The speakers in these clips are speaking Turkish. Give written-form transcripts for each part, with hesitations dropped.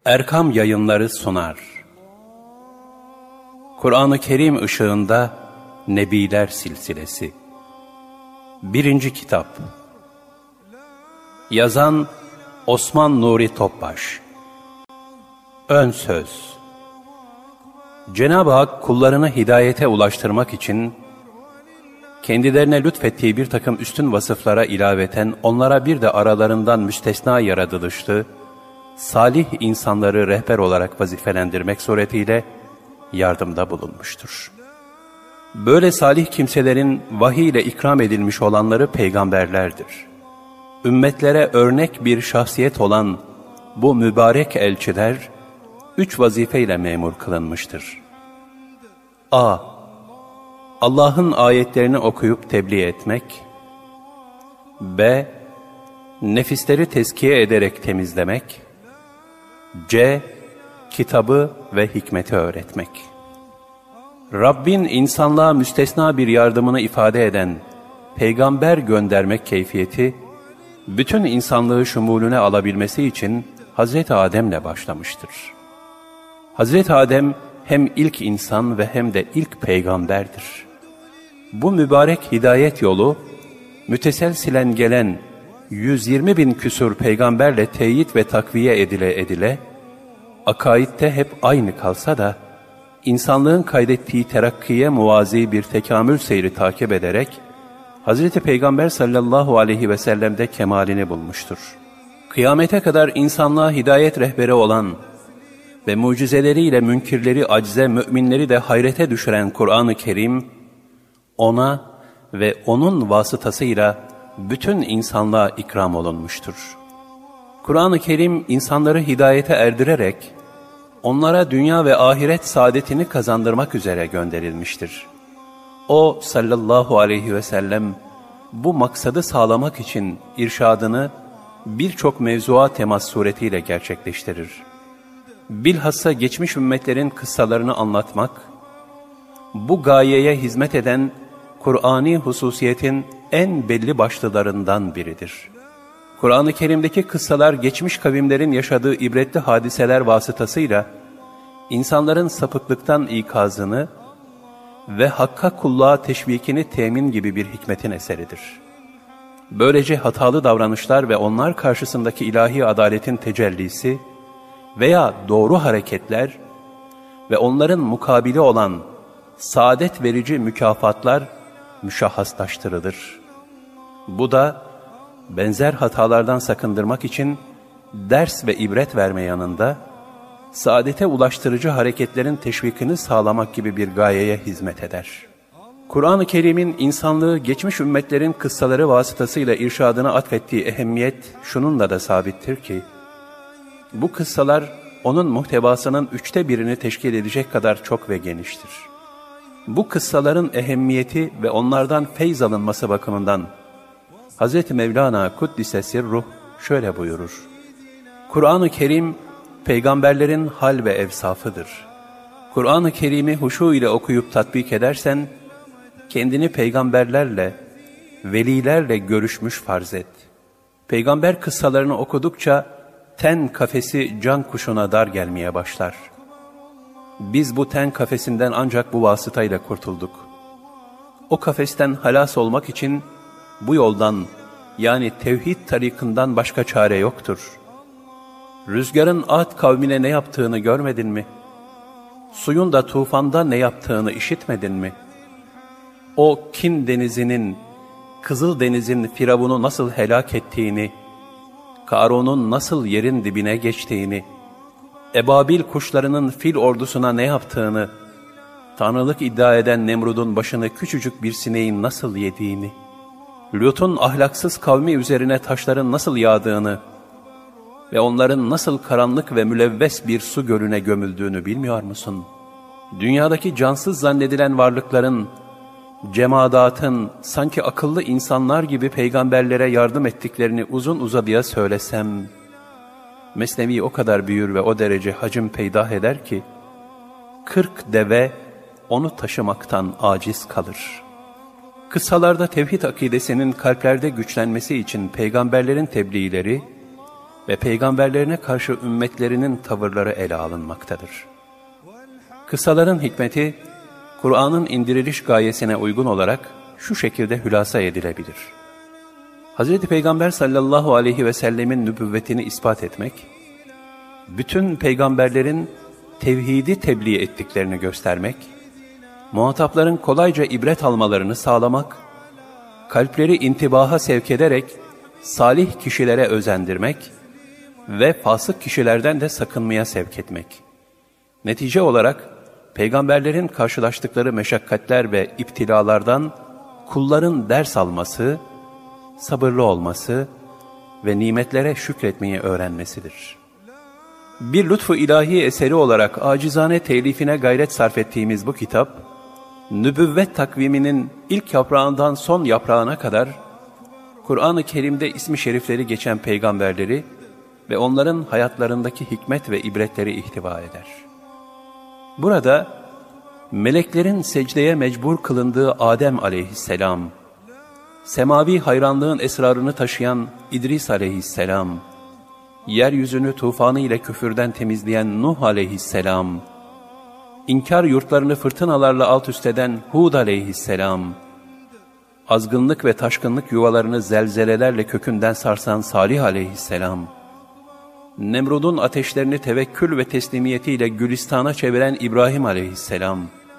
Erkam Yayınları sunar. Kur'an-ı Kerim ışığında Nebiler Silsilesi 1. Kitap. Yazan Osman Nuri Topbaş. Ön söz. Cenab-ı Hak kullarını hidayete ulaştırmak için kendilerine lütfettiği bir takım üstün vasıflara ilaveten onlara bir de aralarından müstesna yaratılışlı, salih insanları rehber olarak vazifelendirmek suretiyle yardımda bulunmuştur. Böyle salih kimselerin vahiy ile ikram edilmiş olanları peygamberlerdir. Ümmetlere örnek bir şahsiyet olan bu mübarek elçiler 3 vazifeyle memur kılınmıştır. A. Allah'ın ayetlerini okuyup tebliğ etmek. B. Nefisleri tezkiye ederek temizlemek. C. Kitabı ve hikmeti öğretmek. Rabbin insanlığa müstesna bir yardımını ifade eden peygamber göndermek keyfiyeti, bütün insanlığı şumulüne alabilmesi için Hazreti Adem'le başlamıştır. Hazreti Adem hem ilk insan ve hem de ilk peygamberdir. Bu mübarek hidayet yolu, müteselsilen gelen 120.000 küsur peygamberle teyit ve takviye edile akaidde hep aynı kalsa da, insanlığın kaydettiği terakkiye muvazi bir tekamül seyri takip ederek, Hazreti Peygamber sallallahu aleyhi ve sellem'de kemalini bulmuştur. Kıyamete kadar insanlığa hidayet rehberi olan ve mucizeleriyle münkirleri acize, müminleri de hayrete düşüren Kur'an-ı Kerim, ona ve onun vasıtasıyla bütün insanlığa ikram olunmuştur. Kur'an-ı Kerim insanları hidayete erdirerek, onlara dünya ve ahiret saadetini kazandırmak üzere gönderilmiştir. O sallallahu aleyhi ve sellem bu maksadı sağlamak için irşadını birçok mevzuğa temas suretiyle gerçekleştirir. Bilhassa geçmiş ümmetlerin kıssalarını anlatmak, bu gayeye hizmet eden Kur'ani hususiyetin en belli başlılarından biridir. Kur'an-ı Kerim'deki kıssalar geçmiş kavimlerin yaşadığı ibretli hadiseler vasıtasıyla insanların sapıklıktan ikazını ve hakka kulluğa teşvikini temin gibi bir hikmetin eseridir. Böylece hatalı davranışlar ve onlar karşısındaki ilahi adaletin tecellisi veya doğru hareketler ve onların mukabili olan saadet verici mükafatlar müşahhaslaştırılır. Bu da benzer hatalardan sakındırmak için ders ve ibret verme yanında, saadete ulaştırıcı hareketlerin teşvikini sağlamak gibi bir gayeye hizmet eder. Kur'an-ı Kerim'in insanlığı geçmiş ümmetlerin kıssaları vasıtasıyla irşadına atfettiği ehemmiyet şununla da sabittir ki, bu kıssalar onun muhtevasının 1/3'ünü teşkil edecek kadar çok ve geniştir. Bu kıssaların ehemmiyeti ve onlardan feyz alınması bakımından Hz. Mevlana Kuddise Sirruh şöyle buyurur: Kur'an-ı Kerim, peygamberlerin hal ve evsafıdır. Kur'an-ı Kerim'i huşu ile okuyup tatbik edersen, kendini peygamberlerle, velilerle görüşmüş farz et. Peygamber kıssalarını okudukça, ten kafesi can kuşuna dar gelmeye başlar. Biz bu ten kafesinden ancak bu vasıtayla kurtulduk. O kafesten halas olmak için, bu yoldan yani tevhid tarikından başka çare yoktur. Rüzgarın Ad kavmine ne yaptığını görmedin mi? Suyun da tufanda ne yaptığını işitmedin mi? O Kin denizinin, Kızıl denizin Firavun'u nasıl helak ettiğini, Karun'un nasıl yerin dibine geçtiğini, Ebabil kuşlarının fil ordusuna ne yaptığını, tanrılık iddia eden Nemrud'un başını küçücük bir sineğin nasıl yediğini, Lut'un ahlaksız kavmi üzerine taşların nasıl yağdığını ve onların nasıl karanlık ve mülevves bir su gölüne gömüldüğünü bilmiyor musun? Dünyadaki cansız zannedilen varlıkların, cemadatın sanki akıllı insanlar gibi peygamberlere yardım ettiklerini uzun uzadıya söylesem, Mesnevi o kadar büyür ve o derece hacim peydah eder ki, 40 deve onu taşımaktan aciz kalır. Kıssalarda tevhid akidesinin kalplerde güçlenmesi için peygamberlerin tebliğleri ve peygamberlerine karşı ümmetlerinin tavırları ele alınmaktadır. Kıssaların hikmeti, Kur'an'ın indiriliş gayesine uygun olarak şu şekilde hülasa edilebilir. Hz. Peygamber sallallahu aleyhi ve sellemin nübüvvetini ispat etmek, bütün peygamberlerin tevhidi tebliğ ettiklerini göstermek, muhatapların kolayca ibret almalarını sağlamak, kalpleri intibaha sevk ederek salih kişilere özendirmek ve fasık kişilerden de sakınmaya sevk etmek. Netice olarak peygamberlerin karşılaştıkları meşakkatler ve iptilalardan kulların ders alması, sabırlı olması ve nimetlere şükretmeyi öğrenmesidir. Bir lütfu ilahi eseri olarak acizane telifine gayret sarf ettiğimiz bu kitap, nübüvvet takviminin ilk yaprağından son yaprağına kadar, Kur'an-ı Kerim'de ismi şerifleri geçen peygamberleri ve onların hayatlarındaki hikmet ve ibretleri ihtiva eder. Burada, meleklerin secdeye mecbur kılındığı Adem aleyhisselam, semavi hayranlığın esrarını taşıyan İdris aleyhisselam, yeryüzünü tufanı ile küfürden temizleyen Nuh aleyhisselam, İnkar yurtlarını fırtınalarla alt üst eden Hud aleyhisselam, azgınlık ve taşkınlık yuvalarını zelzelelerle kökünden sarsan Salih aleyhisselam, Nemrud'un ateşlerini tevekkül ve teslimiyetiyle Gülistan'a çeviren İbrahim aleyhisselam,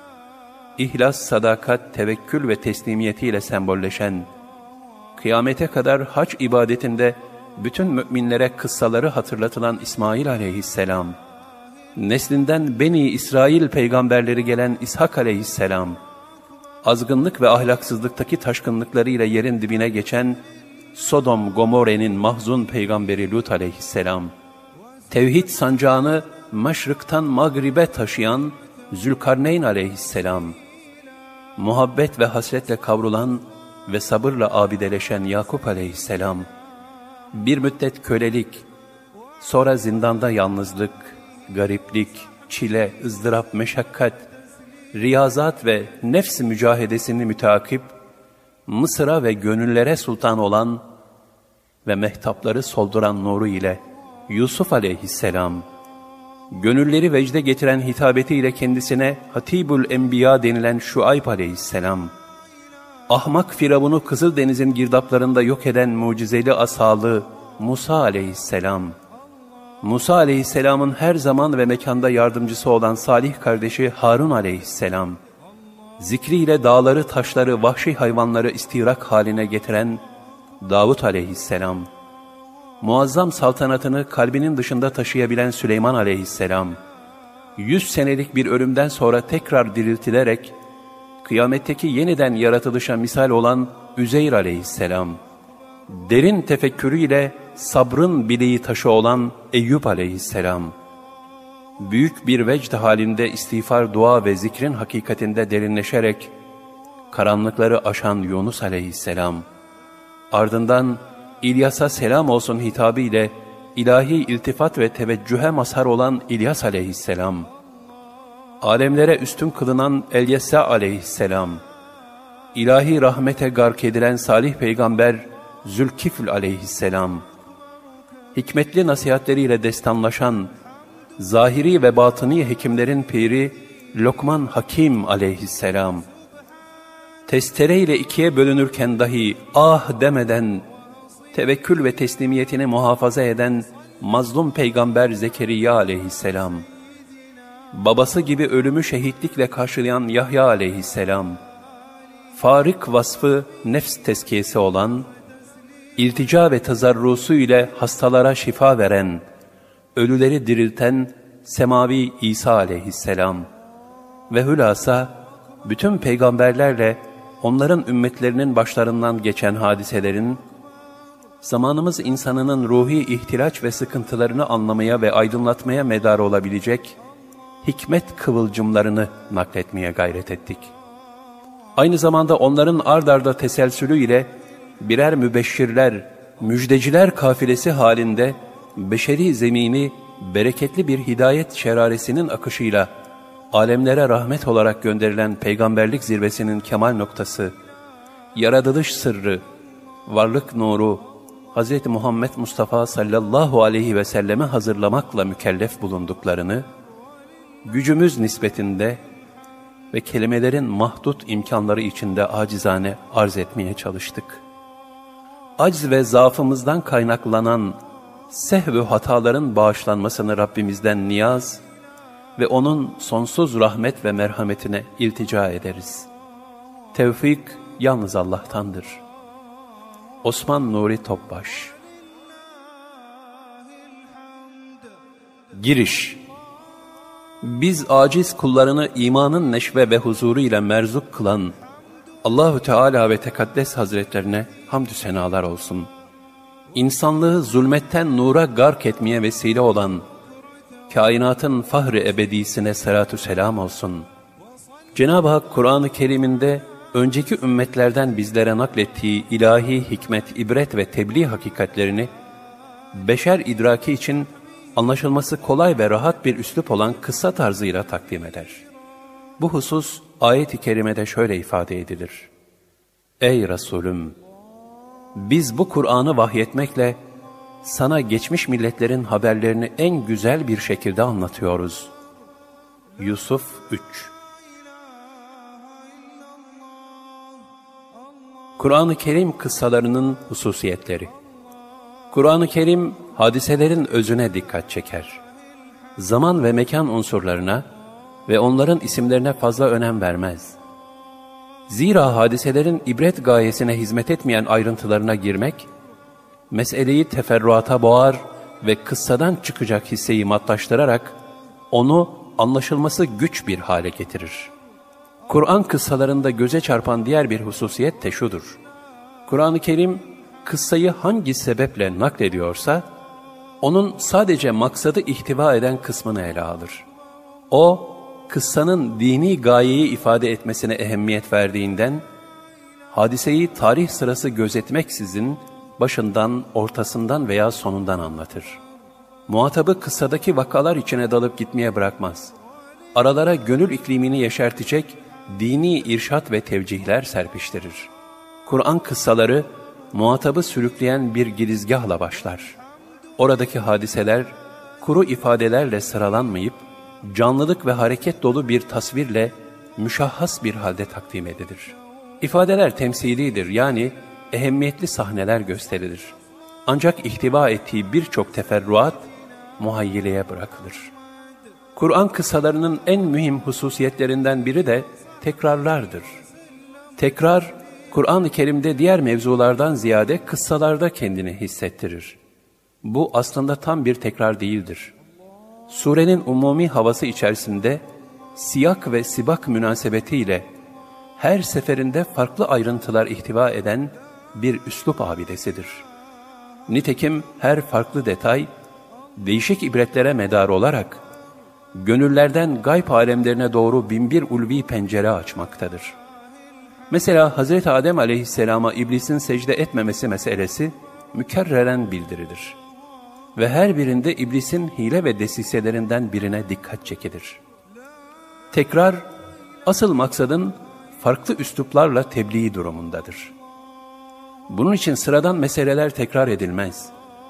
İhlas, sadakat, tevekkül ve teslimiyetiyle sembolleşen, kıyamete kadar hac ibadetinde bütün müminlere kıssaları hatırlatılan İsmail aleyhisselam, neslinden Beni İsrail peygamberleri gelen İshak aleyhisselam, azgınlık ve ahlaksızlıktaki taşkınlıklarıyla yerin dibine geçen Sodom Gomorre'nin mahzun peygamberi Lut aleyhisselam, tevhid sancağını Meşrik'ten Mağrib'e taşıyan Zülkarneyn aleyhisselam, muhabbet ve hasretle kavrulan ve sabırla abideleşen Yakup aleyhisselam, bir müddet kölelik, sonra zindanda yalnızlık, gariplik, çile, ızdırap, meşakkat, riyazat ve nefs mücahedesini müteakip, Mısır'a ve gönüllere sultan olan ve mehtapları solduran nuru ile Yusuf aleyhisselam, gönülleri vecde getiren hitabetiyle kendisine Hatibül Enbiya denilen Şuayb aleyhisselam, ahmak Firavun'u Kızıldeniz'in girdaplarında yok eden mucizeli asalı Musa aleyhisselam, Musa aleyhisselamın her zaman ve mekanda yardımcısı olan salih kardeşi Harun aleyhisselam, zikriyle dağları, taşları, vahşi hayvanları istirak haline getiren Davut aleyhisselam, muazzam saltanatını kalbinin dışında taşıyabilen Süleyman aleyhisselam, 100 senelik bir ölümden sonra tekrar diriltilerek, kıyametteki yeniden yaratılışa misal olan Üzeyr aleyhisselam, derin tefekkürüyle sabrın bileği taşı olan Eyüp aleyhisselam, büyük bir vecd halinde istiğfar, dua ve zikrin hakikatinde derinleşerek karanlıkları aşan Yunus aleyhisselam, ardından İlyas'a selam olsun hitabı ile ilahi iltifat ve teveccühe mazhar olan İlyas aleyhisselam, alemlere üstün kılınan Elyesa aleyhisselam, ilahi rahmete gark edilen salih peygamber Zülkifl aleyhisselam, hikmetli nasihatleriyle destanlaşan zahiri ve batıni hekimlerin piri Lokman Hakim aleyhisselam, testereyle ikiye bölünürken dahi ah demeden tevekkül ve teslimiyetini muhafaza eden mazlum peygamber Zekeriya aleyhisselam, babası gibi ölümü şehitlikle karşılayan Yahya aleyhisselam, farik vasfı nefs tezkiyesi olan, iltica ve tazarrusu ile hastalara şifa veren, ölüleri dirilten semavi İsa aleyhisselam ve hülasa bütün peygamberlerle onların ümmetlerinin başlarından geçen hadiselerin, zamanımız insanının ruhi ihtilaç ve sıkıntılarını anlamaya ve aydınlatmaya medar olabilecek hikmet kıvılcımlarını nakletmeye gayret ettik. Aynı zamanda onların ard arda teselsülü ile birer mübeşşirler, müjdeciler kafilesi halinde beşeri zemini bereketli bir hidayet şeraresinin akışıyla alemlere rahmet olarak gönderilen peygamberlik zirvesinin kemal noktası, yaratılış sırrı, varlık nuru, Hz. Muhammed Mustafa sallallahu aleyhi ve selleme hazırlamakla mükellef bulunduklarını, gücümüz nispetinde ve kelimelerin mahdut imkanları içinde acizane arz etmeye çalıştık. Acz ve zaafımızdan kaynaklanan sehv-ü hataların bağışlanmasını Rabbimizden niyaz ve O'nun sonsuz rahmet ve merhametine iltica ederiz. Tevfik yalnız Allah'tandır. Osman Nuri Topbaş. Giriş. Biz aciz kullarını imanın neşve ve huzuru ile merzuk kılan Allahu Teala ve Tekaddes Hazretlerine hamdü senalar olsun. İnsanlığı zulmetten nura gark etmeye vesile olan kainatın fahri ebedisine selatü selam olsun. Cenab-ı Hak Kur'an-ı Kerim'inde önceki ümmetlerden bizlere naklettiği ilahi hikmet, ibret ve tebliğ hakikatlerini beşer idraki için anlaşılması kolay ve rahat bir üslup olan kıssa tarzıyla takdim eder. Bu husus ayet-i kerimede şöyle ifade edilir. Ey Resulüm! Biz bu Kur'an'ı vahyetmekle sana geçmiş milletlerin haberlerini en güzel bir şekilde anlatıyoruz. Yusuf 3. Kur'an-ı Kerim kıssalarının hususiyetleri. Kur'an-ı Kerim hadiselerin özüne dikkat çeker. Zaman ve mekan unsurlarına ve onların isimlerine fazla önem vermez. Zira hadiselerin ibret gayesine hizmet etmeyen ayrıntılarına girmek, meseleyi teferruata boğar ve kıssadan çıkacak hisseyi matlaştırarak onu anlaşılması güç bir hale getirir. Kur'an kıssalarında göze çarpan diğer bir hususiyet de şudur. Kur'an-ı Kerim kıssayı hangi sebeple naklediyorsa, onun sadece maksadı ihtiva eden kısmını ele alır. O, kıssanın dini gayeyi ifade etmesine ehemmiyet verdiğinden, hadiseyi tarih sırası gözetmeksizin başından, ortasından veya sonundan anlatır. Muhatabı kıssadaki vakalar içine dalıp gitmeye bırakmaz. Aralara gönül iklimini yeşertecek dini irşat ve tevcihler serpiştirir. Kur'an kıssaları, muhatabı sürükleyen bir girizgahla başlar. Oradaki hadiseler, kuru ifadelerle sıralanmayıp, canlılık ve hareket dolu bir tasvirle müşahhas bir halde takdim edilir. İfadeler temsilidir, yani ehemmiyetli sahneler gösterilir. Ancak ihtiva ettiği birçok teferruat muhayyileye bırakılır. Kur'an kıssalarının en mühim hususiyetlerinden biri de tekrarlardır. Tekrar, Kur'an-ı Kerim'de diğer mevzulardan ziyade kıssalarda kendini hissettirir. Bu aslında tam bir tekrar değildir. Surenin umumi havası içerisinde siyak ve sibak münasebetiyle her seferinde farklı ayrıntılar ihtiva eden bir üslup abidesidir. Nitekim her farklı detay, değişik ibretlere medar olarak, gönüllerden gayb alemlerine doğru binbir ulvi pencere açmaktadır. Mesela Hz. Adem aleyhisselama iblisin secde etmemesi meselesi mükerreren bildirilir. Ve her birinde iblisin hile ve desiselerinden birine dikkat çekilir. Tekrar, asıl maksadın farklı üsluplarla tebliğ durumundadır. Bunun için sıradan meseleler tekrar edilmez.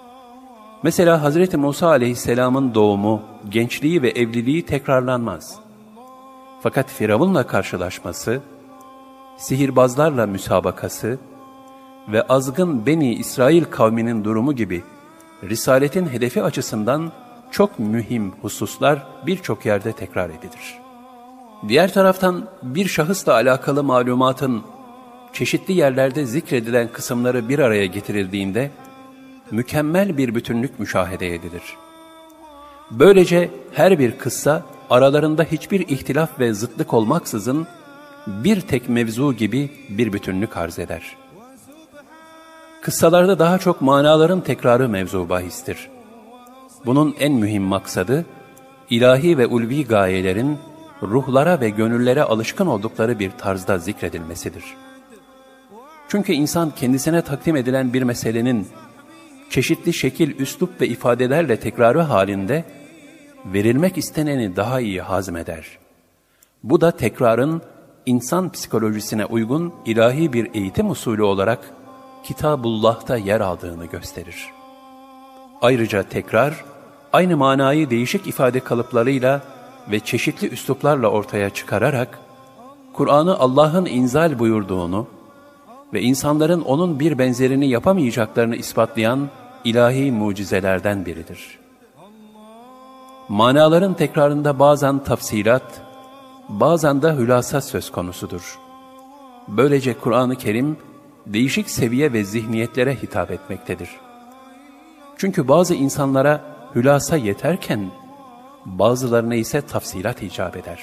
Mesela Hz. Musa aleyhisselamın doğumu, gençliği ve evliliği tekrarlanmaz. Fakat Firavun'la karşılaşması, sihirbazlarla müsabakası ve azgın Beni İsrail kavminin durumu gibi Risaletin hedefi açısından çok mühim hususlar birçok yerde tekrar edilir. Diğer taraftan bir şahısla alakalı malumatın çeşitli yerlerde zikredilen kısımları bir araya getirildiğinde mükemmel bir bütünlük müşahede edilir. Böylece her bir kıssa aralarında hiçbir ihtilaf ve zıtlık olmaksızın bir tek mevzu gibi bir bütünlük arz eder. Kıssalarda daha çok manaların tekrarı mevzu bahistir. Bunun en mühim maksadı, ilahi ve ulvi gayelerin ruhlara ve gönüllere alışkın oldukları bir tarzda zikredilmesidir. Çünkü insan kendisine takdim edilen bir meselenin çeşitli şekil, üslup ve ifadelerle tekrarı halinde verilmek isteneni daha iyi hazmeder. Bu da tekrarın insan psikolojisine uygun ilahi bir eğitim usulü olarak Kitabullah'ta yer aldığını gösterir. Ayrıca tekrar, aynı manayı değişik ifade kalıplarıyla ve çeşitli üsluplarla ortaya çıkararak, Kur'an'ı Allah'ın inzal buyurduğunu ve insanların onun bir benzerini yapamayacaklarını ispatlayan ilahi mucizelerden biridir. Manaların tekrarında bazen tafsilat, bazen de hülasa söz konusudur. Böylece Kur'an-ı Kerim, değişik seviye ve zihniyetlere hitap etmektedir. Çünkü bazı insanlara hülasa yeterken, bazılarına ise tafsilat icap eder.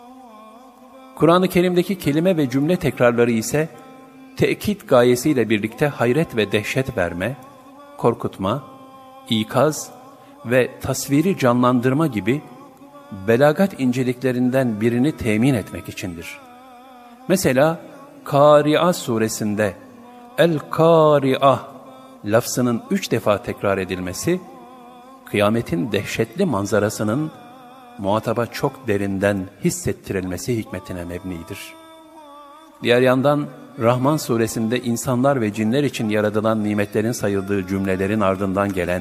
Kur'an-ı Kerim'deki kelime ve cümle tekrarları ise, tekit gayesiyle birlikte hayret ve dehşet verme, korkutma, ikaz ve tasviri canlandırma gibi belagat inceliklerinden birini temin etmek içindir. Mesela Kâri'a suresinde El-Kâri'a lafzının 3 defa tekrar edilmesi, kıyametin dehşetli manzarasının muhataba çok derinden hissettirilmesi hikmetine mebnidir. Diğer yandan Rahman suresinde insanlar ve cinler için yaratılan nimetlerin sayıldığı cümlelerin ardından gelen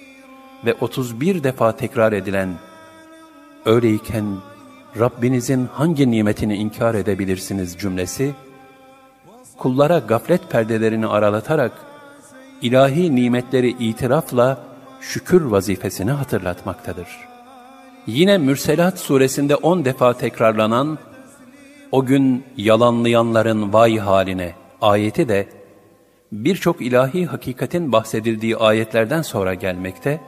ve 31 defa tekrar edilen "Öyleyken Rabbinizin hangi nimetini inkar edebilirsiniz?" cümlesi, kullara gaflet perdelerini aralatarak ilahi nimetleri itirafla şükür vazifesini hatırlatmaktadır. Yine Mürselat suresinde 10 defa tekrarlanan "O gün yalanlayanların vay haline" ayeti de birçok ilahi hakikatin bahsedildiği ayetlerden sonra gelmekte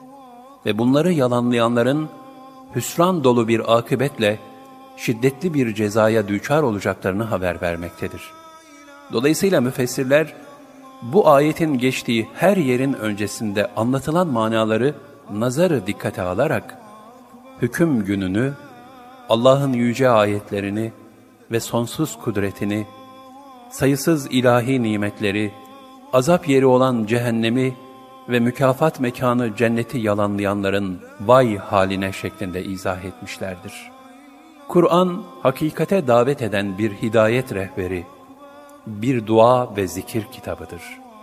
ve bunları yalanlayanların hüsran dolu bir akıbetle şiddetli bir cezaya düçar olacaklarını haber vermektedir. Dolayısıyla müfessirler, bu ayetin geçtiği her yerin öncesinde anlatılan manaları nazarı dikkate alarak, hüküm gününü, Allah'ın yüce ayetlerini ve sonsuz kudretini, sayısız ilahi nimetleri, azap yeri olan cehennemi ve mükafat mekanı cenneti yalanlayanların vay haline şeklinde izah etmişlerdir. Kur'an, hakikate davet eden bir hidayet rehberi, bir dua ve zikir kitabıdır.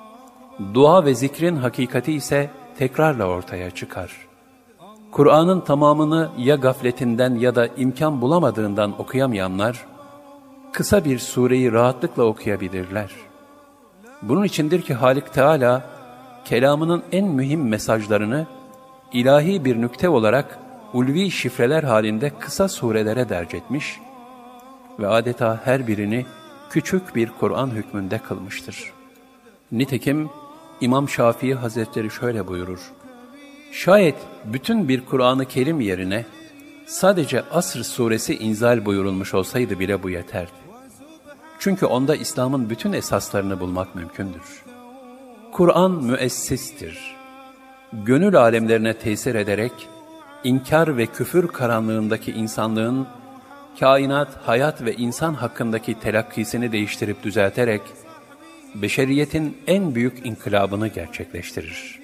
Dua ve zikrin hakikati ise tekrarla ortaya çıkar. Kur'an'ın tamamını ya gafletinden ya da imkan bulamadığından okuyamayanlar, kısa bir sureyi rahatlıkla okuyabilirler. Bunun içindir ki Halik Teala, kelamının en mühim mesajlarını ilahi bir nükte olarak ulvi şifreler halinde kısa surelere derc etmiş ve adeta her birini küçük bir Kur'an hükmünde kılmıştır. Nitekim İmam Şafii Hazretleri şöyle buyurur: "Şayet bütün bir Kur'an-ı Kerim yerine sadece Asr suresi inzal buyurulmuş olsaydı bile bu yeterdi. Çünkü onda İslam'ın bütün esaslarını bulmak mümkündür. Kur'an müessistir. Gönül alemlerine tesir ederek, inkar ve küfür karanlığındaki insanlığın, kainat, hayat ve insan hakkındaki telakkisini değiştirip düzelterek, beşeriyetin en büyük inkılabını gerçekleştirir.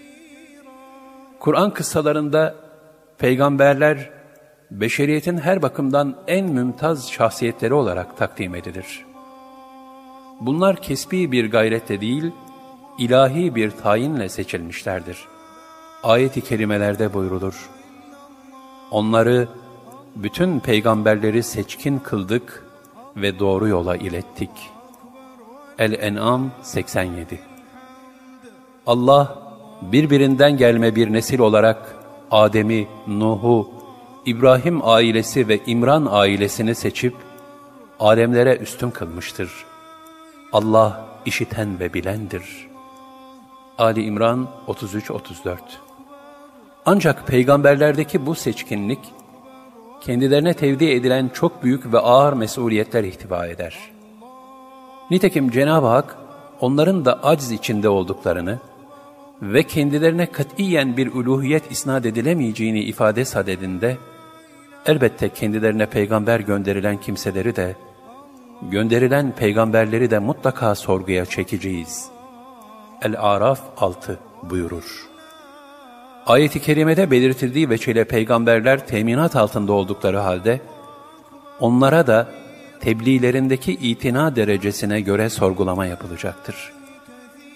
Kur'an kıssalarında peygamberler, beşeriyetin her bakımdan en mümtaz şahsiyetleri olarak takdim edilir. Bunlar kesbi bir gayretle değil, ilahi bir tayinle seçilmişlerdir. Ayet-i kerimelerde buyrulur: "Onları, bütün peygamberleri seçkin kıldık ve doğru yola ilettik." El-En'am 87. Allah, birbirinden gelme bir nesil olarak Adem'i, Nuh'u, İbrahim ailesi ve İmran ailesini seçip alemlere üstün kılmıştır. Allah işiten ve bilendir. Ali İmran 33-34. Ancak peygamberlerdeki bu seçkinlik, kendilerine tevdi edilen çok büyük ve ağır mesuliyetler ihtiva eder. Nitekim Cenab-ı Hak, onların da acz içinde olduklarını ve kendilerine katiyen bir uluhiyet isnat edilemeyeceğini ifade sadedinde, elbette kendilerine peygamber gönderilen kimseleri de, gönderilen peygamberleri de mutlaka sorguya çekeceğiz. El-Araf 6 buyurur. Ayet-i kerimede belirtildiği veçile peygamberler teminat altında oldukları halde, onlara da tebliğlerindeki itina derecesine göre sorgulama yapılacaktır.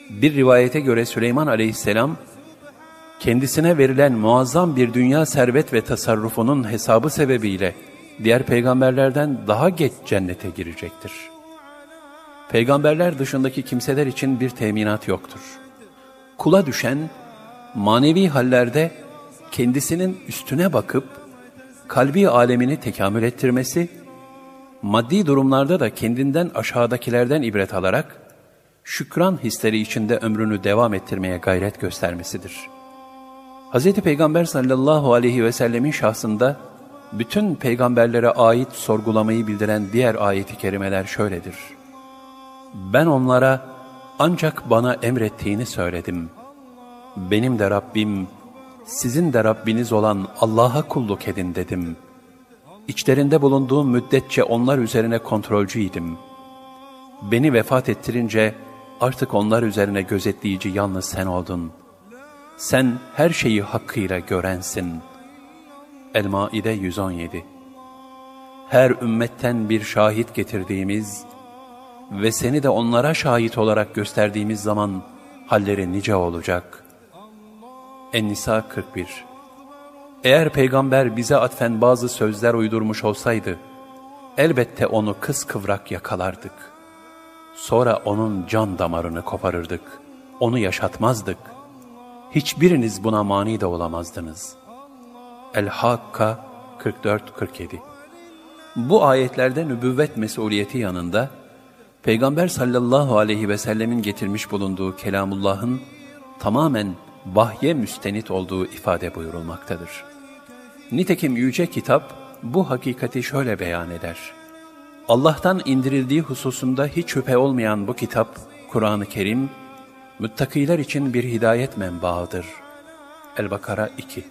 Bir rivayete göre Süleyman aleyhisselam, kendisine verilen muazzam bir dünya servet ve tasarrufunun hesabı sebebiyle diğer peygamberlerden daha geç cennete girecektir. Peygamberler dışındaki kimseler için bir teminat yoktur. Kula düşen, manevi hallerde kendisinin üstüne bakıp, kalbi alemini tekamül ettirmesi, maddi durumlarda da kendinden aşağıdakilerden ibret alarak, şükran hisleri içinde ömrünü devam ettirmeye gayret göstermesidir. Hz. Peygamber sallallahu aleyhi ve sellemin şahsında, bütün peygamberlere ait sorgulamayı bildiren diğer ayet-i kerimeler şöyledir. Ben onlara ancak bana emrettiğini söyledim. Benim de Rabbim, sizin de Rabbiniz olan Allah'a kulluk edin dedim. İçlerinde bulunduğum müddetçe onlar üzerine kontrolcüydim. Beni vefat ettirince artık onlar üzerine gözetleyici yalnız sen oldun. Sen her şeyi hakkıyla görensin. El-Maide 117. Her ümmetten bir şahit getirdiğimiz ve seni de onlara şahit olarak gösterdiğimiz zaman halleri nice olacak. En-Nisa 41. Eğer peygamber bize atfen bazı sözler uydurmuş olsaydı, elbette onu kıskıvrak yakalardık. Sonra onun can damarını koparırdık, onu yaşatmazdık. Hiçbiriniz buna mani de olamazdınız. El-Hakka 44-47. Bu ayetlerde nübüvvet mesuliyeti yanında, Peygamber sallallahu aleyhi ve sellemin getirmiş bulunduğu Kelamullah'ın tamamen vahye müstenit olduğu ifade buyurulmaktadır. Nitekim Yüce Kitap bu hakikati şöyle beyan eder. Allah'tan indirildiği hususunda hiç şüphe olmayan bu kitap, Kur'an-ı Kerim, müttakiler için bir hidayet menbaıdır. El-Bakara 2.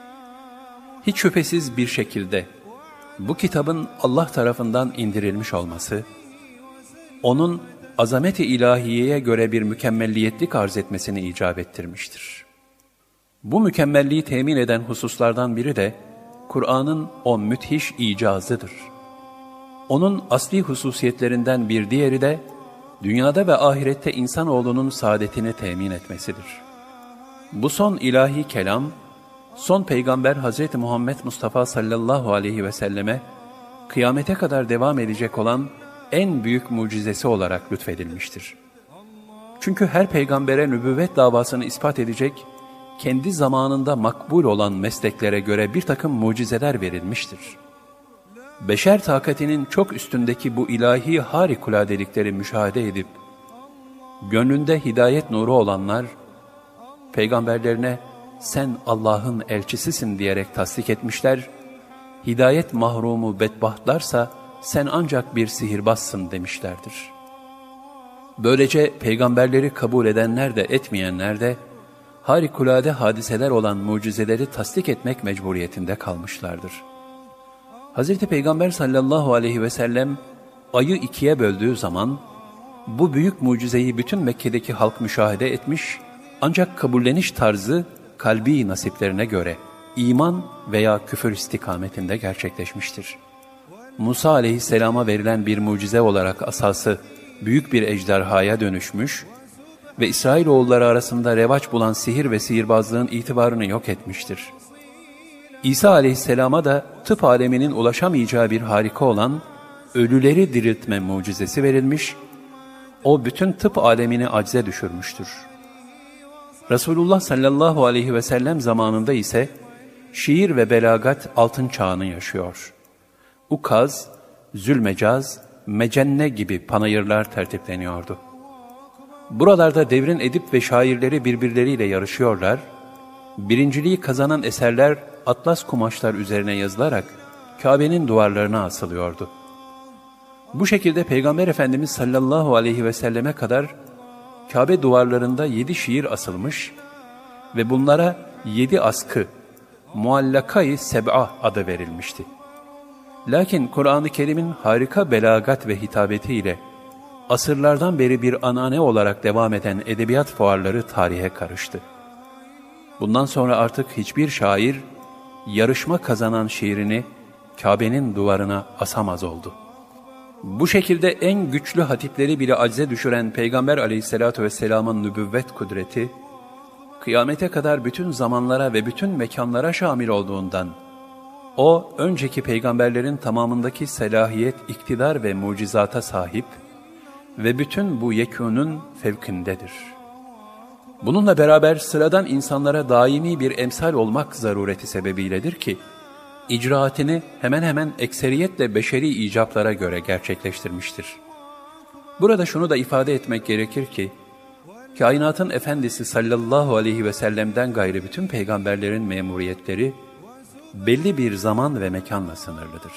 Hiç şüphesiz bir şekilde bu kitabın Allah tarafından indirilmiş olması, onun azamet-i ilahiyeye göre bir mükemmelliyetlik arz etmesini icap ettirmiştir. Bu mükemmelliği temin eden hususlardan biri de Kur'an'ın o müthiş icazıdır. Onun asli hususiyetlerinden bir diğeri de dünyada ve ahirette insanoğlunun saadetini temin etmesidir. Bu son ilahi kelam, son peygamber Hz. Muhammed Mustafa sallallahu aleyhi ve selleme kıyamete kadar devam edecek olan en büyük mucizesi olarak lütfedilmiştir. Çünkü her peygambere nübüvvet davasını ispat edecek, kendi zamanında makbul olan mesleklere göre bir takım mucizeler verilmiştir. Beşer takatinin çok üstündeki bu ilahi harikuladelikleri müşahede edip, gönlünde hidayet nuru olanlar, peygamberlerine sen Allah'ın elçisisin diyerek tasdik etmişler, hidayet mahrumu bedbahtlarsa sen ancak bir sihirbazsın demişlerdir. Böylece peygamberleri kabul edenler de etmeyenler de harikulade hadiseler olan mucizeleri tasdik etmek mecburiyetinde kalmışlardır. Hz. Peygamber sallallahu aleyhi ve sellem ayı ikiye böldüğü zaman bu büyük mucizeyi bütün Mekke'deki halk müşahede etmiş, ancak kabulleniş tarzı kalbi nasiplerine göre iman veya küfür istikametinde gerçekleşmiştir. Musa aleyhisselama verilen bir mucize olarak asası büyük bir ejderhaya dönüşmüş ve İsrailoğulları arasında revaç bulan sihir ve sihirbazlığın itibarını yok etmiştir. İsa aleyhisselama da tıp aleminin ulaşamayacağı bir harika olan ölüleri diriltme mucizesi verilmiş, o bütün tıp alemini acize düşürmüştür. Resulullah sallallahu aleyhi ve sellem zamanında ise şiir ve belagat altın çağını yaşıyor. Ukaz, zülmecaz, mecenne gibi panayırlar tertipleniyordu. Buralarda devrin edip ve şairleri birbirleriyle yarışıyorlar, birinciliği kazanan eserler atlas kumaşlar üzerine yazılarak Kabe'nin duvarlarına asılıyordu. Bu şekilde Peygamber Efendimiz sallallahu aleyhi ve selleme kadar Kabe duvarlarında 7 şiir asılmış ve bunlara 7 askı, Muallaka-i Seb'a adı verilmişti. Lakin Kur'an-ı Kerim'in harika belagat ve hitabetiyle asırlardan beri bir anane olarak devam eden edebiyat fuarları tarihe karıştı. Bundan sonra artık hiçbir şair yarışma kazanan şiirini Kabe'nin duvarına asamaz oldu. Bu şekilde en güçlü hatipleri bile acize düşüren Peygamber aleyhissalatu vesselamın nübüvvet kudreti, kıyamete kadar bütün zamanlara ve bütün mekanlara şamil olduğundan, o önceki peygamberlerin tamamındaki selahiyet, iktidar ve mucizata sahip ve bütün bu yekûnun fevkindedir. Bununla beraber sıradan insanlara daimi bir emsal olmak zarureti sebebiyledir ki, icraatını hemen hemen ekseriyetle beşeri icaplara göre gerçekleştirmiştir. Burada şunu da ifade etmek gerekir ki, kainatın efendisi sallallahu aleyhi ve sellem'den gayrı bütün peygamberlerin memuriyetleri, belli bir zaman ve mekanla sınırlıdır.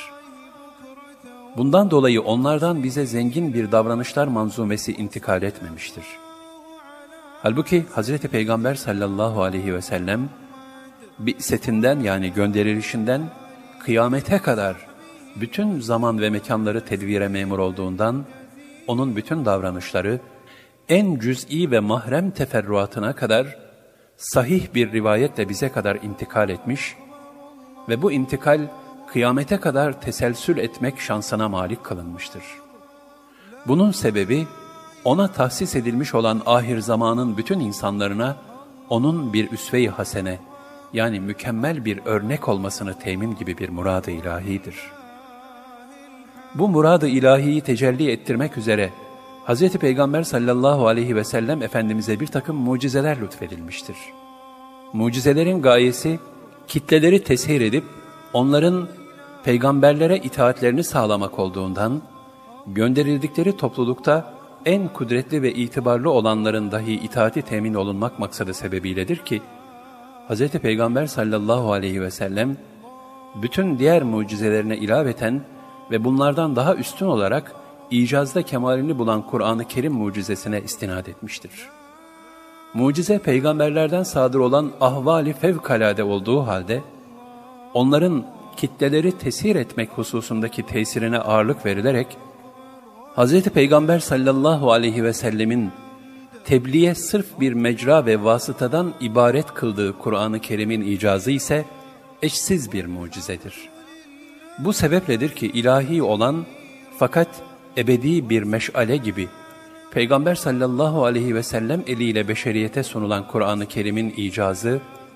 Bundan dolayı onlardan bize zengin bir davranışlar manzumesi intikal etmemiştir. Halbuki Hazreti Peygamber sallallahu aleyhi ve sellem, bi'setinden yani gönderilişinden kıyamete kadar bütün zaman ve mekanları tedbire memur olduğundan, onun bütün davranışları en cüz'i ve mahrem teferruatına kadar sahih bir rivayetle bize kadar intikal etmiş ve bu intikal kıyamete kadar teselsül etmek şansına malik kılınmıştır. Bunun sebebi, ona tahsis edilmiş olan ahir zamanın bütün insanlarına onun bir üsve-i hasene, yani mükemmel bir örnek olmasını temin gibi bir murad-ı ilahidir. Bu murad-ı ilahiyi tecelli ettirmek üzere Hz. Peygamber sallallahu aleyhi ve sellem Efendimiz'e bir takım mucizeler lütfedilmiştir. Mucizelerin gayesi, kitleleri teshir edip onların peygamberlere itaatlerini sağlamak olduğundan, gönderildikleri toplulukta en kudretli ve itibarlı olanların dahi itaati temin olunmak maksadı sebebiyledir ki, Hz. Peygamber sallallahu aleyhi ve sellem, bütün diğer mucizelerine ilaveten ve bunlardan daha üstün olarak, icazda kemalini bulan Kur'an-ı Kerim mucizesine istinad etmiştir. Mucize, peygamberlerden sadır olan ahvali fevkalade olduğu halde, onların kitleleri tesir etmek hususundaki tesirine ağırlık verilerek, Hz. Peygamber sallallahu aleyhi ve sellemin tebliğe sırf bir mecra ve vasıtadan ibaret kıldığı Kur'an-ı Kerim'in icazı ise eşsiz bir mucizedir. Bu sebepledir ki ilahi olan fakat ebedi bir meşale gibi Peygamber sallallahu aleyhi ve sellem eliyle beşeriyete sunulan Kur'an-ı Kerim'in icazı,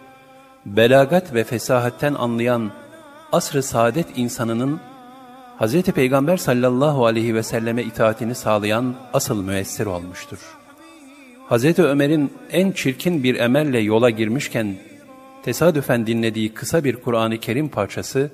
belagat ve fesahatten anlayan asr-ı saadet insanının Hz. Peygamber sallallahu aleyhi ve selleme itaatini sağlayan asıl müessir olmuştur. Hz. Ömer'in en çirkin bir emelle yola girmişken tesadüfen dinlediği kısa bir Kur'an-ı Kerim parçası,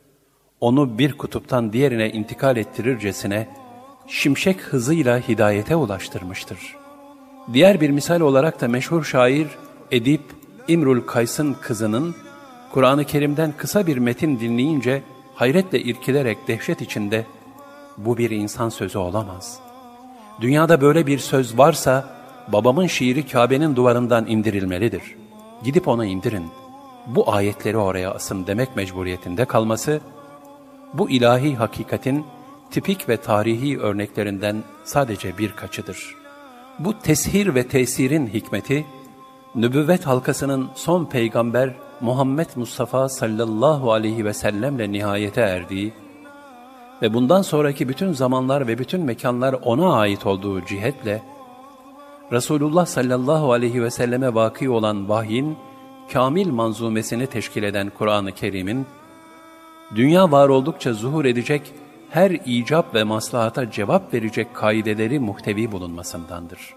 onu bir kutuptan diğerine intikal ettirircesine şimşek hızıyla hidayete ulaştırmıştır. Diğer bir misal olarak da meşhur şair Edip İmrul Kays'ın kızının Kur'an-ı Kerim'den kısa bir metin dinleyince hayretle irkilerek dehşet içinde, "Bu bir insan sözü olamaz. Dünyada böyle bir söz varsa babamın şiiri Kabe'nin duvarından indirilmelidir. Gidip ona indirin. Bu ayetleri oraya asın" demek mecburiyetinde kalması, bu ilahi hakikatin tipik ve tarihi örneklerinden sadece birkaçıdır. Bu teshir ve tesirin hikmeti, nübüvvet halkasının son peygamber Muhammed Mustafa sallallahu aleyhi ve sellemle nihayete erdiği ve bundan sonraki bütün zamanlar ve bütün mekanlar ona ait olduğu cihetle, Resulullah sallallahu aleyhi ve selleme vaki olan vahyin kamil manzumesini teşkil eden Kur'an-ı Kerim'in, dünya var oldukça zuhur edecek her icap ve maslahata cevap verecek kaideleri muhtevi bulunmasındandır.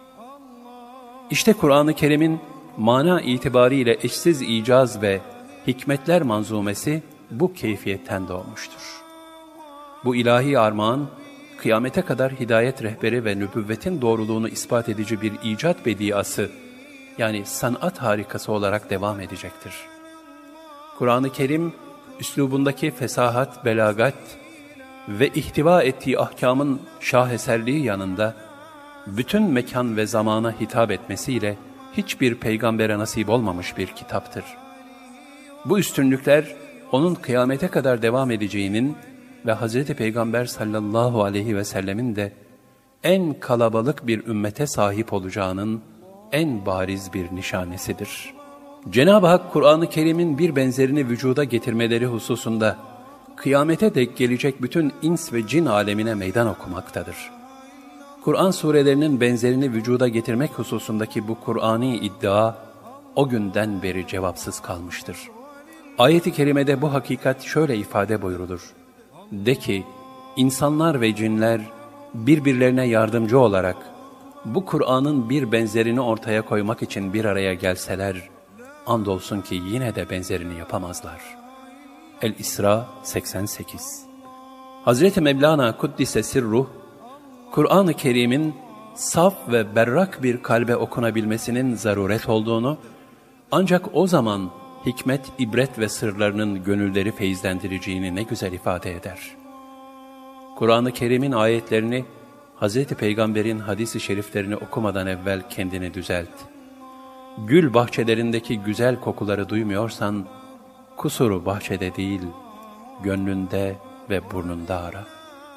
İşte Kur'an-ı Kerim'in mana itibariyle eşsiz icaz ve hikmetler manzumesi bu keyfiyetten doğmuştur. Bu ilahi armağan, kıyamete kadar hidayet rehberi ve nübüvvetin doğruluğunu ispat edici bir icat bediası, yani sanat harikası olarak devam edecektir. Kur'an-ı Kerim, üslubundaki fesahat, belagat ve ihtiva ettiği ahkamın şaheserliği yanında, bütün mekan ve zamana hitap etmesiyle hiçbir peygambere nasip olmamış bir kitaptır. Bu üstünlükler, onun kıyamete kadar devam edeceğinin ve Hz. Peygamber sallallahu aleyhi ve sellemin de en kalabalık bir ümmete sahip olacağının en bariz bir nişanesidir. Cenab-ı Hak, Kur'an-ı Kerim'in bir benzerini vücuda getirmeleri hususunda kıyamete dek gelecek bütün ins ve cin alemine meydan okumaktadır. Kur'an surelerinin benzerini vücuda getirmek hususundaki bu Kur'ani iddia, o günden beri cevapsız kalmıştır. Ayet-i kerimede bu hakikat şöyle ifade buyurulur. De ki, insanlar ve cinler birbirlerine yardımcı olarak bu Kur'an'ın bir benzerini ortaya koymak için bir araya gelseler, andolsun ki yine de benzerini yapamazlar. El-İsra 88. Hazreti Mevlana Kuddise Sirruh, Kur'an-ı Kerim'in saf ve berrak bir kalbe okunabilmesinin zaruret olduğunu, ancak o zaman hikmet, ibret ve sırlarının gönülleri feyizlendireceğini ne güzel ifade eder. Kur'an-ı Kerim'in ayetlerini, Hz. Peygamber'in hadis-i şeriflerini okumadan evvel kendini düzelt. Gül bahçelerindeki güzel kokuları duymuyorsan, kusuru bahçede değil, gönlünde ve burnunda ara.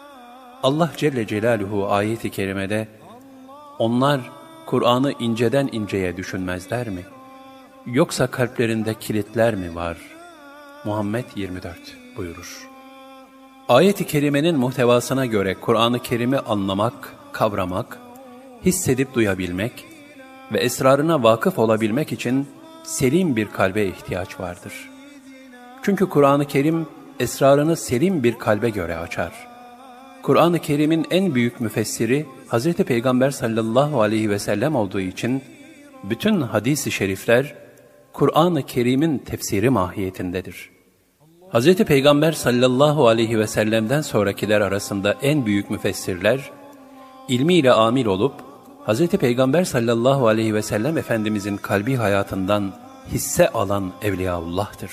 Allah Celle Celaluhu ayet-i kerimede, onlar Kur'an'ı inceden inceye düşünmezler mi? Yoksa kalplerinde kilitler mi var? Muhammed 24 buyurur. Ayet-i kerimenin muhtevasına göre Kur'an-ı Kerim'i anlamak, kavramak, hissedip duyabilmek ve esrarına vakıf olabilmek için selim bir kalbe ihtiyaç vardır. Çünkü Kur'an-ı Kerim esrarını selim bir kalbe göre açar. Kur'an-ı Kerim'in en büyük müfessiri Hz. Peygamber sallallahu aleyhi ve sellem olduğu için bütün hadis-i şerifler Kur'an-ı Kerim'in tefsiri mahiyetindedir. Hz. Peygamber sallallahu aleyhi ve sellem'den sonrakiler arasında en büyük müfessirler, ilmiyle amil olup, Hz. Peygamber sallallahu aleyhi ve sellem Efendimizin kalbi hayatından hisse alan Evliyaullah'tır.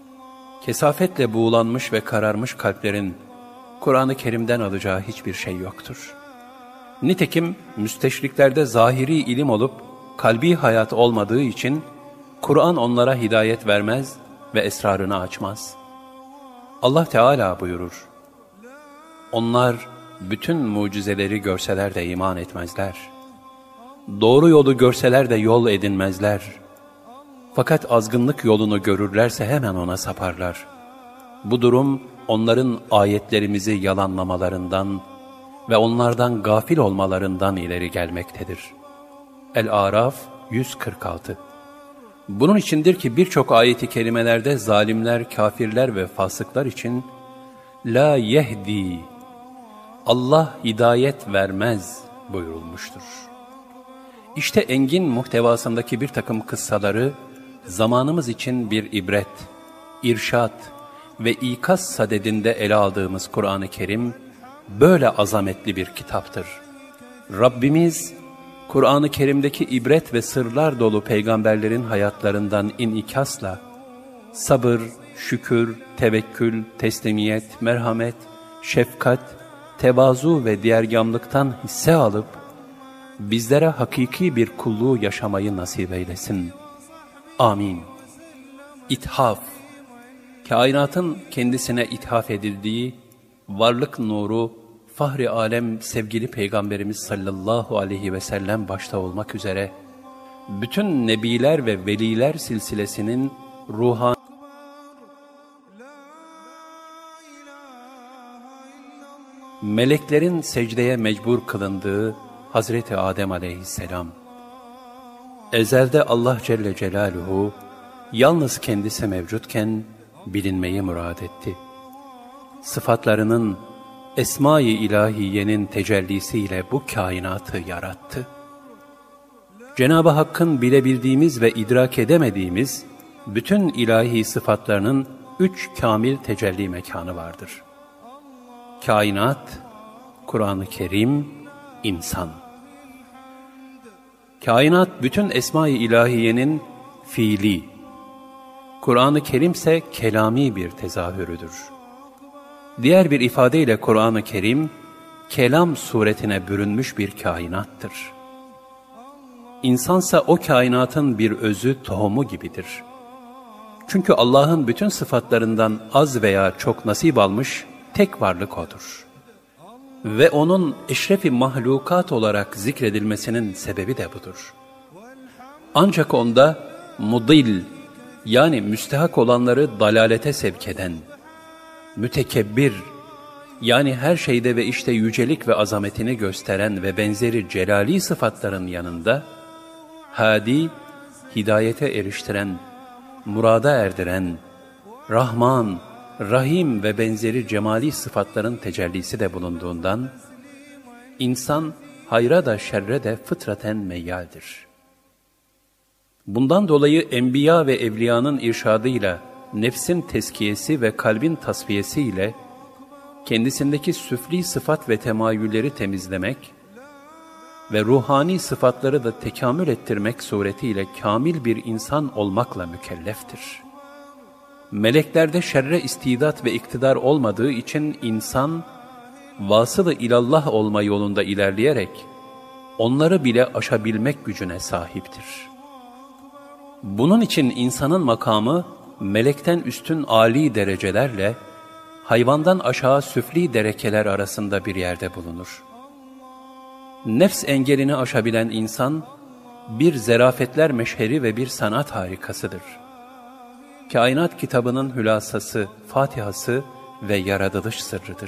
Kesafetle buğulanmış ve kararmış kalplerin Kur'an-ı Kerim'den alacağı hiçbir şey yoktur. Nitekim müsteşriklerde zahiri ilim olup kalbi hayat olmadığı için Kur'an onlara hidayet vermez ve esrarını açmaz. Allah Teala buyurur, onlar bütün mucizeleri görseler de iman etmezler. Doğru yolu görseler de yol edinmezler. Fakat azgınlık yolunu görürlerse hemen ona saparlar. Bu durum onların ayetlerimizi yalanlamalarından ve onlardan gafil olmalarından ileri gelmektedir. El-Araf 146. Bunun içindir ki birçok ayet-i kerimelerde zalimler, kafirler ve fasıklar için la yehdi, Allah hidayet vermez buyurulmuştur. İşte engin muhtevasındaki bir takım kıssaları zamanımız için bir ibret, irşat ve ikaz sadedinde ele aldığımız Kur'an-ı Kerim böyle azametli bir kitaptır. Rabbimiz Kur'an-ı Kerim'deki ibret ve sırlar dolu peygamberlerin hayatlarından inikasla sabır, şükür, tevekkül, teslimiyet, merhamet, şefkat, tevazu ve diğergamlıktan hisse alıp bizlere hakiki bir kulluğu yaşamayı nasip eylesin. Amin. İthaf, kainatın kendisine ithaf edildiği varlık nuru, fahri alem sevgili Peygamberimiz sallallahu aleyhi ve sellem başta olmak üzere bütün nebiler ve veliler silsilesinin ruhani meleklerin secdeye mecbur kılındığı Hazreti Adem aleyhisselam, ezelde Allah Celle Celaluhu yalnız kendisi mevcutken bilinmeyi murad etti. Sıfatlarının Esma-i İlahiye'nin tecellisiyle bu kainatı yarattı. Cenab-ı Hakk'ın bilebildiğimiz ve idrak edemediğimiz bütün ilahi sıfatlarının 3 kamil tecelli mekanı vardır. Kainat, Kur'an-ı Kerim, insan. Kainat bütün Esma-i İlahiye'nin fiili, Kur'an-ı Kerim ise kelami bir tezahürüdür. Diğer bir ifadeyle Kur'an-ı Kerim, kelam suretine bürünmüş bir kainattır. İnsansa o kainatın bir özü, tohumu gibidir. Çünkü Allah'ın bütün sıfatlarından az veya çok nasip almış tek varlık O'dur. Ve O'nun eşrefi mahlukat olarak zikredilmesinin sebebi de budur. Ancak O'nda mudil, yani müstehak olanları dalalete sevk eden, mütekebbir, yani her şeyde ve işte yücelik ve azametini gösteren ve benzeri celali sıfatların yanında, hadi, hidayete eriştiren, murada erdiren, Rahman, Rahim ve benzeri cemali sıfatların tecellisi de bulunduğundan, insan hayra da şerre de fıtraten meyyaldir. Bundan dolayı enbiya ve evliyanın irşadıyla, nefsin teskiyesi ve kalbin tasfiyesiyle, kendisindeki süfli sıfat ve temayülleri temizlemek ve ruhani sıfatları da tekamül ettirmek suretiyle kamil bir insan olmakla mükelleftir. Meleklerde şerre istidat ve iktidar olmadığı için insan, vasılı ilallah olma yolunda ilerleyerek, onları bile aşabilmek gücüne sahiptir. Bunun için insanın makamı, melekten üstün âli derecelerle, hayvandan aşağı süfli derekeler arasında bir yerde bulunur. Nefs engelini aşabilen insan, bir zerafetler meşheri ve bir sanat harikasıdır. Kainat kitabının hülasası, Fatihası ve yaratılış sırrıdır.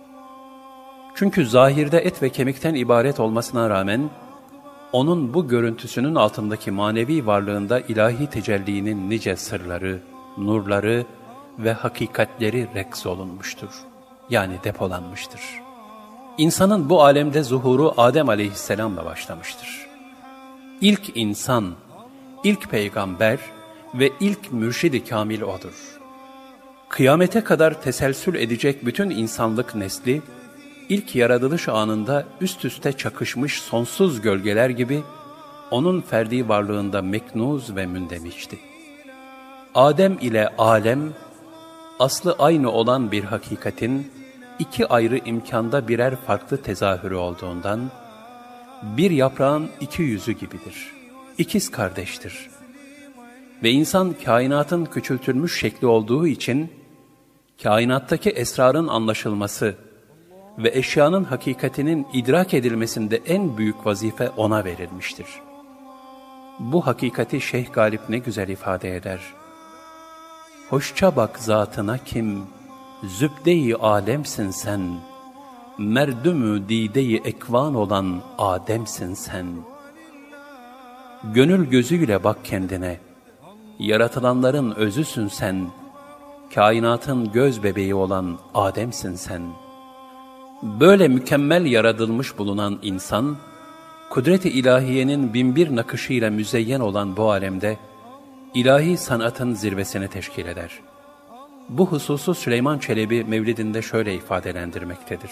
Çünkü zahirde et ve kemikten ibaret olmasına rağmen, onun bu görüntüsünün altındaki manevi varlığında ilahi tecellinin nice sırları, nurları ve hakikatleri reks olunmuştur. Yani depolanmıştır. İnsanın bu alemde zuhuru Adem aleyhisselamla başlamıştır. İlk insan, ilk peygamber ve ilk mürşid-i kamil odur. Kıyamete kadar teselsül edecek bütün insanlık nesli, ilk yaratılış anında üst üste çakışmış sonsuz gölgeler gibi, onun ferdi varlığında meknuz ve mündemişti. Adem ile alem, aslı aynı olan bir hakikatin, iki ayrı imkanda birer farklı tezahürü olduğundan, bir yaprağın iki yüzü gibidir. İkiz kardeştir. Ve insan kainatın küçültülmüş şekli olduğu için, kainattaki esrarın anlaşılması ve eşyanın hakikatinin idrak edilmesinde en büyük vazife ona verilmiştir. Bu hakikati Şeyh Galip ne güzel ifade eder. Hoşça bak zatına kim, zübde-i alemsin sen, merdümü dide-i ekvan olan Adem'sin sen. Gönül gözüyle bak kendine, yaratılanların özüsün sen, kainatın göz bebeği olan Adem'sin sen. Böyle mükemmel yaratılmış bulunan insan, kudret-i ilahiyenin binbir nakışıyla müzeyyen olan bu alemde, ilahi sanatın zirvesini teşkil eder. Bu hususu Süleyman Çelebi Mevlidinde şöyle ifadelendirmektedir.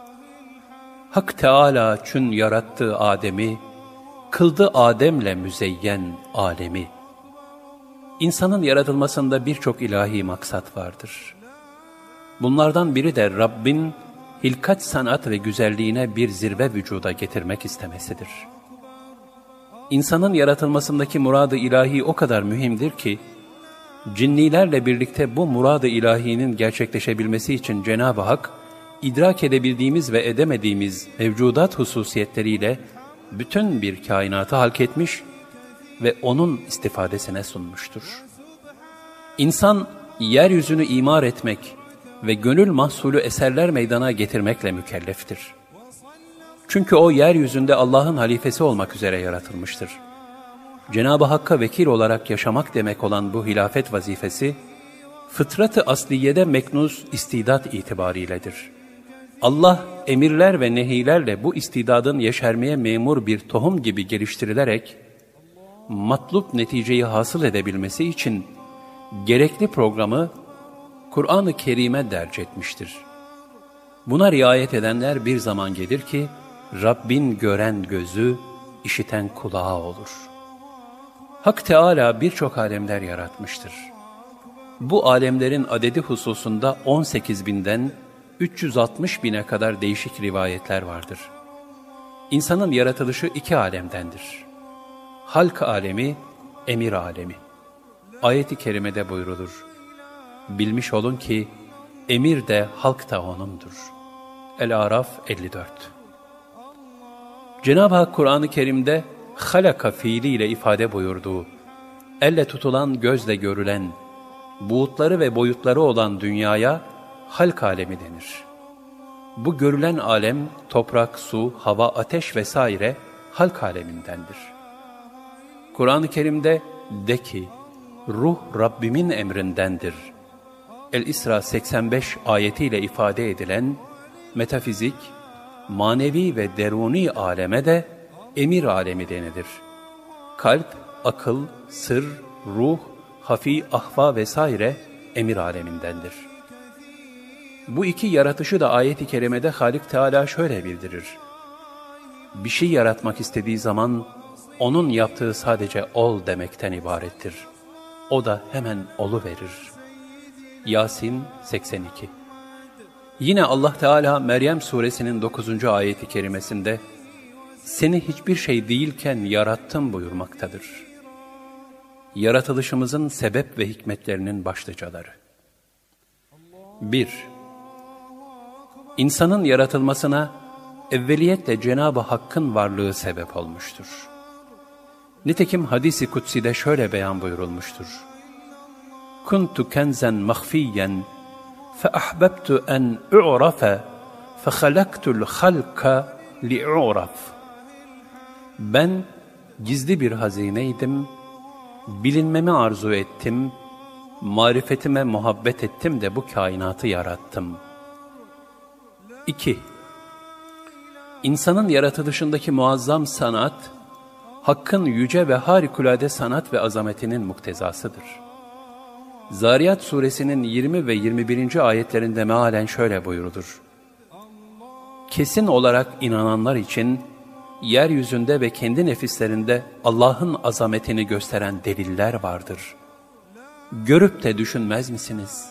Hak Teâlâ çün yarattı Adem'i, kıldı Adem'le müzeyyen alemi. İnsanın yaratılmasında birçok ilahi maksat vardır. Bunlardan biri de Rabbin, hilkat sanat ve güzelliğine bir zirve vücuda getirmek istemesidir. İnsanın yaratılmasındaki murad-ı ilahi o kadar mühimdir ki, cinnilerle birlikte bu murad-ı ilahinin gerçekleşebilmesi için Cenab-ı Hak, idrak edebildiğimiz ve edemediğimiz mevcudat hususiyetleriyle bütün bir kainatı halketmiş ve onun istifadesine sunmuştur. İnsan, yeryüzünü imar etmek ve gönül mahsulü eserler meydana getirmekle mükelleftir. Çünkü o yeryüzünde Allah'ın halifesi olmak üzere yaratılmıştır. Cenab-ı Hakk'a vekil olarak yaşamak demek olan bu hilafet vazifesi, fıtrat-ı asliyede meknuz istidat itibariyledir. Allah, emirler ve nehilerle bu istidadın yeşermeye memur bir tohum gibi geliştirilerek, matlup neticeyi hasıl edebilmesi için gerekli programı Kur'an-ı Kerim'e derc etmiştir. Buna riayet edenler bir zaman gelir ki, Rabbin gören gözü, işiten kulağı olur. Hak Teâlâ birçok alemler yaratmıştır. Bu alemlerin adedi hususunda 18.000'den 360.000'e kadar değişik rivayetler vardır. İnsanın yaratılışı iki alemdendir. Halk alemi, emir alemi. Ayet-i kerimede buyrulur. Bilmiş olun ki, emir de halk da O'nundur. El-Araf 54. Cenab-ı Hak Kur'an-ı Kerim'de halaka fiiliyle ifade buyurduğu, elle tutulan gözle görülen, buğutları ve boyutları olan dünyaya halk alemi denir. Bu görülen alem toprak, su, hava, ateş vesaire halk alemindendir. Kur'an-ı Kerim'de de ki, ruh Rabbimin emrindendir. El-İsra 85 ayetiyle ifade edilen metafizik, manevi ve deruni aleme de emir alemi denilir. Kalp, akıl, sır, ruh, hafi, ahva vesaire emir alemindendir. Bu iki yaratışı da ayet-i kerimede Halik Teala şöyle bildirir. Bir şey yaratmak istediği zaman onun yaptığı sadece ol demekten ibarettir. O da hemen oluverir. Yasin 82. Yine Allah Teala Meryem suresinin 9. ayeti kerimesinde seni hiçbir şey değilken yarattım buyurmaktadır. Yaratılışımızın sebep ve hikmetlerinin başlıcaları. 1. İnsanın yaratılmasına evveliyetle Cenab-ı Hakk'ın varlığı sebep olmuştur. Nitekim hadis-i kutsi'de şöyle beyan buyurulmuştur. Kuntu kenzen mahfiyen feahbebtu en u'rafe fehalaktul halka li'uraf. Ben gizli bir hazineydim, bilinmemi arzu ettim, marifetime muhabbet ettim de bu kainatı yarattım. 2. İnsanın yaratılışındaki muazzam sanat, Hakk'ın yüce ve harikulade sanat ve azametinin muktezasıdır. Zariyat suresinin 20 ve 21. ayetlerinde mealen şöyle buyurulur. Kesin olarak inananlar için yeryüzünde ve kendi nefislerinde Allah'ın azametini gösteren deliller vardır. Görüp de düşünmez misiniz?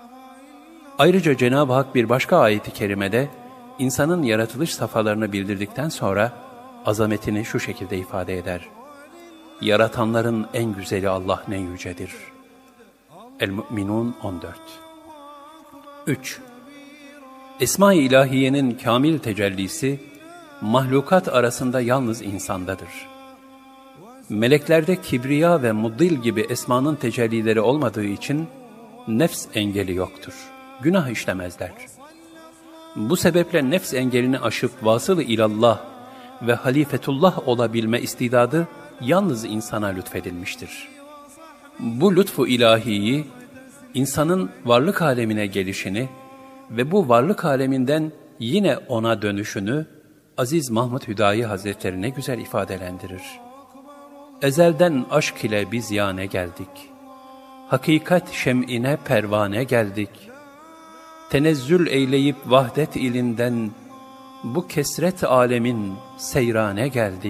Ayrıca Cenab-ı Hak bir başka ayet-i kerimede insanın yaratılış safhalarını bildirdikten sonra azametini şu şekilde ifade eder. Yaratanların en güzeli Allah ne yücedir. El-Mü'minun 14. 3. Esma-i İlahiye'nin kamil tecellisi, mahlukat arasında yalnız insandadır. Meleklerde kibriya ve muddil gibi esmanın tecellileri olmadığı için nefs engeli yoktur. Günah işlemezler. Bu sebeple nefs engelini aşıp vasıl-ı ilallah ve halifetullah olabilme istidadı yalnız insana lütfedilmiştir. Bu lütfu ilahiyi, insanın varlık alemine gelişini ve bu varlık aleminden yine ona dönüşünü Aziz Mahmud Hüdayi Hazretleri ne güzel ifadelendirir. Ezelden aşk ile biz yâne geldik. Hakikat şem'ine pervane geldik. Tenezzül eyleyip vahdet ilinden bu kesret alemin seyrane geldik.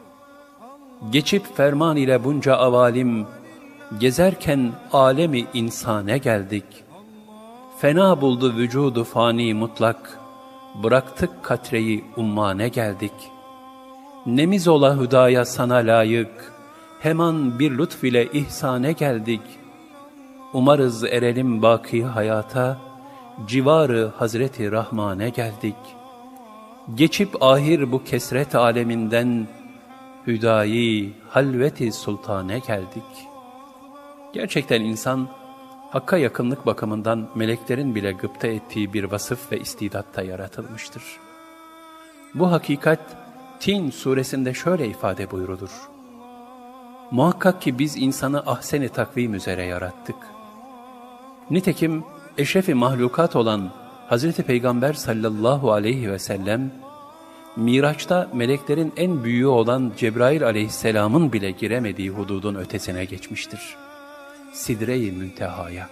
Geçip ferman ile bunca avalim, gezerken alemi insane geldik. Fena buldu vücudu fani mutlak, bıraktık katreyi ummane geldik. Nemiz ola hüdaya sana layık, hemen bir lütf ile ihsane geldik. Umarız erelim baki hayata, civarı Hazreti Rahman'e geldik. Geçip ahir bu kesret aleminden, hüdayi halveti sultane geldik. Gerçekten insan, Hakk'a yakınlık bakımından meleklerin bile gıpta ettiği bir vasıf ve istidatta yaratılmıştır. Bu hakikat, Tin suresinde şöyle ifade buyurulur. Muhakkak ki biz insanı ahsen-i takvim üzere yarattık. Nitekim eşref-i mahlukat olan Hazreti Peygamber sallallahu aleyhi ve sellem, Miraç'ta meleklerin en büyüğü olan Cebrail aleyhisselamın bile giremediği hududun ötesine geçmiştir. Sidre-i Münteha'ya.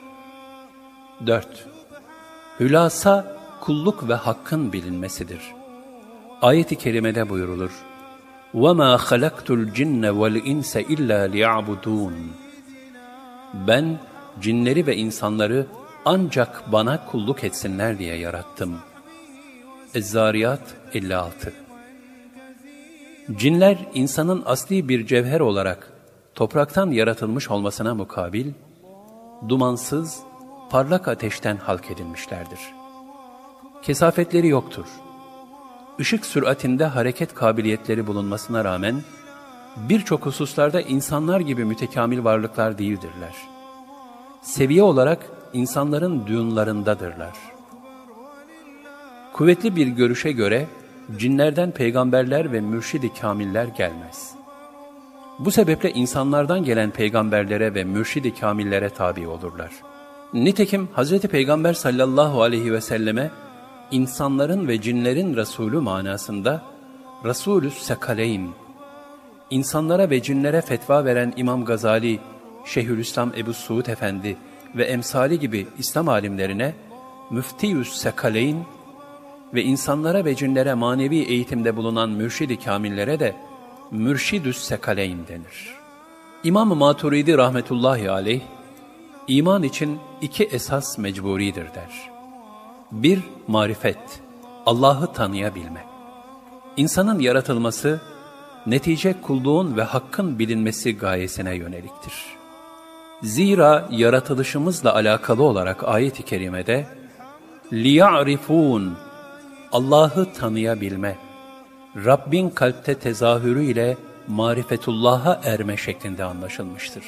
4. Hülasa, kulluk ve hakkın bilinmesidir. Ayet-i kerimede buyurulur. وَمَا خَلَقْتُ الْجِنَّ وَالْاِنْسَ اِلَّا لِيَعْبُدُونَ. Ben cinleri ve insanları ancak bana kulluk etsinler diye yarattım. Ez-Zariyat 56. Cinler insanın asli bir cevher olarak topraktan yaratılmış olmasına mukabil, dumansız, parlak ateşten halk edilmişlerdir. Kesafetleri yoktur. Işık süratinde hareket kabiliyetleri bulunmasına rağmen, birçok hususlarda insanlar gibi mütekamil varlıklar değildirler. Seviye olarak insanların düğünlarındadırlar. Kuvvetli bir görüşe göre cinlerden peygamberler ve mürşid-i kamiller gelmez. Bu sebeple insanlardan gelen peygamberlere ve mürşid-i kamillere tabi olurlar. Nitekim Hz. Peygamber sallallahu aleyhi ve selleme insanların ve cinlerin Resulü manasında Resulü's Sekaleyn, insanlara ve cinlere fetva veren İmam Gazali, Şeyhülislam Ebu Suud Efendi ve emsali gibi İslam alimlerine Müftiyü's Sekaleyn ve insanlara ve cinlere manevi eğitimde bulunan mürşid-i kamillere de Mürşidü's Sekaleyn denir. İmam-ı Maturidi rahmetullahi aleyh, iman için iki esas mecburidir der. Bir, marifet, Allah'ı tanıyabilme. İnsanın yaratılması, netice kulluğun ve hakkın bilinmesi gayesine yöneliktir. Zira yaratılışımızla alakalı olarak ayet-i kerimede, لِيَعْرِفُونَ Allah'ı tanıyabilme, Rabbin kalpte tezahürü ile marifetullah'a erme şeklinde anlaşılmıştır.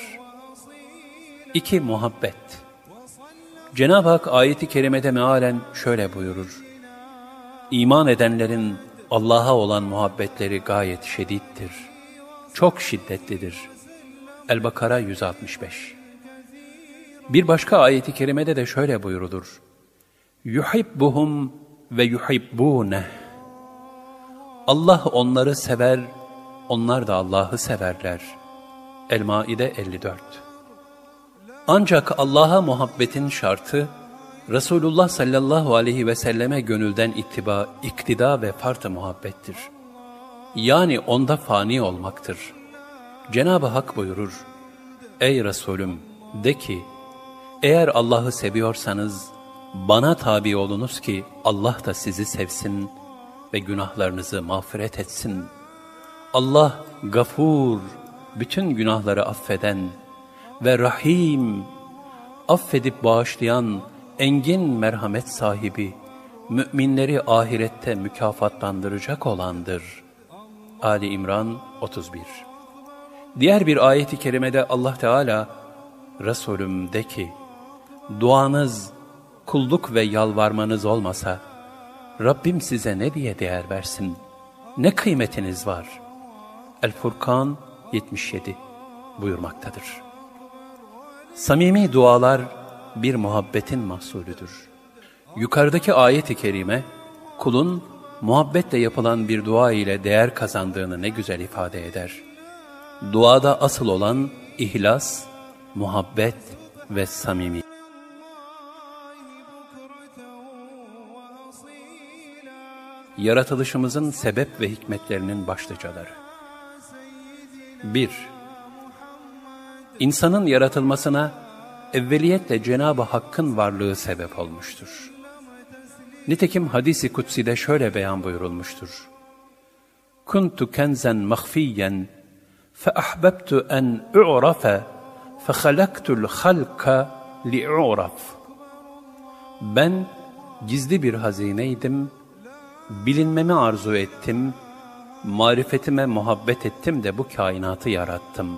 2. Muhabbet. Cenab-ı Hak ayet-i kerimede mealen şöyle buyurur: İman edenlerin Allah'a olan muhabbetleri gayet şedittir, çok şiddetlidir. El-Bakara 165. Bir başka ayet-i kerimede de şöyle buyurulur: yuhibbuhum ve yuhibbûneh. Allah onları sever, onlar da Allah'ı severler. El-Maide 54. Ancak Allah'a muhabbetin şartı, Resulullah sallallahu aleyhi ve selleme gönülden ittiba, iktida ve fard-ı muhabbettir. Yani onda fani olmaktır. Cenab-ı Hak buyurur: Ey Resulüm, de ki, eğer Allah'ı seviyorsanız, bana tabi olunuz ki Allah da sizi sevsin ve günahlarınızı mağfiret etsin. Allah gafur, bütün günahları affeden ve rahim, affedip bağışlayan, engin merhamet sahibi, müminleri ahirette mükafatlandıracak olandır. Ali İmran 31. Diğer bir ayet-i kerimede Allah Teala, Resulüm de ki, duanız, kulluk ve yalvarmanız olmasa, Rabbim size ne diye değer versin? Ne kıymetiniz var? El-Furkan 77 buyurmaktadır. Samimi dualar bir muhabbetin mahsulüdür. Yukarıdaki ayet-i kerime, kulun muhabbetle yapılan bir dua ile değer kazandığını ne güzel ifade eder. Duada asıl olan ihlas, muhabbet ve samimi. Yaratılışımızın sebep ve hikmetlerinin başlıcaları. 1. İnsanın yaratılmasına evveliyetle Cenab-ı Hakk'ın varlığı sebep olmuştur. Nitekim hadis-i kutsi'de şöyle beyan buyurulmuştur: Kuntu kenzen mahfiyen feahbebtu en u'rafe fehalaktul halka li'u'raf. Ben gizli bir hazineydim, bilinmemi arzu ettim, marifetime muhabbet ettim de bu kainatı yarattım.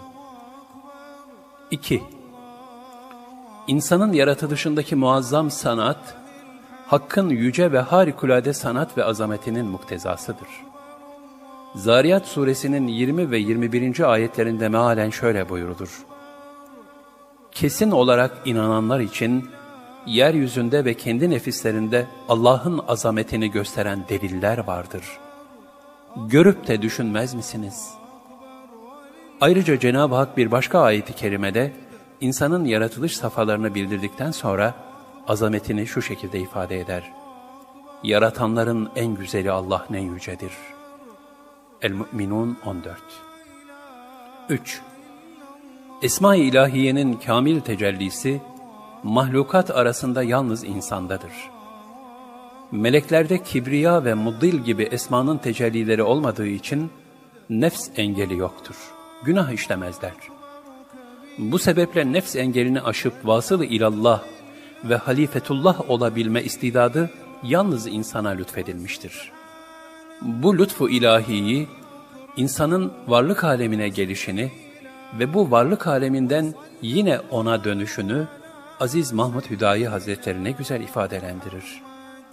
2. İnsanın yaratılışındaki muazzam sanat, Hakk'ın yüce ve harikulade sanat ve azametinin muktezasıdır. Zariyat suresinin 20 ve 21. ayetlerinde mealen şöyle buyurulur: Kesin olarak inananlar için, yeryüzünde ve kendi nefislerinde Allah'ın azametini gösteren deliller vardır. Görüp de düşünmez misiniz? Ayrıca Cenab-ı Hak bir başka ayet-i kerimede, insanın yaratılış safhalarını bildirdikten sonra, azametini şu şekilde ifade eder: Yaratanların en güzeli Allah ne yücedir. El-Mü'minun 14. 3. Esma-i İlahiye'nin kamil tecellisi, mahlukat arasında yalnız insandadır. Meleklerde kibriya ve muddil gibi esmanın tecellileri olmadığı için, nefs engeli yoktur. Günah işlemezler. Bu sebeple nefs engelini aşıp vasıl-ı ilallah ve halifetullah olabilme istidadı yalnız insana lütfedilmiştir. Bu lütfu ilahiyi, insanın varlık alemine gelişini ve bu varlık aleminden yine ona dönüşünü Aziz Mahmud Hüdayi Hazretleri ne güzel ifadelendirir.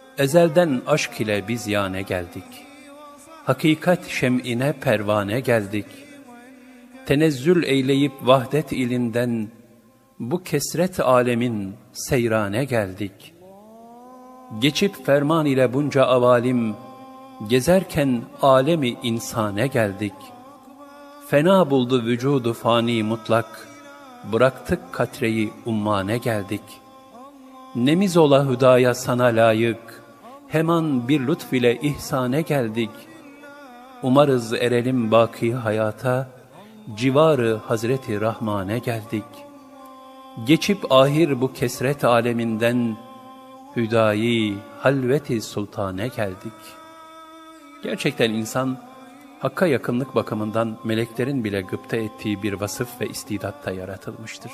Ezelden aşk ile biz yâne geldik. Hakikat şem'ine pervane geldik. Tenezzül eyleyip vahdet ilinden, bu kesret alemin seyrane geldik. Geçip ferman ile bunca avalim, gezerken alemi insane geldik. Fena buldu vücudu fani mutlak, bıraktık katreyi ummane geldik. Nemiz ola hüdaya sana layık, hemen bir lütf ile ihsane geldik. Umarız erelim baki hayata, civarı Hazreti Rahman'e geldik. Geçip ahir bu kesret aleminden, hüdayi halveti sultane geldik. Gerçekten insan, Hakk'a yakınlık bakımından meleklerin bile gıpta ettiği bir vasıf ve istidatta yaratılmıştır.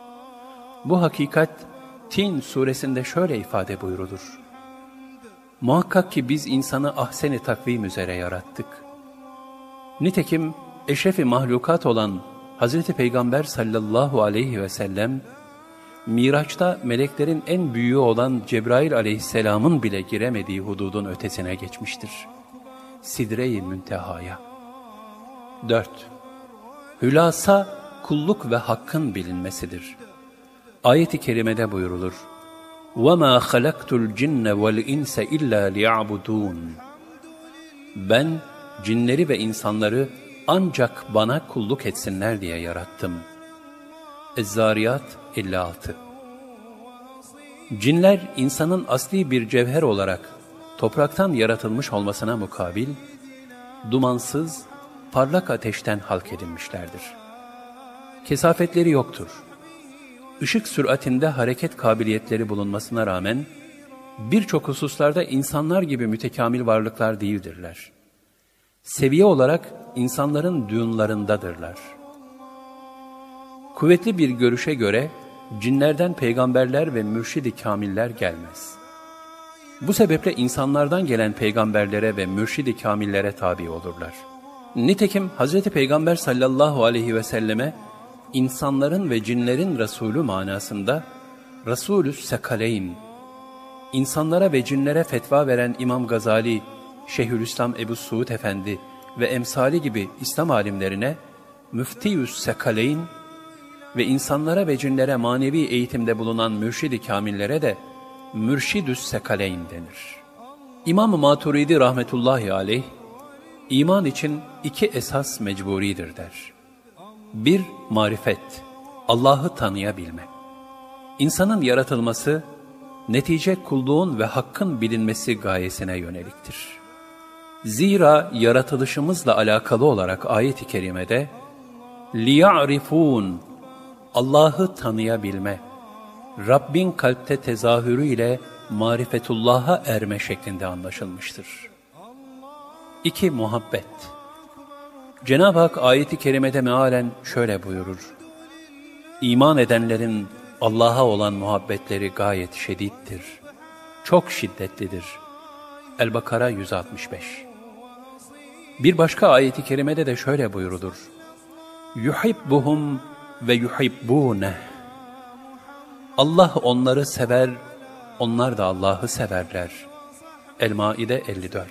Bu hakikat, Tin suresinde şöyle ifade buyrulur. Muhakkak ki biz insanı ahsen-i takvim üzere yarattık. Nitekim eşrefi mahlukat olan Hazreti Peygamber sallallahu aleyhi ve sellem, Miraç'ta meleklerin en büyüğü olan Cebrail aleyhisselamın bile giremediği hududun ötesine geçmiştir. Sidre-i Münteha'ya. 4. Hülasa, kulluk ve hakkın bilinmesidir. Ayet-i kerimede buyurulur. وَمَا خَلَقْتُ الْجِنَّ وَالْاِنْسَ اِلَّا لِيَعْبُدُونَ Ben, cinleri ve insanları ancak bana kulluk etsinler diye yarattım. Ez-Zariyat 56. Cinler, insanın asli bir cevher olarak topraktan yaratılmış olmasına mukabil, dumansız, parlak ateşten halk edilmişlerdir. Kesafetleri yoktur. Işık süratinde hareket kabiliyetleri bulunmasına rağmen, birçok hususlarda insanlar gibi mütekamil varlıklar değildirler. Seviye olarak insanların dünlarındadırlar. Kuvvetli bir görüşe göre, cinlerden peygamberler ve mürşid-i kamiller gelmez. Bu sebeple insanlardan gelen peygamberlere ve mürşid-i kamillere tabi olurlar. Nitekim Hz. Peygamber sallallahu aleyhi ve selleme, insanların ve cinlerin Resulü manasında Resulü Sekaleyn, insanlara ve cinlere fetva veren İmam Gazali, Şeyhülislam Ebu Suud Efendi ve emsali gibi İslam alimlerine Müftiyüs Sekaleyn ve insanlara ve cinlere manevi eğitimde bulunan mürşid-i kamillere de Mürşidüs Sekaleyn denir. İmam-ı Maturidi rahmetullahi aleyh, iman için iki esas mecburidir der. 1. Marifet, Allah'ı tanıyabilme. İnsanın yaratılması, netice kulluğun ve hakkın bilinmesi gayesine yöneliktir. Zira yaratılışımızla alakalı olarak ayet-i kerimede, لِيَعْرِفُونَ Allah'ı tanıyabilme, Rabbin kalpte tezahürü ile marifetullah'a erme şeklinde anlaşılmıştır. 2. Muhabbet. Cenab-ı Hak ayet-i kerimede mealen şöyle buyurur. İman edenlerin Allah'a olan muhabbetleri gayet şedittir. Çok şiddetlidir. El-Bakara 165. Bir başka ayet-i kerimede de şöyle buyurulur. Yuhibbuhum ve yuhibbûneh. Allah onları sever, onlar da Allah'ı severler. El-Maide 54.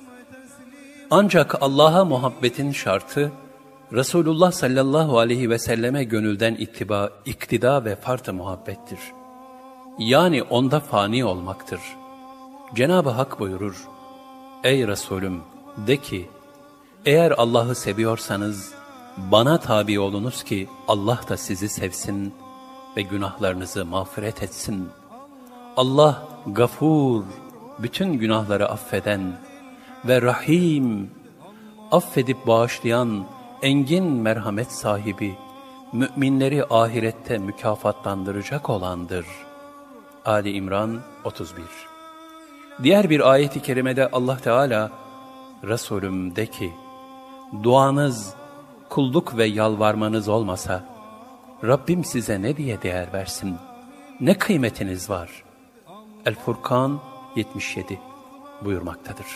Ancak Allah'a muhabbetin şartı, Resulullah sallallahu aleyhi ve selleme gönülden ittiba, iktida ve fard-ı muhabbettir. Yani onda fani olmaktır. Cenab-ı Hak buyurur, Ey Resulüm, de ki, eğer Allah'ı seviyorsanız, bana tabi olunuz ki Allah da sizi sevsin ve günahlarınızı mağfiret etsin. Allah gafur, bütün günahları affeden ve rahim, affedip bağışlayan, engin merhamet sahibi, müminleri ahirette mükafatlandıracak olandır. Ali İmran 31. Diğer bir ayet-i kerimede Allah Teala, Resulüm de ki, duanız, kulluk ve yalvarmanız olmasa, Rabbim size ne diye değer versin? Ne kıymetiniz var? El-Furkan 77 buyurmaktadır.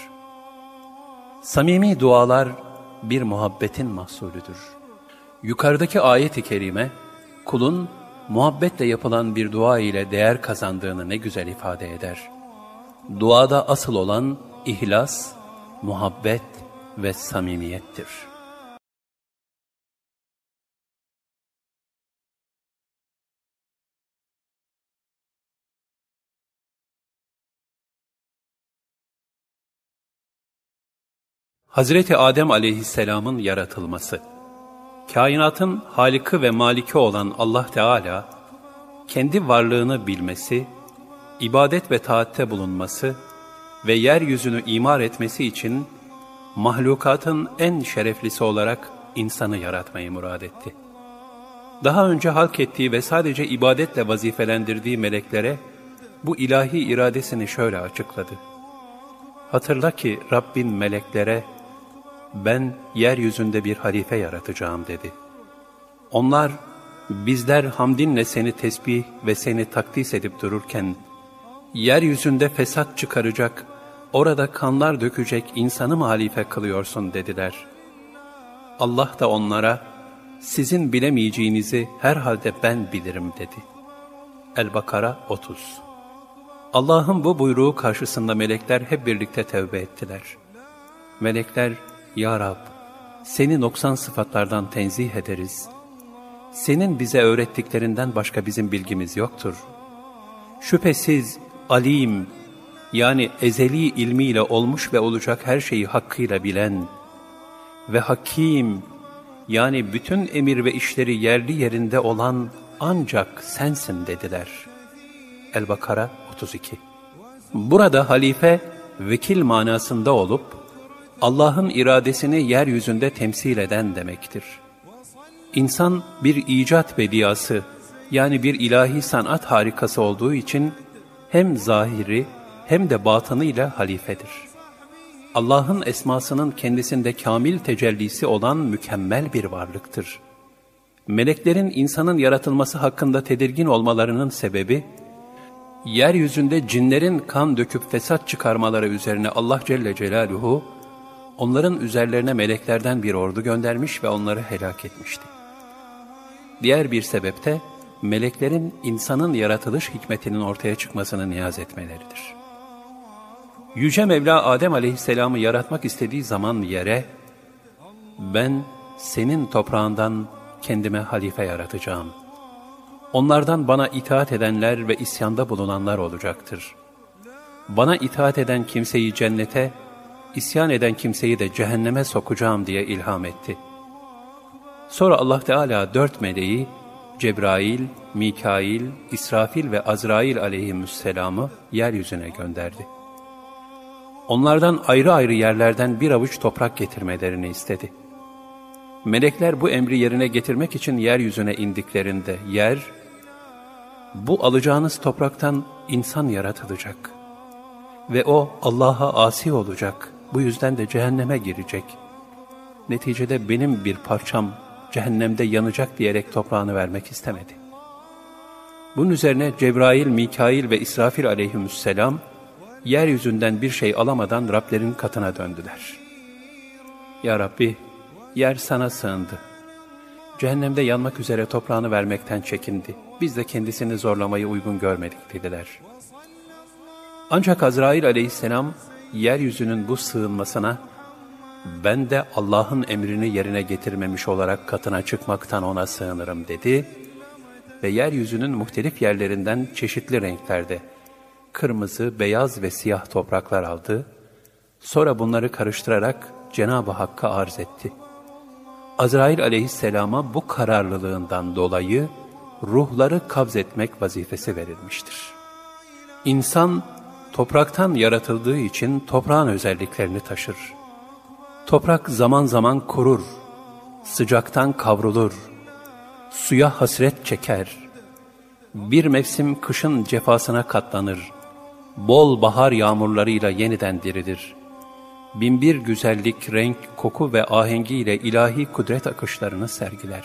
Samimi dualar bir muhabbetin mahsulüdür. Yukarıdaki ayet-i kerime, kulun muhabbetle yapılan bir dua ile değer kazandığını ne güzel ifade eder. Duada asıl olan ihlas, muhabbet ve samimiyettir. Hazreti Adem aleyhisselamın yaratılması. Kainatın Halık'ı ve Maliki olan Allah Teala, kendi varlığını bilmesi, ibadet ve taatte bulunması ve yeryüzünü imar etmesi için mahlukatın en şereflisi olarak insanı yaratmayı murad etti. Daha önce halk ettiği ve sadece ibadetle vazifelendirdiği meleklere bu ilahi iradesini şöyle açıkladı. Hatırla ki Rabbin meleklere, ben yeryüzünde bir halife yaratacağım dedi. Onlar, bizler hamdinle seni tesbih ve seni takdis edip dururken, yeryüzünde fesat çıkaracak, orada kanlar dökecek insanı mı halife kılıyorsun dediler. Allah da onlara, sizin bilemeyeceğinizi herhalde ben bilirim dedi. El-Bakara 30. Allah'ın bu buyruğu karşısında melekler hep birlikte tevbe ettiler. Melekler, Ya Rab, seni noksan sıfatlardan tenzih ederiz. Senin bize öğrettiklerinden başka bizim bilgimiz yoktur. Şüphesiz alim, yani ezeli ilmiyle olmuş ve olacak her şeyi hakkıyla bilen ve hakim, yani bütün emir ve işleri yerli yerinde olan ancak sensin dediler. El-Bakara 32. Burada halife, vekil manasında olup, Allah'ın iradesini yeryüzünde temsil eden demektir. İnsan bir icat bediyası, yani bir ilahi sanat harikası olduğu için hem zahiri hem de batınıyla halifedir. Allah'ın esmasının kendisinde kamil tecellisi olan mükemmel bir varlıktır. Meleklerin insanın yaratılması hakkında tedirgin olmalarının sebebi, yeryüzünde cinlerin kan döküp fesat çıkarmaları üzerine Allah Celle Celaluhu, onların üzerlerine meleklerden bir ordu göndermiş ve onları helak etmişti. Diğer bir sebep de, meleklerin insanın yaratılış hikmetinin ortaya çıkmasını niyaz etmeleridir. Yüce Mevla Adem aleyhisselamı yaratmak istediği zaman yere, ben senin toprağından kendime halife yaratacağım. Onlardan bana itaat edenler ve isyanda bulunanlar olacaktır. Bana itaat eden kimseyi cennete, isyan eden kimseyi de cehenneme sokacağım diye ilham etti. Sonra Allah Teala 4 meleği, Cebrail, Mikail, İsrafil ve Azrail aleyhisselamı yeryüzüne gönderdi. Onlardan ayrı ayrı yerlerden bir avuç toprak getirmelerini istedi. Melekler bu emri yerine getirmek için yeryüzüne indiklerinde yer, bu alacağınız topraktan insan yaratılacak ve o Allah'a asi olacak, bu yüzden de cehenneme girecek. Neticede benim bir parçam cehennemde yanacak diyerek toprağını vermek istemedi. Bunun üzerine Cebrail, Mikail ve İsrafil aleyhisselam, yeryüzünden bir şey alamadan Rablerin katına döndüler. Ya Rabbi, yer sana sığındı. Cehennemde yanmak üzere toprağını vermekten çekindi. Biz de kendisini zorlamayı uygun görmedik dediler. Ancak Azrail aleyhisselam, yeryüzünün bu sığınmasına, ben de Allah'ın emrini yerine getirmemiş olarak katına çıkmaktan ona sığınırım dedi ve yeryüzünün muhtelif yerlerinden çeşitli renklerde, kırmızı, beyaz ve siyah topraklar aldı. Sonra bunları karıştırarak Cenab-ı Hakk'a arz etti. Azrail aleyhisselama bu kararlılığından dolayı ruhları kabz etmek vazifesi verilmiştir. İnsan topraktan yaratıldığı için toprağın özelliklerini taşır. Toprak zaman zaman kurur, sıcaktan kavrulur, suya hasret çeker, bir mevsim kışın cefasına katlanır, bol bahar yağmurlarıyla yeniden dirilir. Binbir güzellik, renk, koku ve ahengiyle ilahi kudret akışlarını sergiler.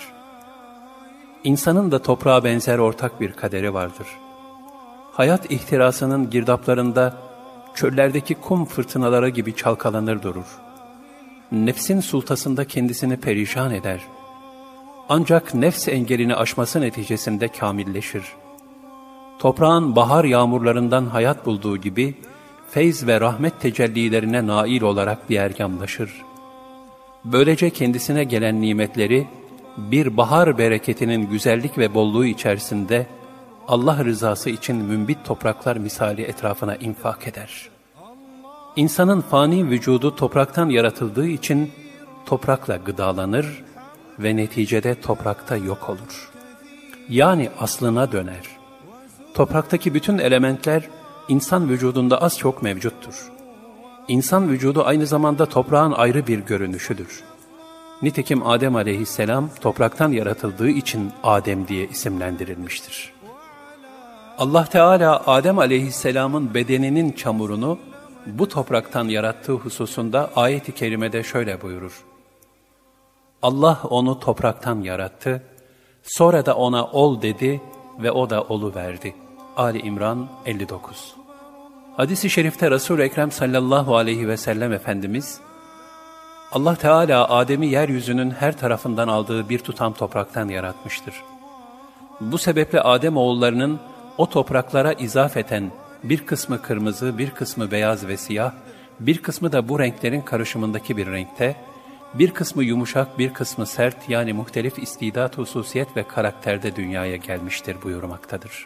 İnsanın da toprağa benzer ortak bir kaderi vardır. Hayat ihtirasının girdaplarında çöllerdeki kum fırtınaları gibi çalkalanır durur. Nefsin sultasında kendisini perişan eder. Ancak nefs engelini aşması neticesinde kamilleşir. Toprağın bahar yağmurlarından hayat bulduğu gibi, feyz ve rahmet tecellilerine nail olarak diyergamlaşır. Böylece kendisine gelen nimetleri bir bahar bereketinin güzellik ve bolluğu içerisinde Allah rızası için mümbit topraklar misali etrafına infak eder. İnsanın fani vücudu topraktan yaratıldığı için toprakla gıdalanır ve neticede toprakta yok olur. Yani aslına döner. Topraktaki bütün elementler insan vücudunda az çok mevcuttur. İnsan vücudu aynı zamanda toprağın ayrı bir görünüşüdür. Nitekim Adem aleyhisselam topraktan yaratıldığı için Adem diye isimlendirilmiştir. Allah Teala Adem aleyhisselamın bedeninin çamurunu bu topraktan yarattığı hususunda ayet-i kerimede şöyle buyurur. Allah onu topraktan yarattı, sonra da ona ol dedi ve o da oluverdi. Ali İmran 59. Hadis-i şerifte Resul-i Ekrem sallallahu aleyhi ve sellem Efendimiz, Allah Teala Adem'i yeryüzünün her tarafından aldığı bir tutam topraktan yaratmıştır. Bu sebeple Adem oğullarının o topraklara izafeten bir kısmı kırmızı, bir kısmı beyaz ve siyah, bir kısmı da bu renklerin karışımındaki bir renkte, bir kısmı yumuşak, bir kısmı sert, yani muhtelif istidat, hususiyet ve karakterde dünyaya gelmiştir buyurmaktadır.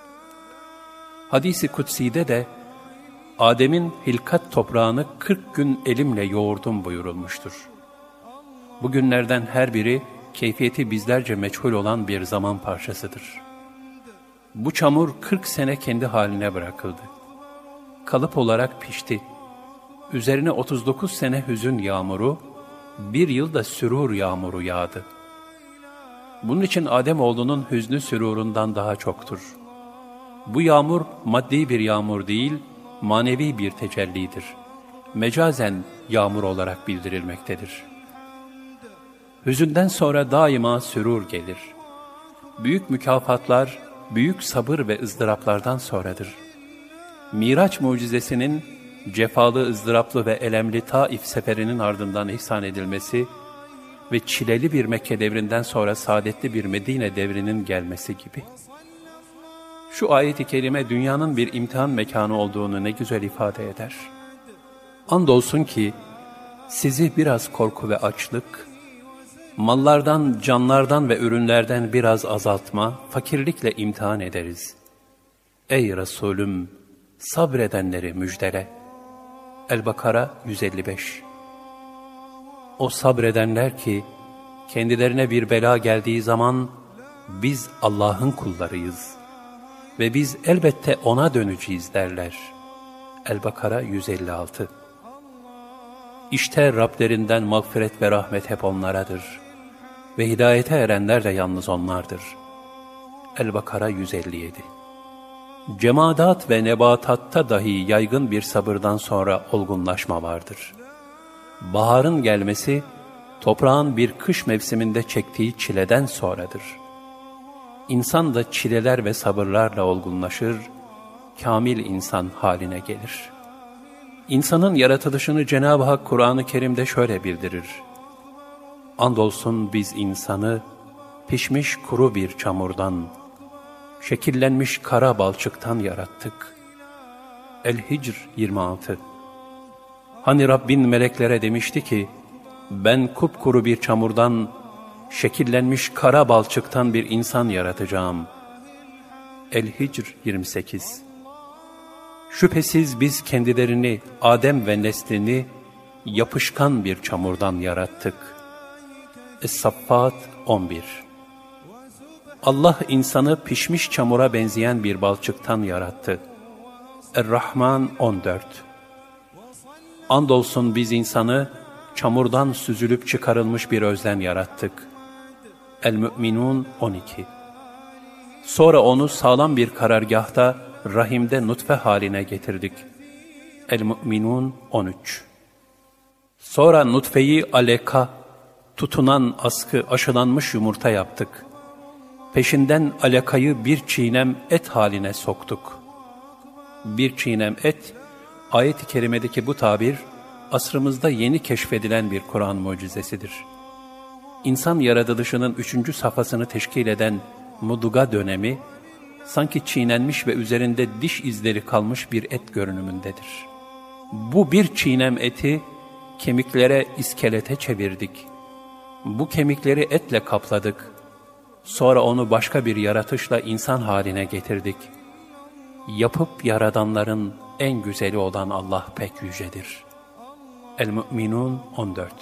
Hadis-i Kutsi'de de Adem'in hilkat toprağını 40 gün elimle yoğurdum buyurulmuştur. Bu günlerden her biri keyfiyeti bizlerce meçhul olan bir zaman parçasıdır. Bu çamur 40 sene kendi haline bırakıldı. Kalıp olarak pişti. Üzerine 39 sene hüzün yağmuru, bir yıl da sürur yağmuru yağdı. Bunun için Ademoğlunun hüznü sürurundan daha çoktur. Bu yağmur maddi bir yağmur değil, manevi bir tecellidir. Mecazen yağmur olarak bildirilmektedir. Hüzünden sonra daima sürur gelir. Büyük mükafatlar, büyük sabır ve ızdıraplardan sonradır. Miraç mucizesinin cefalı, ızdıraplı ve elemli Taif seferinin ardından ihsan edilmesi ve çileli bir Mekke devrinden sonra saadetli bir Medine devrinin gelmesi gibi. Şu ayet-i kerime dünyanın bir imtihan mekanı olduğunu ne güzel ifade eder. Andolsun ki sizi biraz korku ve açlık, mallardan, canlardan ve ürünlerden biraz azaltma, fakirlikle imtihan ederiz. Ey Resulüm, sabredenleri müjdele. El-Bakara 155. O sabredenler ki kendilerine bir bela geldiği zaman biz Allah'ın kullarıyız ve biz elbette ona döneceğiz derler. El-Bakara 156. İşte Rablerinden mağfiret ve rahmet hep onlaradır ve hidayete erenler de yalnız onlardır. El-Bakara 157. Cemadat ve nebatatta dahi yaygın bir sabırdan sonra olgunlaşma vardır. Baharın gelmesi, toprağın bir kış mevsiminde çektiği çileden sonradır. İnsan da çileler ve sabırlarla olgunlaşır, kamil insan haline gelir. İnsanın yaratılışını Cenab-ı Hak Kur'an-ı Kerim'de şöyle bildirir. Andolsun biz insanı pişmiş kuru bir çamurdan, şekillenmiş kara balçıktan yarattık. El-Hicr 26. Hani Rabbin meleklere demişti ki, ben kupkuru bir çamurdan, şekillenmiş kara balçıktan bir insan yaratacağım. El-Hicr 28. Şüphesiz biz kendilerini, Adem ve neslini yapışkan bir çamurdan yarattık. Es-Saffat 11. Allah insanı pişmiş çamura benzeyen bir balçıktan yarattı. Er-Rahman 14. Andolsun biz insanı çamurdan süzülüp çıkarılmış bir özden yarattık. El-Mü'minun 12. Sonra onu sağlam bir karargâhta rahimde nutfe haline getirdik. El-Mü'minun 13. Sonra nutfeyi aleka, tutunan askı, aşılanmış yumurta yaptık. Peşinden alakayı bir çiğnem et haline soktuk. Bir çiğnem et, ayet-i kerimedeki bu tabir, asrımızda yeni keşfedilen bir Kur'an mucizesidir. İnsan yaratılışının 3. safhasını teşkil eden muduga dönemi, sanki çiğnenmiş ve üzerinde diş izleri kalmış bir et görünümündedir. Bu bir çiğnem eti kemiklere, iskelete çevirdik. Bu kemikleri etle kapladık. Sonra onu başka bir yaratışla insan haline getirdik. Yapıp yaradanların en güzeli olan Allah pek yücedir. El-Mü'minun 14.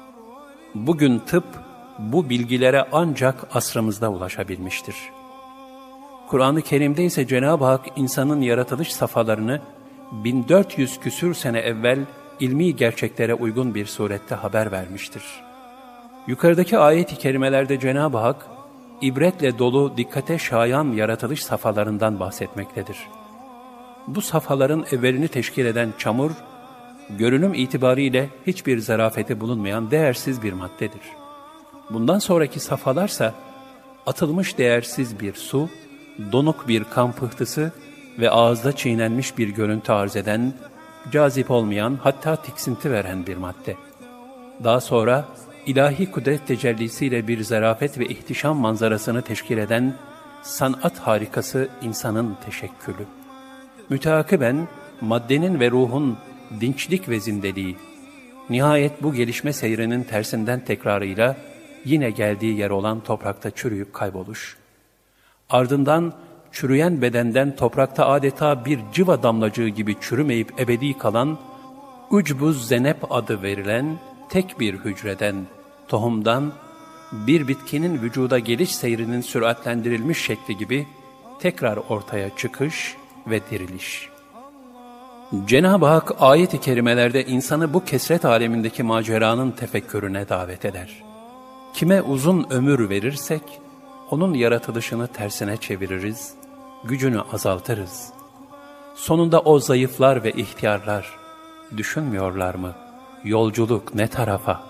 Bugün tıp bu bilgilere ancak asrımızda ulaşabilmiştir. Kur'an-ı Kerim'de ise Cenab-ı Hak insanın yaratılış safhalarını 1400 küsür sene evvel ilmi gerçeklere uygun bir surette haber vermiştir. Yukarıdaki ayet-i kerimelerde Cenab-ı Hak ibretle dolu, dikkate şayan yaratılış safhalarından bahsetmektedir. Bu safhaların evvelini teşkil eden çamur, görünüm itibariyle hiçbir zarafeti bulunmayan değersiz bir maddedir. Bundan sonraki safhalarsa atılmış değersiz bir su, donuk bir kan pıhtısı ve ağızda çiğnenmiş bir görüntü arz eden, cazip olmayan, hatta tiksinti veren bir madde. Daha sonra ilahi kudret tecellisiyle bir zarafet ve ihtişam manzarasını teşkil eden sanat harikası insanın teşekkülü. Müteakiben maddenin ve ruhun dinçlik ve zindeliği, nihayet bu gelişme seyrinin tersinden tekrarıyla yine geldiği yer olan toprakta çürüyüp kayboluş. Ardından çürüyen bedenden toprakta adeta bir cıva damlacığı gibi çürümeyip ebedi kalan, ucbuz zenep adı verilen tek bir hücreden, tohumdan, bir bitkinin vücuda geliş seyrinin süratlendirilmiş şekli gibi tekrar ortaya çıkış ve diriliş. Cenab-ı Hak ayet-i kerimelerde insanı bu kesret alemindeki maceranın tefekkürüne davet eder. Kime uzun ömür verirsek, onun yaratılışını tersine çeviririz, gücünü azaltırız. Sonunda o zayıflar ve ihtiyarlar, düşünmüyorlar mı? Yolculuk ne tarafa?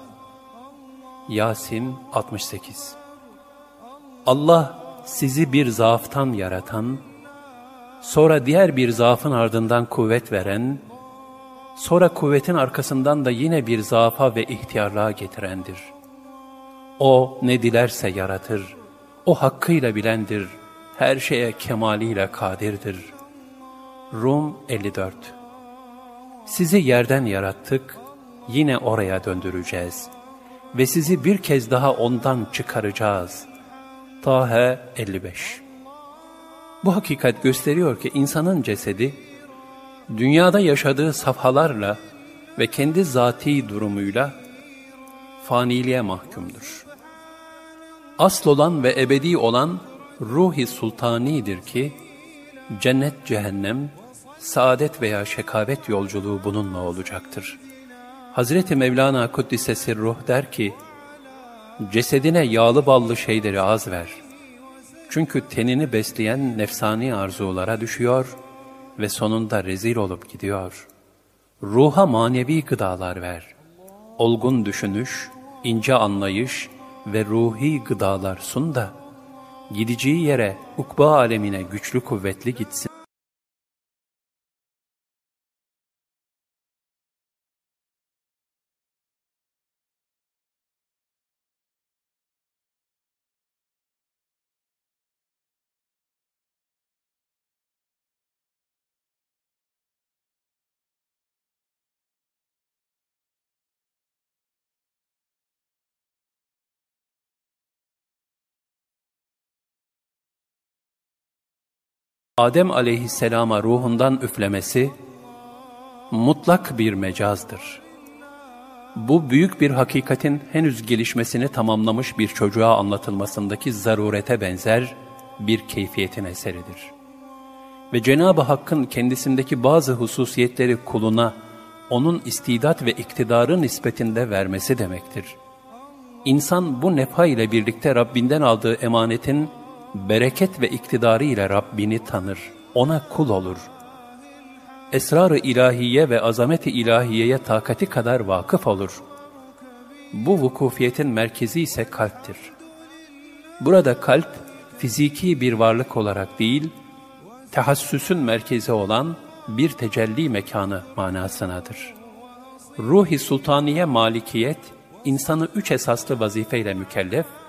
Yasin 68. Allah sizi bir zaaftan yaratan, sonra diğer bir zaafın ardından kuvvet veren, sonra kuvvetin arkasından da yine bir zaafa ve ihtiyarlığa getirendir. O ne dilerse yaratır, o hakkıyla bilendir, her şeye kemaliyle kadirdir. Rum 54. Sizi yerden yarattık, yine oraya döndüreceğiz ve sizi bir kez daha ondan çıkaracağız. Taha 55. Bu hakikat gösteriyor ki insanın cesedi, dünyada yaşadığı safhalarla ve kendi zati durumuyla faniliğe mahkumdur. Asıl olan ve ebedi olan ruh-i sultanidir ki, cennet, cehennem, saadet veya şekavet yolculuğu bununla olacaktır. Hazreti Mevlana Kuddise Sirruh der ki, cesedine yağlı ballı şeyleri az ver. Çünkü tenini besleyen nefsani arzulara düşüyor ve sonunda rezil olup gidiyor. Ruha manevi gıdalar ver. Olgun düşünüş, ince anlayış ve ruhi gıdalar sun da, gideceği yere, ukba alemine güçlü kuvvetli gitsin. Adem aleyhisselama ruhundan üflemesi, mutlak bir mecazdır. Bu büyük bir hakikatin henüz gelişmesini tamamlamış bir çocuğa anlatılmasındaki zarurete benzer bir keyfiyetin eseridir. Ve Cenab-ı Hakk'ın kendisindeki bazı hususiyetleri kuluna, onun istidat ve iktidarı nispetinde vermesi demektir. İnsan bu nefha ile birlikte Rabbinden aldığı emanetin bereket ve iktidarı ile Rabbini tanır, ona kul olur. Esrar-ı ilahiye ve azamet-i ilahiyeye takati kadar vakıf olur. Bu vukufiyetin merkezi ise kalptir. Burada kalp, fiziki bir varlık olarak değil, tehassüsün merkezi olan bir tecelli mekanı manasınadır. Ruh-i sultaniye malikiyet, insanı üç esaslı vazifeyle mükellef,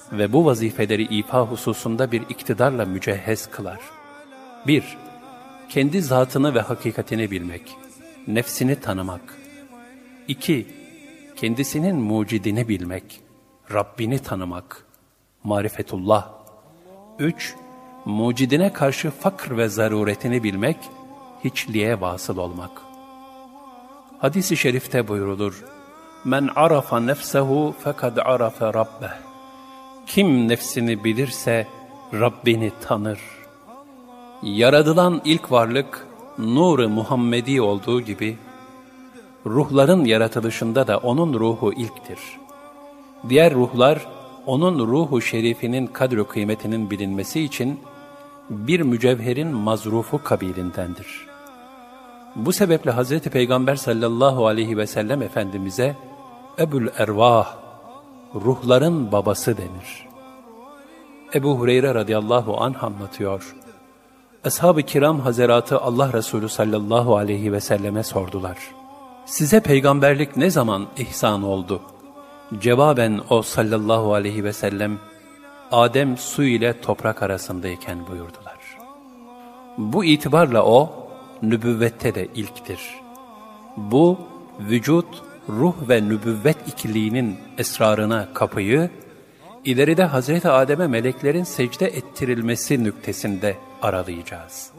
ve bu vazifeleri ifa hususunda bir iktidarla mücehhez kılar. 1. Kendi zatını ve hakikatini bilmek, nefsini tanımak. 2. Kendisinin mucidini bilmek, Rabbini tanımak, marifetullah. 3. Mucidine karşı fakr ve zaruretini bilmek, hiçliğe vasıl olmak. Hadis-i şerifte buyrulur, Men arafa nefsehu fekad arafe rabbeh. Kim nefsini bilirse Rabbini tanır. Yaratılan ilk varlık nur-u Muhammedi olduğu gibi, ruhların yaratılışında da onun ruhu ilktir. Diğer ruhlar, onun ruhu şerifinin kadr-ı kıymetinin bilinmesi için bir mücevherin mazrufu kabilindendir. Bu sebeple Hz. Peygamber sallallahu aleyhi ve sellem Efendimiz'e Ebul Ervah, ruhların babası denir. Ebu Hureyre radıyallahu anh anlatıyor. Ashab-ı kiram hazeratı Allah Resulü sallallahu aleyhi ve selleme sordular. Size peygamberlik ne zaman ihsan oldu? Cevaben o sallallahu aleyhi ve sellem, Adem su ile toprak arasındayken buyurdular. Bu itibarla o, nübüvvette de ilktir. Bu, vücut, ruh ve nübüvvet ikiliğinin esrarına kapıyı, ileride Hazreti Adem'e meleklerin secde ettirilmesi nüktesinde aralayacağız.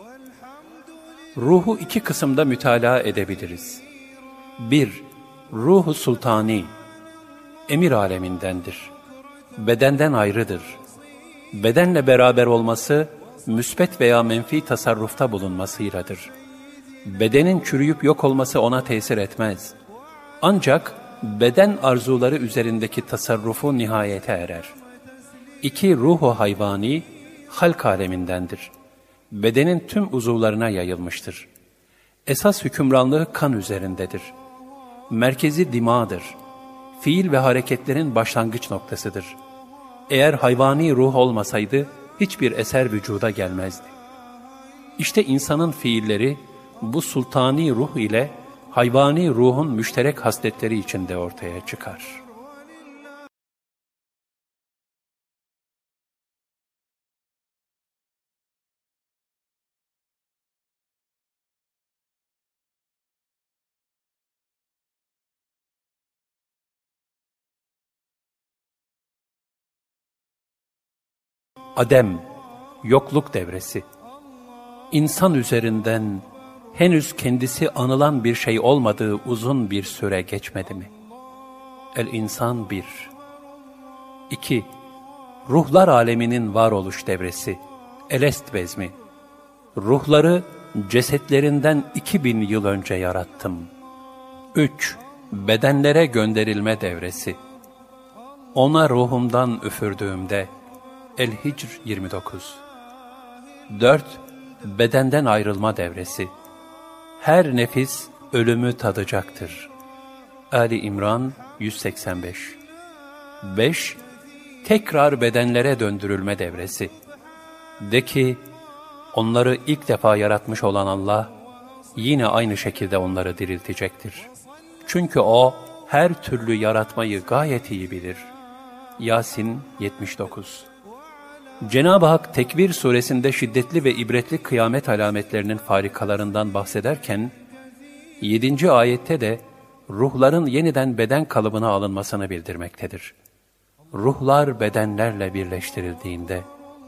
Ruhu iki kısımda mütalaa edebiliriz. 1. Ruhu sultani, emir alemindendir. Bedenden ayrıdır. Bedenle beraber olması, müsbet veya menfi tasarrufta bulunmasıyladır. Bedenin çürüyüp yok olması ona tesir etmez. Ancak beden arzuları üzerindeki tasarrufu nihayete erer. 2. Ruhu hayvani, halk alemindendir. Bedenin tüm uzuvlarına yayılmıştır. Esas hükümranlığı kan üzerindedir. Merkezi dimağdır. Fiil ve hareketlerin başlangıç noktasıdır. Eğer hayvani ruh olmasaydı, hiçbir eser vücuda gelmezdi. İşte insanın fiilleri, bu sultani ruh ile hayvani ruhun müşterek hasletleri içinde ortaya çıkar. Adem, yokluk devresi. İnsan üzerinden henüz kendisi anılan bir şey olmadığı uzun bir süre geçmedi mi? El-İnsan 1. 2. Ruhlar aleminin varoluş devresi. Elest bezmi. Ruhları cesetlerinden 2000 yıl önce yarattım. 3. Bedenlere gönderilme devresi. Ona ruhumdan üfürdüğümde. El-Hicr 29. 4. Bedenden ayrılma devresi. Her nefis ölümü tadacaktır. Ali İmran 185. 5. Tekrar bedenlere döndürülme devresi. De ki, onları ilk defa yaratmış olan Allah, yine aynı şekilde onları diriltecektir. Çünkü O, her türlü yaratmayı gayet iyi bilir. Yasin 79. Cenab-ı Hak Tekvir suresinde şiddetli ve ibretli kıyamet alametlerinin farikalarından bahsederken, 7. ayette de ruhların yeniden beden kalıbına alınmasını bildirmektedir. Ruhlar bedenlerle birleştirildiğinde,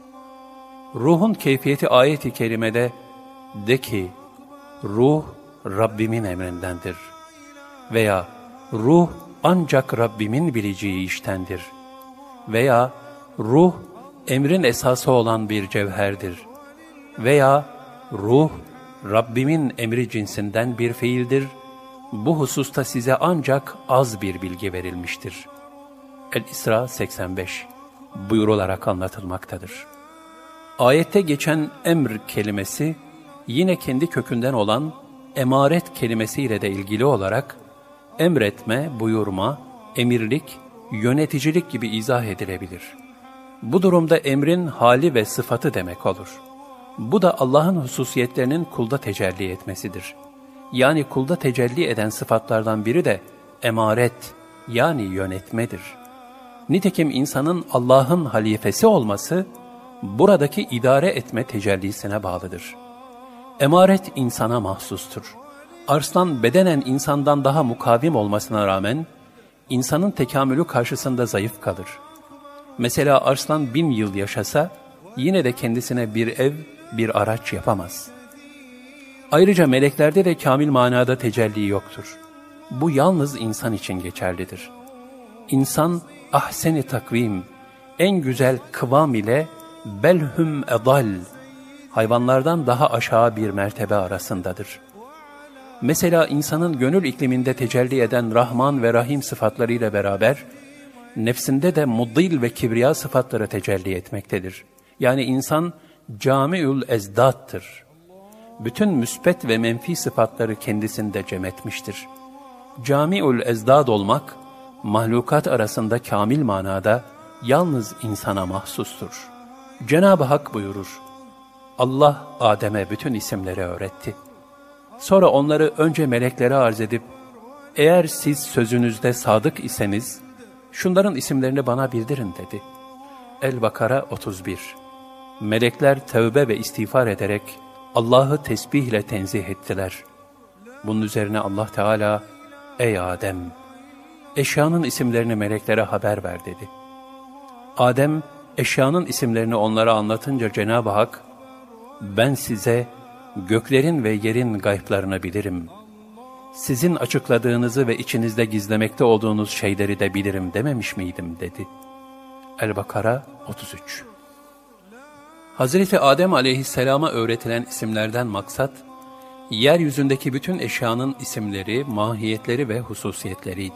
ruhun keyfiyeti ayet-i kerimede, de ki, ruh Rabbimin emrindendir veya ruh ancak Rabbimin bileceği iştendir veya ruh emrin esası olan bir cevherdir veya ruh Rabbimin emri cinsinden bir fiildir. Bu hususta size ancak az bir bilgi verilmiştir. El-İsra 85 buyurularak anlatılmaktadır. Ayette geçen emr kelimesi yine kendi kökünden olan emaret kelimesiyle de ilgili olarak emretme, buyurma, emirlik, yöneticilik gibi izah edilebilir. Bu durumda emrin hali ve sıfatı demek olur. Bu da Allah'ın hususiyetlerinin kulda tecelli etmesidir. Yani kulda tecelli eden sıfatlardan biri de emaret, yani yönetmedir. Nitekim insanın Allah'ın halifesi olması, buradaki idare etme tecellisine bağlıdır. Emaret insana mahsustur. Arslan bedenen insandan daha mukavim olmasına rağmen, insanın tekamülü karşısında zayıf kalır. Mesela arslan 1000 yıl yaşasa, yine de kendisine bir ev, bir araç yapamaz. Ayrıca meleklerde de kamil manada tecelli yoktur. Bu yalnız insan için geçerlidir. İnsan, ahsen-i takvim, en güzel kıvam ile belhum edal, hayvanlardan daha aşağı bir mertebe arasındadır. Mesela insanın gönül ikliminde tecelli eden Rahman ve Rahim sıfatlarıyla beraber, nefsinde de muddil ve kibriya sıfatları tecelli etmektedir. Yani insan camiül ezdattır. Bütün müsbet ve menfi sıfatları kendisinde cem etmiştir. Camiül ezdad olmak, mahlukat arasında kamil manada yalnız insana mahsustur. Cenab-ı Hak buyurur, Allah Adem'e bütün isimleri öğretti. Sonra onları önce meleklere arz edip, eğer siz sözünüzde sadık iseniz, şunların isimlerini bana bildirin dedi. El-Bakara 31. Melekler tevbe ve istiğfar ederek Allah'ı tesbihle tenzih ettiler. Bunun üzerine Allah Teala, ey Adem, eşyanın isimlerini meleklere haber ver dedi. Adem, eşyanın isimlerini onlara anlatınca Cenab-ı Hak, ben size göklerin ve yerin gayblarını bilirim. Sizin açıkladığınızı ve içinizde gizlemekte olduğunuz şeyleri de bilirim dememiş miydim dedi. El-Bakara 33. Hazreti Adem aleyhisselama öğretilen isimlerden maksat, yeryüzündeki bütün eşyanın isimleri, mahiyetleri ve hususiyetleriydi.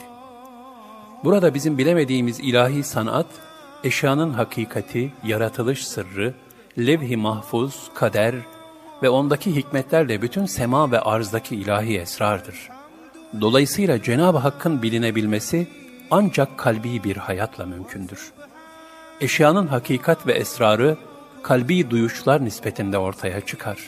Burada bizim bilemediğimiz ilahi sanat, eşyanın hakikati, yaratılış sırrı, levh-i mahfuz, kader ve ondaki hikmetlerle bütün sema ve arzdaki ilahi esrardır. Dolayısıyla Cenab-ı Hakk'ın bilinebilmesi ancak kalbi bir hayatla mümkündür. Eşyanın hakikat ve esrarı kalbi duyuşlar nispetinde ortaya çıkar.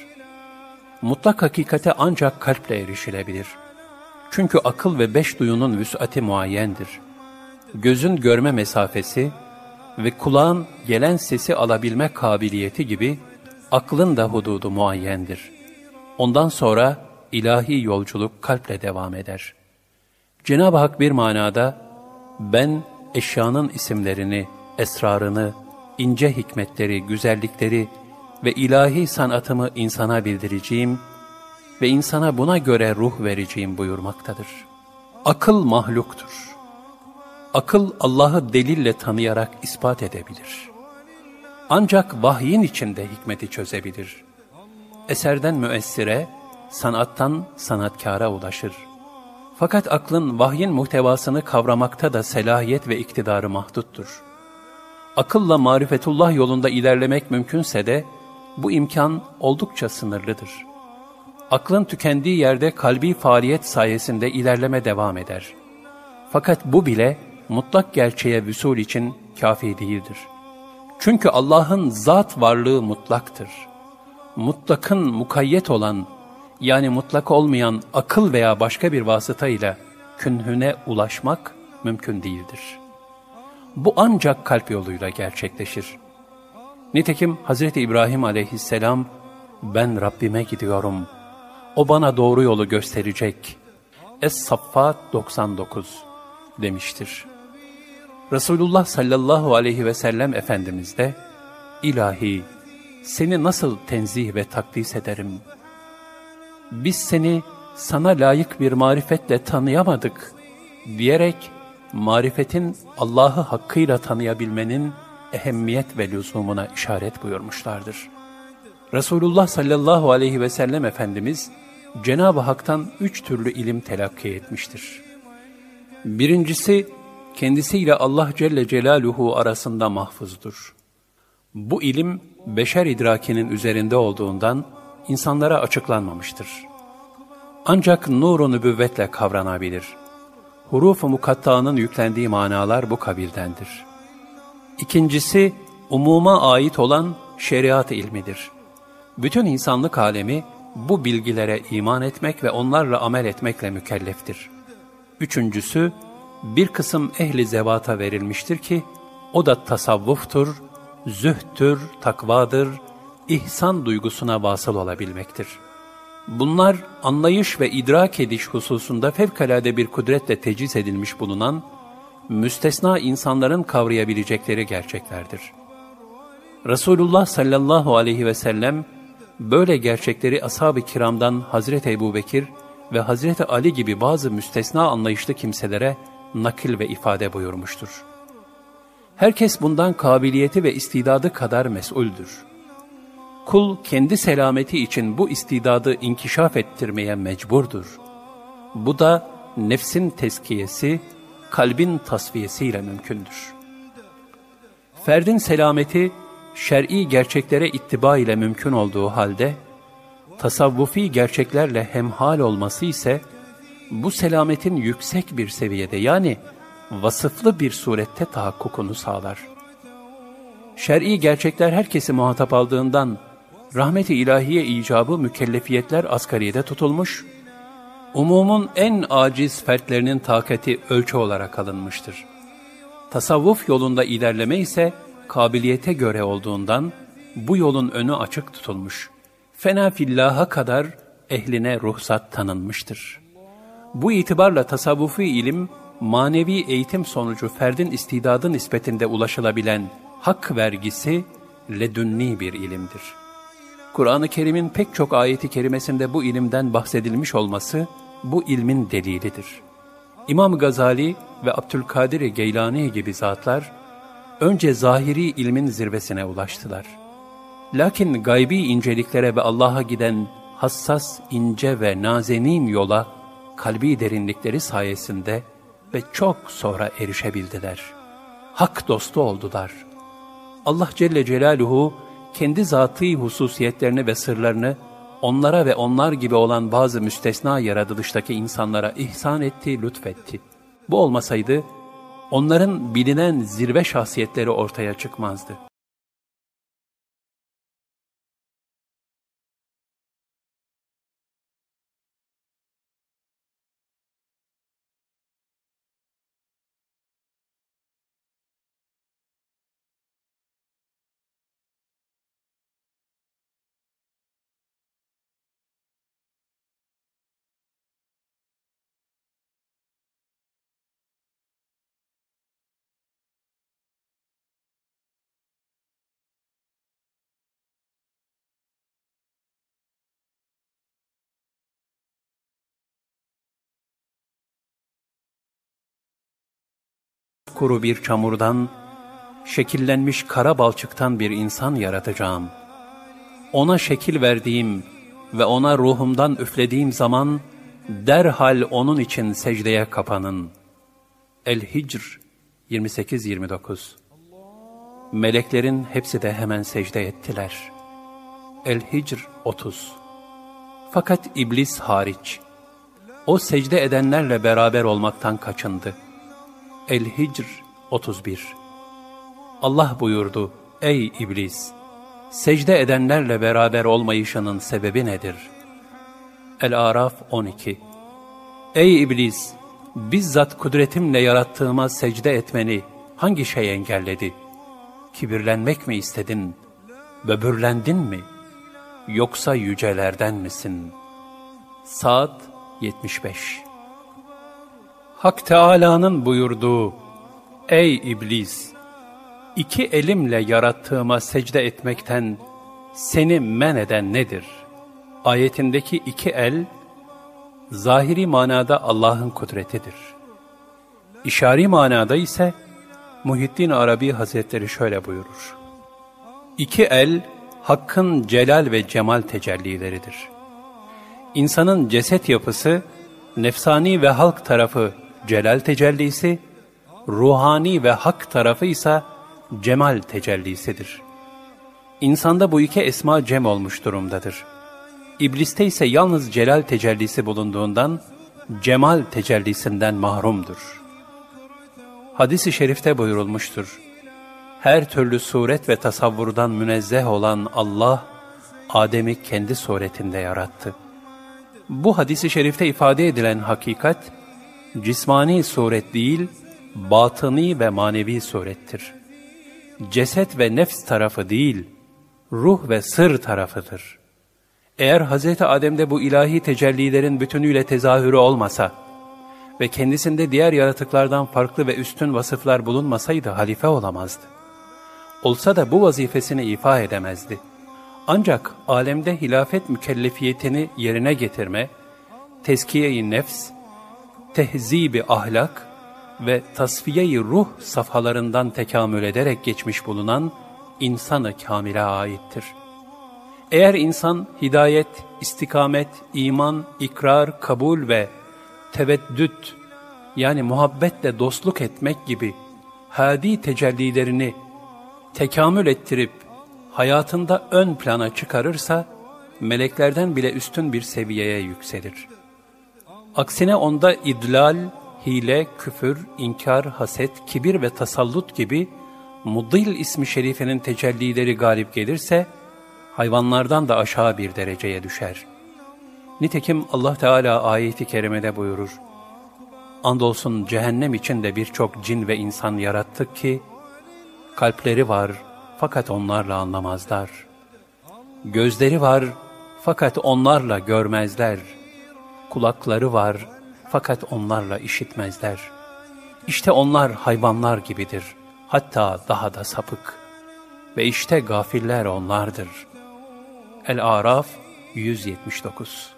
Mutlak hakikate ancak kalple erişilebilir. Çünkü akıl ve 5 duyunun vüs'ati muayyendir. Gözün görme mesafesi ve kulağın gelen sesi alabilme kabiliyeti gibi aklın da hududu muayyendir. Ondan sonra ilahi yolculuk kalple devam eder. Cenab-ı Hak bir manada, ben eşyanın isimlerini, esrarını, ince hikmetleri, güzellikleri ve ilahi sanatımı insana bildireceğim ve insana buna göre ruh vereceğim buyurmaktadır. Akıl mahluktur. Akıl Allah'ı delille tanıyarak ispat edebilir. Ancak vahyin içinde hikmeti çözebilir. Eserden müessire, sanattan sanatkara ulaşır. Fakat aklın vahyin muhtevasını kavramakta da selahiyet ve iktidarı mahduttur. Akılla marifetullah yolunda ilerlemek mümkünse de bu imkan oldukça sınırlıdır. Aklın tükendiği yerde kalbi faaliyet sayesinde ilerleme devam eder. Fakat bu bile mutlak gerçeğe vüsul için kafi değildir. Çünkü Allah'ın zat varlığı mutlaktır. Mutlakın mukayyet olan, yani mutlak olmayan akıl veya başka bir vasıtayla künhüne ulaşmak mümkün değildir. Bu ancak kalp yoluyla gerçekleşir. Nitekim Hazreti İbrahim aleyhisselam, ben Rabbime gidiyorum, o bana doğru yolu gösterecek. Es-Saffat 99 demiştir. Resulullah sallallahu aleyhi ve sellem Efendimiz de, İlahi, seni nasıl tenzih ve takdis ederim? Biz seni sana layık bir marifetle tanıyamadık diyerek, marifetin Allah'ı hakkıyla tanıyabilmenin ehemmiyet ve lüzumuna işaret buyurmuşlardır. Resulullah sallallahu aleyhi ve sellem Efendimiz, Cenab-ı Hak'tan 3 türlü ilim telakki etmiştir. Birincisi, kendisiyle Allah Celle Celaluhu arasında mahfuzdur. Bu ilim, beşer idrakinin üzerinde olduğundan insanlara açıklanmamıştır. Ancak nur-u nübüvvetle kavranabilir. Huruf-u mukatta'nın yüklendiği manalar bu kabildendir. İkincisi, umuma ait olan şeriat ilmidir. Bütün insanlık alemi bu bilgilere iman etmek ve onlarla amel etmekle mükelleftir. Üçüncüsü, bir kısım ehli zevata verilmiştir ki, o da tasavvuftur, zühttür, takvadır, ihsan duygusuna vasıl olabilmektir. Bunlar anlayış ve idrak ediş hususunda fevkalade bir kudretle teciz edilmiş bulunan, müstesna insanların kavrayabilecekleri gerçeklerdir. Resulullah sallallahu aleyhi ve sellem, böyle gerçekleri ashab-ı kiramdan Hazreti Ebubekir ve Hazreti Ali gibi bazı müstesna anlayışlı kimselere nakil ve ifade buyurmuştur. Herkes bundan kabiliyeti ve istidadı kadar mes'uldür. Kul kendi selameti için bu istidadı inkişaf ettirmeye mecburdur. Bu da nefsin tezkiyesi, kalbin tasfiyesiyle mümkündür. Ferdin selameti, şer'i gerçeklere ittiba ile mümkün olduğu halde, tasavvufi gerçeklerle hemhal olması ise, bu selametin yüksek bir seviyede yani vasıflı bir surette tahakkukunu sağlar. Şer'i gerçekler herkesi muhatap aldığından, rahmet-i ilahiye icabı mükellefiyetler asgariyede tutulmuş, umumun en aciz fertlerinin takati ölçü olarak alınmıştır. Tasavvuf yolunda ilerleme ise kabiliyete göre olduğundan bu yolun önü açık tutulmuş. Fena fillaha kadar ehline ruhsat tanınmıştır. Bu itibarla tasavvufi ilim, manevi eğitim sonucu ferdin istidadı nispetinde ulaşılabilen hak vergisi ledünni bir ilimdir. Kur'an-ı Kerim'in pek çok ayeti kerimesinde bu ilimden bahsedilmiş olması bu ilmin delilidir. İmam Gazali ve Abdülkadir Geylani gibi zatlar önce zahiri ilmin zirvesine ulaştılar. Lakin gaybi inceliklere ve Allah'a giden hassas, ince ve nazenin yola kalbi derinlikleri sayesinde ve çok sonra erişebildiler. Hak dostu oldular. Allah Celle Celaluhu kendi zatî hususiyetlerini ve sırlarını onlara ve onlar gibi olan bazı müstesna yaratılıştaki insanlara ihsan etti, lütfetti. Bu olmasaydı onların bilinen zirve şahsiyetleri ortaya çıkmazdı. Kuru bir çamurdan, şekillenmiş kara balçıktan bir insan yaratacağım. Ona şekil verdiğim ve ona ruhumdan üflediğim zaman, derhal onun için secdeye kapanın. El-Hicr 28-29. Meleklerin hepsi de hemen secde ettiler. El-Hicr 30. Fakat iblis hariç. O secde edenlerle beraber olmaktan kaçındı. El-Hicr 31. Allah buyurdu, ey iblis! Secde edenlerle beraber olmayışının sebebi nedir? El-Araf 12. Ey iblis! Bizzat kudretimle yarattığıma secde etmeni hangi şey engelledi? Kibirlenmek mi istedin? Böbürlendin mi? Yoksa yücelerden misin? Saat 75. Hak Teâlâ'nın buyurduğu, ey iblis! İki elimle yarattığıma secde etmekten seni men eden nedir? Ayetindeki iki el, zahiri manada Allah'ın kudretidir. İşari manada ise, Muhyiddin Arabi Hazretleri şöyle buyurur. İki el, Hakk'ın celal ve cemal tecellileridir. İnsanın ceset yapısı, nefsani ve halk tarafı celal tecellisi, ruhani ve hak tarafı ise cemal tecellisidir. İnsanda bu iki esma cem olmuş durumdadır. İbliste ise yalnız celal tecellisi bulunduğundan, cemal tecellisinden mahrumdur. Hadis-i şerifte buyurulmuştur. Her türlü suret ve tasavvurdan münezzeh olan Allah, Adem'i kendi suretinde yarattı. Bu hadis-i şerifte ifade edilen hakikat, cismani suret değil, batıni ve manevi surettir. Ceset ve nefs tarafı değil, ruh ve sır tarafıdır. Eğer Hz. Adem'de bu ilahi tecellilerin bütünüyle tezahürü olmasa ve kendisinde diğer yaratıklardan farklı ve üstün vasıflar bulunmasaydı halife olamazdı. Olsa da bu vazifesini ifa edemezdi. Ancak alemde hilafet mükellefiyetini yerine getirme, tezkiye-i nefs, tehzib-i ahlak ve tasfiye-i ruh safhalarından tekamül ederek geçmiş bulunan insan-ı kamile aittir. Eğer insan hidayet, istikamet, iman, ikrar, kabul ve teveddüt yani muhabbetle dostluk etmek gibi hadi tecellilerini tekamül ettirip hayatında ön plana çıkarırsa meleklerden bile üstün bir seviyeye yükselir. Aksine onda idlal, hile, küfür, inkar, haset, kibir ve tasallut gibi Mudil ismi şerifenin tecellileri galip gelirse hayvanlardan da aşağı bir dereceye düşer. Nitekim Allah Teala ayeti kerimede buyurur: andolsun cehennem için de birçok cin ve insan yarattık ki kalpleri var fakat onlarla anlamazlar. Gözleri var fakat onlarla görmezler. Kulakları var fakat onlarla işitmezler. İşte onlar hayvanlar gibidir, hatta daha da sapık. Ve işte gafiller onlardır. El-Araf 179.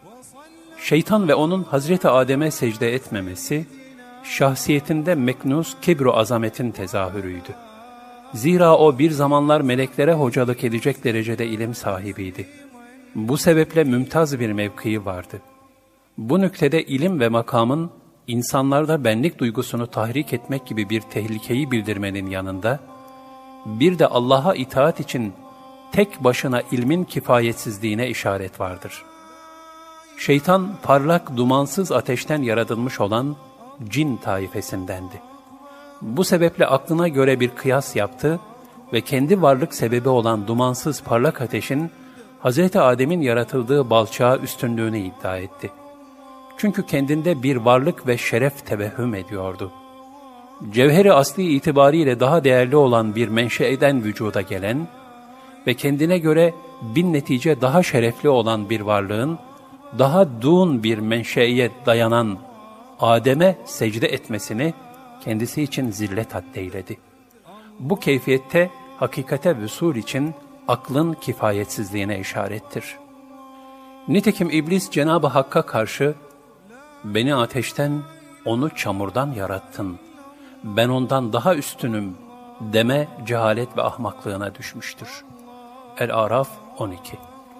Şeytan ve onun Hazreti Adem'e secde etmemesi, şahsiyetinde meknus kibru azametin tezahürüydü. Zira o bir zamanlar meleklere hocalık edecek derecede ilim sahibiydi. Bu sebeple mümtaz bir mevkii vardı. Bu nüktede ilim ve makamın insanlarda benlik duygusunu tahrik etmek gibi bir tehlikeyi bildirmenin yanında, bir de Allah'a itaat için tek başına ilmin kifayetsizliğine işaret vardır. Şeytan parlak dumansız ateşten yaratılmış olan cin taifesindendi. Bu sebeple aklına göre bir kıyas yaptı ve kendi varlık sebebi olan dumansız parlak ateşin Hz. Adem'in yaratıldığı balçağa üstünlüğünü iddia etti. Çünkü kendinde bir varlık ve şeref tevehhüm ediyordu. Cevheri asli itibariyle daha değerli olan bir menşeeden vücuda gelen ve kendine göre bin netice daha şerefli olan bir varlığın daha dûn bir menşeye dayanan Adem'e secde etmesini kendisi için zillet haddeyledi. Bu keyfiyette hakikate vüsul için aklın kifayetsizliğine işarettir. Nitekim iblis Cenab-ı Hakk'a karşı "Beni ateşten, onu çamurdan yarattın. Ben ondan daha üstünüm" deme cehalet ve ahmaklığına düşmüştür. El-Araf 12.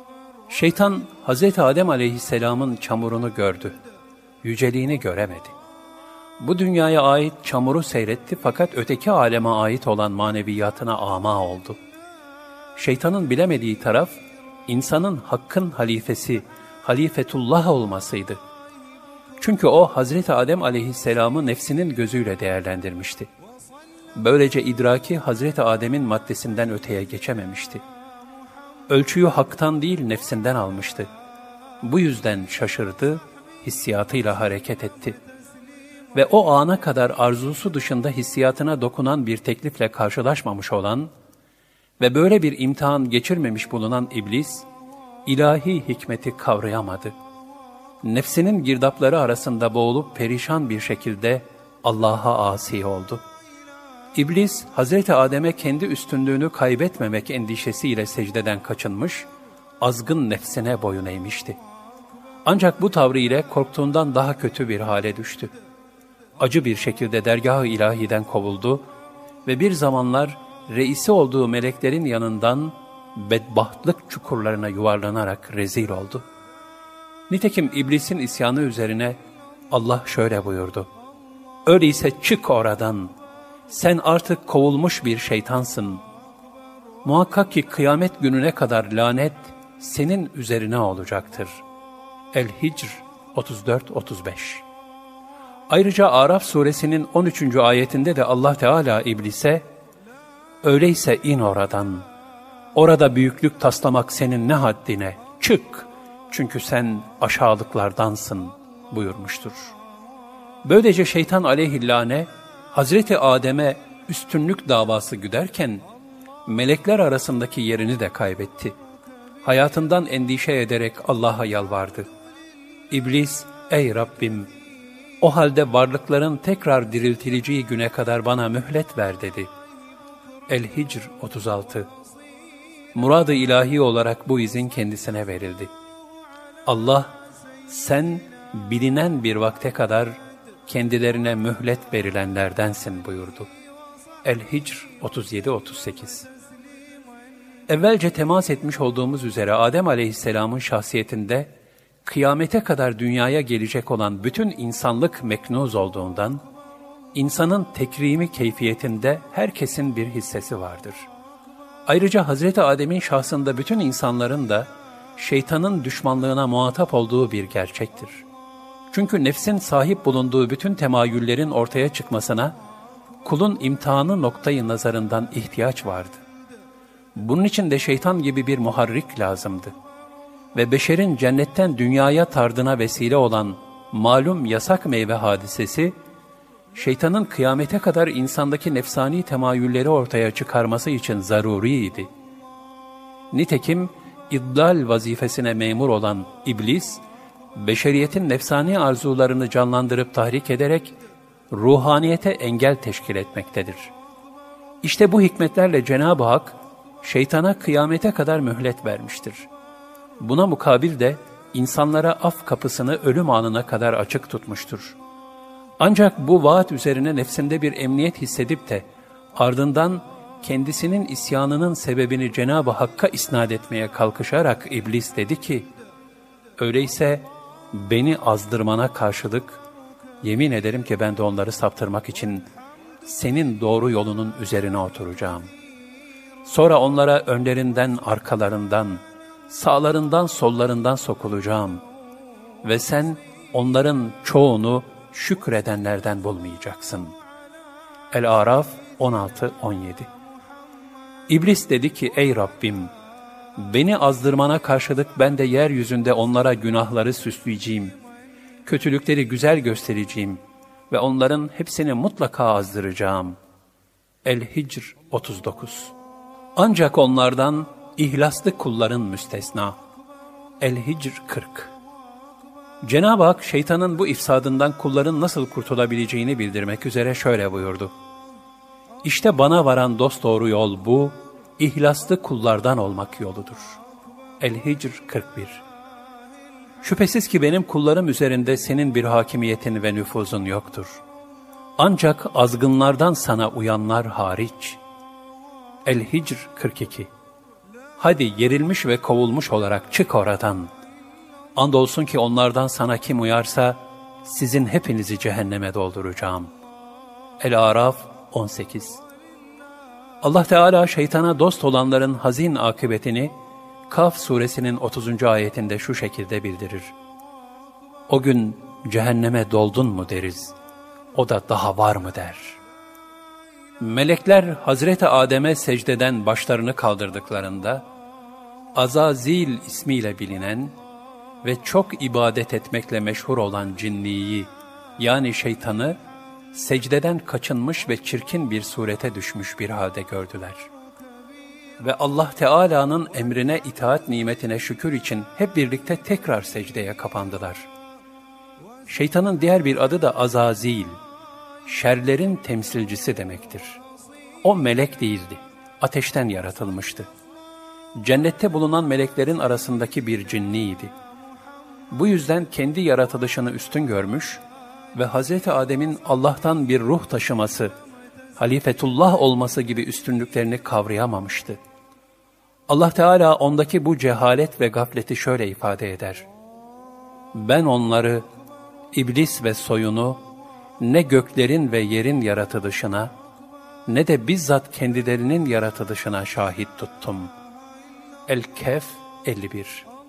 Şeytan Hz. Adem aleyhisselamın çamurunu gördü. Yüceliğini göremedi. Bu dünyaya ait çamuru seyretti fakat öteki aleme ait olan maneviyatına ama oldu. Şeytanın bilemediği taraf, insanın Hakk'ın halifesi, halifetullah olmasıydı. Çünkü o Hazreti Adem aleyhisselamı nefsinin gözüyle değerlendirmişti. Böylece idraki Hazreti Adem'in maddesinden öteye geçememişti. Ölçüyü haktan değil nefsinden almıştı. Bu yüzden şaşırdı, hissiyatıyla hareket etti. Ve o ana kadar arzusu dışında hissiyatına dokunan bir teklifle karşılaşmamış olan ve böyle bir imtihan geçirmemiş bulunan iblis, ilahi hikmeti kavrayamadı. Nefsinin girdapları arasında boğulup perişan bir şekilde Allah'a asi oldu. İblis, Hazreti Adem'e kendi üstünlüğünü kaybetmemek endişesiyle secdeden kaçınmış, azgın nefsine boyun eğmişti. Ancak bu tavrı ile korktuğundan daha kötü bir hale düştü. Acı bir şekilde dergâh-ı ilahiden kovuldu ve bir zamanlar reisi olduğu meleklerin yanından bedbahtlık çukurlarına yuvarlanarak rezil oldu. Nitekim iblisin isyanı üzerine Allah şöyle buyurdu: "Öyleyse çık oradan, sen artık kovulmuş bir şeytansın. Muhakkak ki kıyamet gününe kadar lanet senin üzerine olacaktır." El-Hicr 34-35. Ayrıca Araf suresinin 13. ayetinde de Allah Teala iblise, "Öyleyse in oradan, orada büyüklük taslamak senin ne haddine, çık, çünkü sen aşağılıklardansın" buyurmuştur. Böylece şeytan aleyhillâne, Hazreti Adem'e üstünlük davası güderken, melekler arasındaki yerini de kaybetti. Hayatından endişe ederek Allah'a yalvardı. İblis, ey Rabbim, o halde varlıkların tekrar diriltileceği güne kadar bana mühlet ver dedi. El-Hicr 36. Murad-ı ilahi olarak bu izin kendisine verildi. Allah, sen bilinen bir vakte kadar kendilerine mühlet verilenlerdensin buyurdu. El-Hicr 37-38. Evvelce temas etmiş olduğumuz üzere Adem Aleyhisselam'ın şahsiyetinde kıyamete kadar dünyaya gelecek olan bütün insanlık meknuz olduğundan, insanın tekrimi keyfiyetinde herkesin bir hissesi vardır. Ayrıca Hazreti Adem'in şahsında bütün insanların da şeytanın düşmanlığına muhatap olduğu bir gerçektir. Çünkü nefsin sahip bulunduğu bütün temayüllerin ortaya çıkmasına, kulun imtihanı noktayı nazarından ihtiyaç vardı. Bunun için de şeytan gibi bir muharrik lazımdı. Ve beşerin cennetten dünyaya tardına vesile olan malum yasak meyve hadisesi, şeytanın kıyamete kadar insandaki nefsani temayülleri ortaya çıkarması için zaruriydi. Nitekim iddal vazifesine memur olan iblis, beşeriyetin nefsani arzularını canlandırıp tahrik ederek ruhaniyete engel teşkil etmektedir. İşte bu hikmetlerle Cenab-ı Hak, şeytana kıyamete kadar mühlet vermiştir. Buna mukabil de insanlara af kapısını ölüm anına kadar açık tutmuştur. Ancak bu vaat üzerine nefsinde bir emniyet hissedip de ardından kendisinin isyanının sebebini Cenab-ı Hakk'a isnat etmeye kalkışarak iblis dedi ki, öyleyse beni azdırmana karşılık yemin ederim ki ben de onları saptırmak için senin doğru yolunun üzerine oturacağım. Sonra onlara önlerinden, arkalarından, sağlarından, sollarından sokulacağım ve sen onların çoğunu şükredenlerden bulmayacaksın. El-Araf 16-17. İblis dedi ki, ey Rabbim, beni azdırmana karşılık ben de yeryüzünde onlara günahları süsleyeceğim, kötülükleri güzel göstereceğim ve onların hepsini mutlaka azdıracağım. El-Hicr 39. Ancak onlardan ihlaslı kulların müstesna. El-Hicr 40. Cenab-ı Hak şeytanın bu ifsadından kulların nasıl kurtulabileceğini bildirmek üzere şöyle buyurdu. İşte bana varan dosdoğru yol bu, ihlaslı kullardan olmak yoludur. El-Hicr 41. Şüphesiz ki benim kullarım üzerinde senin bir hakimiyetin ve nüfuzun yoktur. Ancak azgınlardan sana uyanlar hariç. El-Hicr 42. Hadi yerilmiş ve kovulmuş olarak çık oradan. Andolsun ki onlardan sana kim uyarsa, sizin hepinizi cehenneme dolduracağım. El-Araf 18. Allah Teala şeytana dost olanların hazin akıbetini, Kaf suresinin 30. ayetinde şu şekilde bildirir. O gün cehenneme doldun mu deriz, o da daha var mı der. Melekler Hazreti Adem'e secdeden başlarını kaldırdıklarında, Azazil ismiyle bilinen ve çok ibadet etmekle meşhur olan cinniyi, yani şeytanı, secdeden kaçınmış ve çirkin bir surete düşmüş bir halde gördüler. Ve Allah Teala'nın emrine itaat nimetine şükür için hep birlikte tekrar secdeye kapandılar. Şeytanın diğer bir adı da Azazil, şerlerin temsilcisi demektir. O melek değildi, ateşten yaratılmıştı. Cennette bulunan meleklerin arasındaki bir cinniydi. Bu yüzden kendi yaratılışını üstün görmüş ve Hazreti Adem'in Allah'tan bir ruh taşıması, halifetullah olması gibi üstünlüklerini kavrayamamıştı. Allah Teala ondaki bu cehalet ve gafleti şöyle ifade eder. Ben onları, iblis ve soyunu, ne göklerin ve yerin yaratılışına, ne de bizzat kendilerinin yaratılışına şahit tuttum. El-Kehf 51.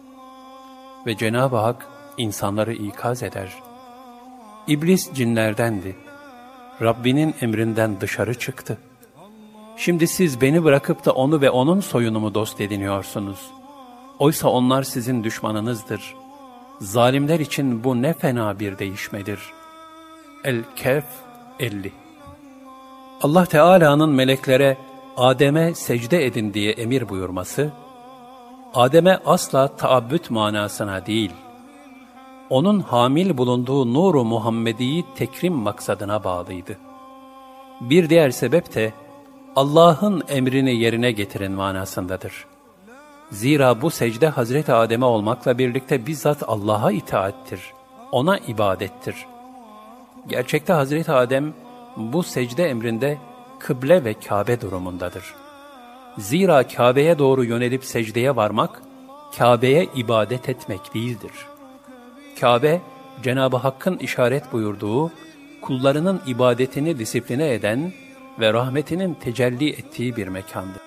Ve Cenab-ı Hak insanları ikaz eder. İblis cinlerdendi. Rabbinin emrinden dışarı çıktı. Şimdi siz beni bırakıp da onu ve onun soyunu mu dost ediniyorsunuz? Oysa onlar sizin düşmanınızdır. Zalimler için bu ne fena bir değişmedir. El-Kehf 50. Allah Teala'nın meleklere Adem'e secde edin diye emir buyurması, Adem'e asla taabbüt manasına değil, onun hamil bulunduğu nur-u Muhammedi'yi tekrim maksadına bağlıydı. Bir diğer sebep de Allah'ın emrini yerine getirin manasındadır. Zira bu secde Hazreti Adem'e olmakla birlikte bizzat Allah'a itaattir, ona ibadettir. Gerçekte Hazreti Adem bu secde emrinde kıble ve Kabe durumundadır. Zira Kabe'ye doğru yönelip secdeye varmak, Kabe'ye ibadet etmek değildir. Kabe, Cenab-ı Hakk'ın işaret buyurduğu, kullarının ibadetini disipline eden ve rahmetinin tecelli ettiği bir mekandır.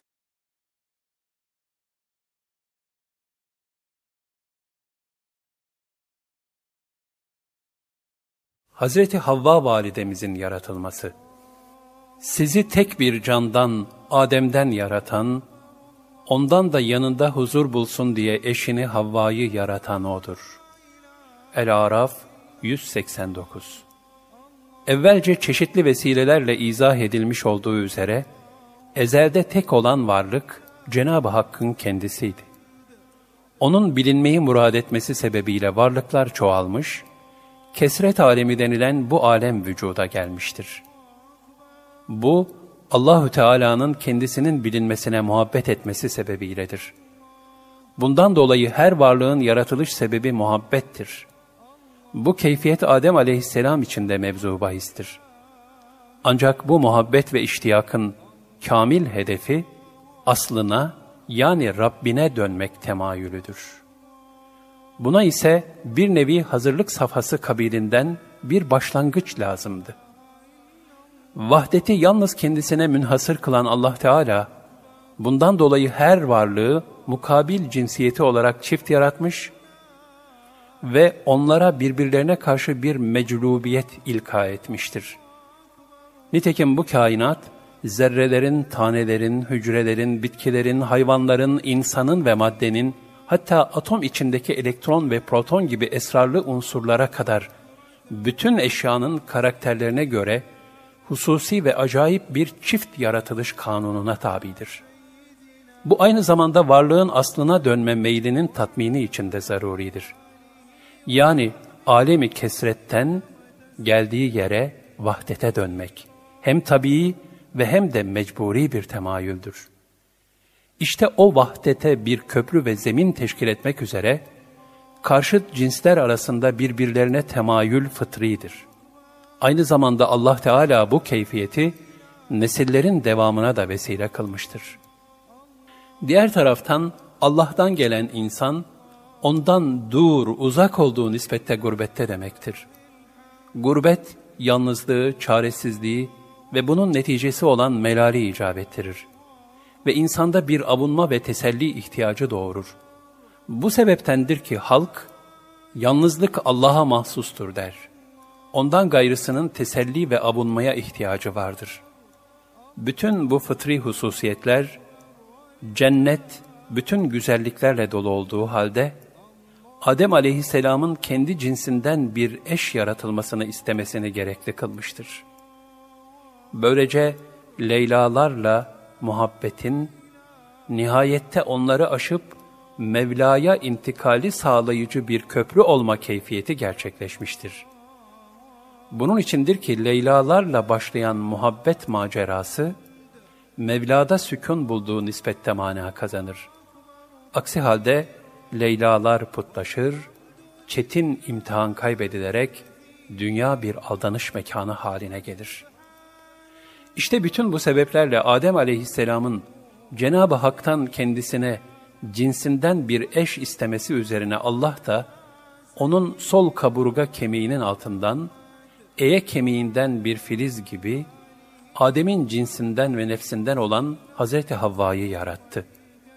Hazreti Havva validemizin yaratılması. Sizi tek bir candan, Adem'den yaratan, ondan da yanında huzur bulsun diye eşini Havva'yı yaratan O'dur. El-Araf 189. Evvelce çeşitli vesilelerle izah edilmiş olduğu üzere, ezelde tek olan varlık Cenab-ı Hakk'ın kendisiydi. Onun bilinmeyi murad etmesi sebebiyle varlıklar çoğalmış, kesret alemi denilen bu alem vücuda gelmiştir. Bu, Allahü Teala'nın kendisinin bilinmesine muhabbet etmesi sebebiyledir. Bundan dolayı her varlığın yaratılış sebebi muhabbettir. Bu keyfiyet Adem aleyhisselam için de mevzu bahistir. Ancak bu muhabbet ve iştiyakın kamil hedefi, aslına yani Rabbine dönmek temayülüdür. Buna ise bir nevi hazırlık safhası kabilinden bir başlangıç lazımdı. Vahdeti yalnız kendisine münhasır kılan Allah Teala, bundan dolayı her varlığı mukabil cinsiyeti olarak çift yaratmış ve onlara birbirlerine karşı bir meclubiyet ilka etmiştir. Nitekim bu kainat, zerrelerin, tanelerin, hücrelerin, bitkilerin, hayvanların, insanın ve maddenin, hatta atom içindeki elektron ve proton gibi esrarlı unsurlara kadar bütün eşyanın karakterlerine göre hususi ve acayip bir çift yaratılış kanununa tabidir. Bu aynı zamanda varlığın aslına dönme meylinin tatmini için de zaruridir. Yani alemi kesretten geldiği yere vahdete dönmek hem tabii ve hem de mecburi bir temayüldür. İşte o vahdete bir köprü ve zemin teşkil etmek üzere karşıt cinsler arasında birbirlerine temayül fıtridir. Aynı zamanda Allah Teala bu keyfiyeti nesillerin devamına da vesile kılmıştır. Diğer taraftan Allah'tan gelen insan, ondan dur, uzak olduğu nispette gurbette demektir. Gurbet, yalnızlığı, çaresizliği ve bunun neticesi olan melali icap ettirir. Ve insanda bir avunma ve teselli ihtiyacı doğurur. Bu sebeptendir ki halk, yalnızlık Allah'a mahsustur der. Ondan gayrısının teselli ve avunmaya ihtiyacı vardır. Bütün bu fıtri hususiyetler, cennet bütün güzelliklerle dolu olduğu halde, Adem aleyhisselamın kendi cinsinden bir eş yaratılmasını istemesini gerekli kılmıştır. Böylece Leylalarla muhabbetin, nihayette onları aşıp Mevla'ya intikali sağlayıcı bir köprü olma keyfiyeti gerçekleşmiştir. Bunun içindir ki Leylalarla başlayan muhabbet macerası, Mevla'da sükun bulduğu nispette mana kazanır. Aksi halde Leylalar putlaşır, çetin imtihan kaybedilerek dünya bir aldanış mekanı haline gelir. İşte bütün bu sebeplerle Adem aleyhisselamın Cenab-ı Hak'tan kendisine cinsinden bir eş istemesi üzerine Allah da onun sol kaburga kemiğinin altından, eye kemiğinden bir filiz gibi Adem'in cinsinden ve nefsinden olan Hazreti Havva'yı yarattı.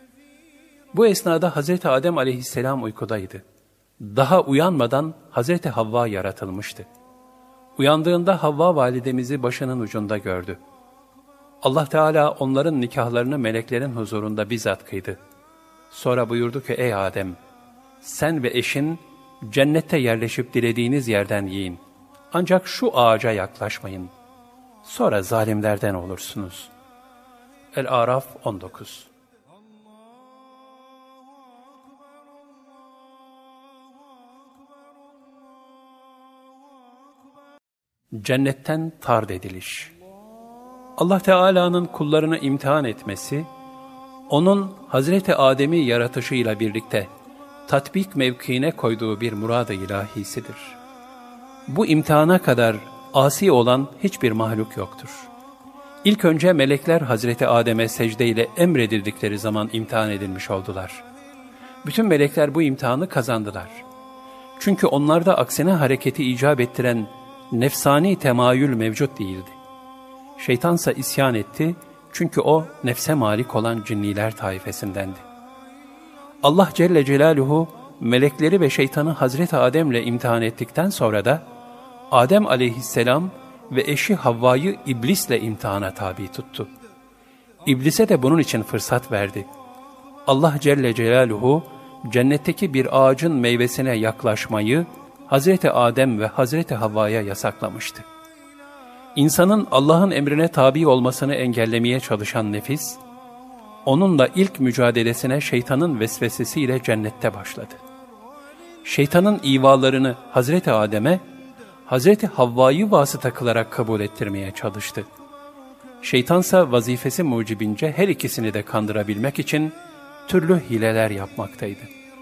Bu esnada Hazreti Adem aleyhisselam uykudaydı. Daha uyanmadan Hazreti Havva yaratılmıştı. Uyandığında Havva validemizi başının ucunda gördü. Allah Teala onların nikahlarını meleklerin huzurunda bizzat kıydı. Sonra buyurdu ki, ey Adem, sen ve eşin cennette yerleşip dilediğiniz yerden yiyin. Ancak şu ağaca yaklaşmayın. Sonra zalimlerden olursunuz. El-Araf 19. Cennetten tard ediliş. Allah Teala'nın kullarını imtihan etmesi, onun Hazreti Adem'i yaratışıyla birlikte tatbik mevkiine koyduğu bir murad-ı ilahisidir. Bu imtihana kadar asi olan hiçbir mahluk yoktur. İlk önce melekler Hazreti Adem'e secdeyle emredildikleri zaman imtihan edilmiş oldular. Bütün melekler bu imtihanı kazandılar. Çünkü onlarda aksine hareketi icap ettiren nefsani temayül mevcut değildi. Şeytansa isyan etti çünkü o nefse malik olan cinniler taifesindendi. Allah Celle Celaluhu melekleri ve şeytanı Hazreti Adem'le imtihan ettikten sonra da Adem aleyhisselam ve eşi Havva'yı iblisle imtihana tabi tuttu. İblise de bunun için fırsat verdi. Allah Celle Celaluhu cennetteki bir ağacın meyvesine yaklaşmayı Hazreti Adem ve Hazreti Havva'ya yasaklamıştı. İnsanın Allah'ın emrine tabi olmasını engellemeye çalışan nefis, onunla ilk mücadelesine şeytanın vesvesesiyle cennette başladı. Şeytanın ivalarını Hazreti Adem'e, Hazreti Havva'yı vasıta kılarak kabul ettirmeye çalıştı. Şeytansa vazifesi mucibince her ikisini de kandırabilmek için türlü hileler yapmaktaydı.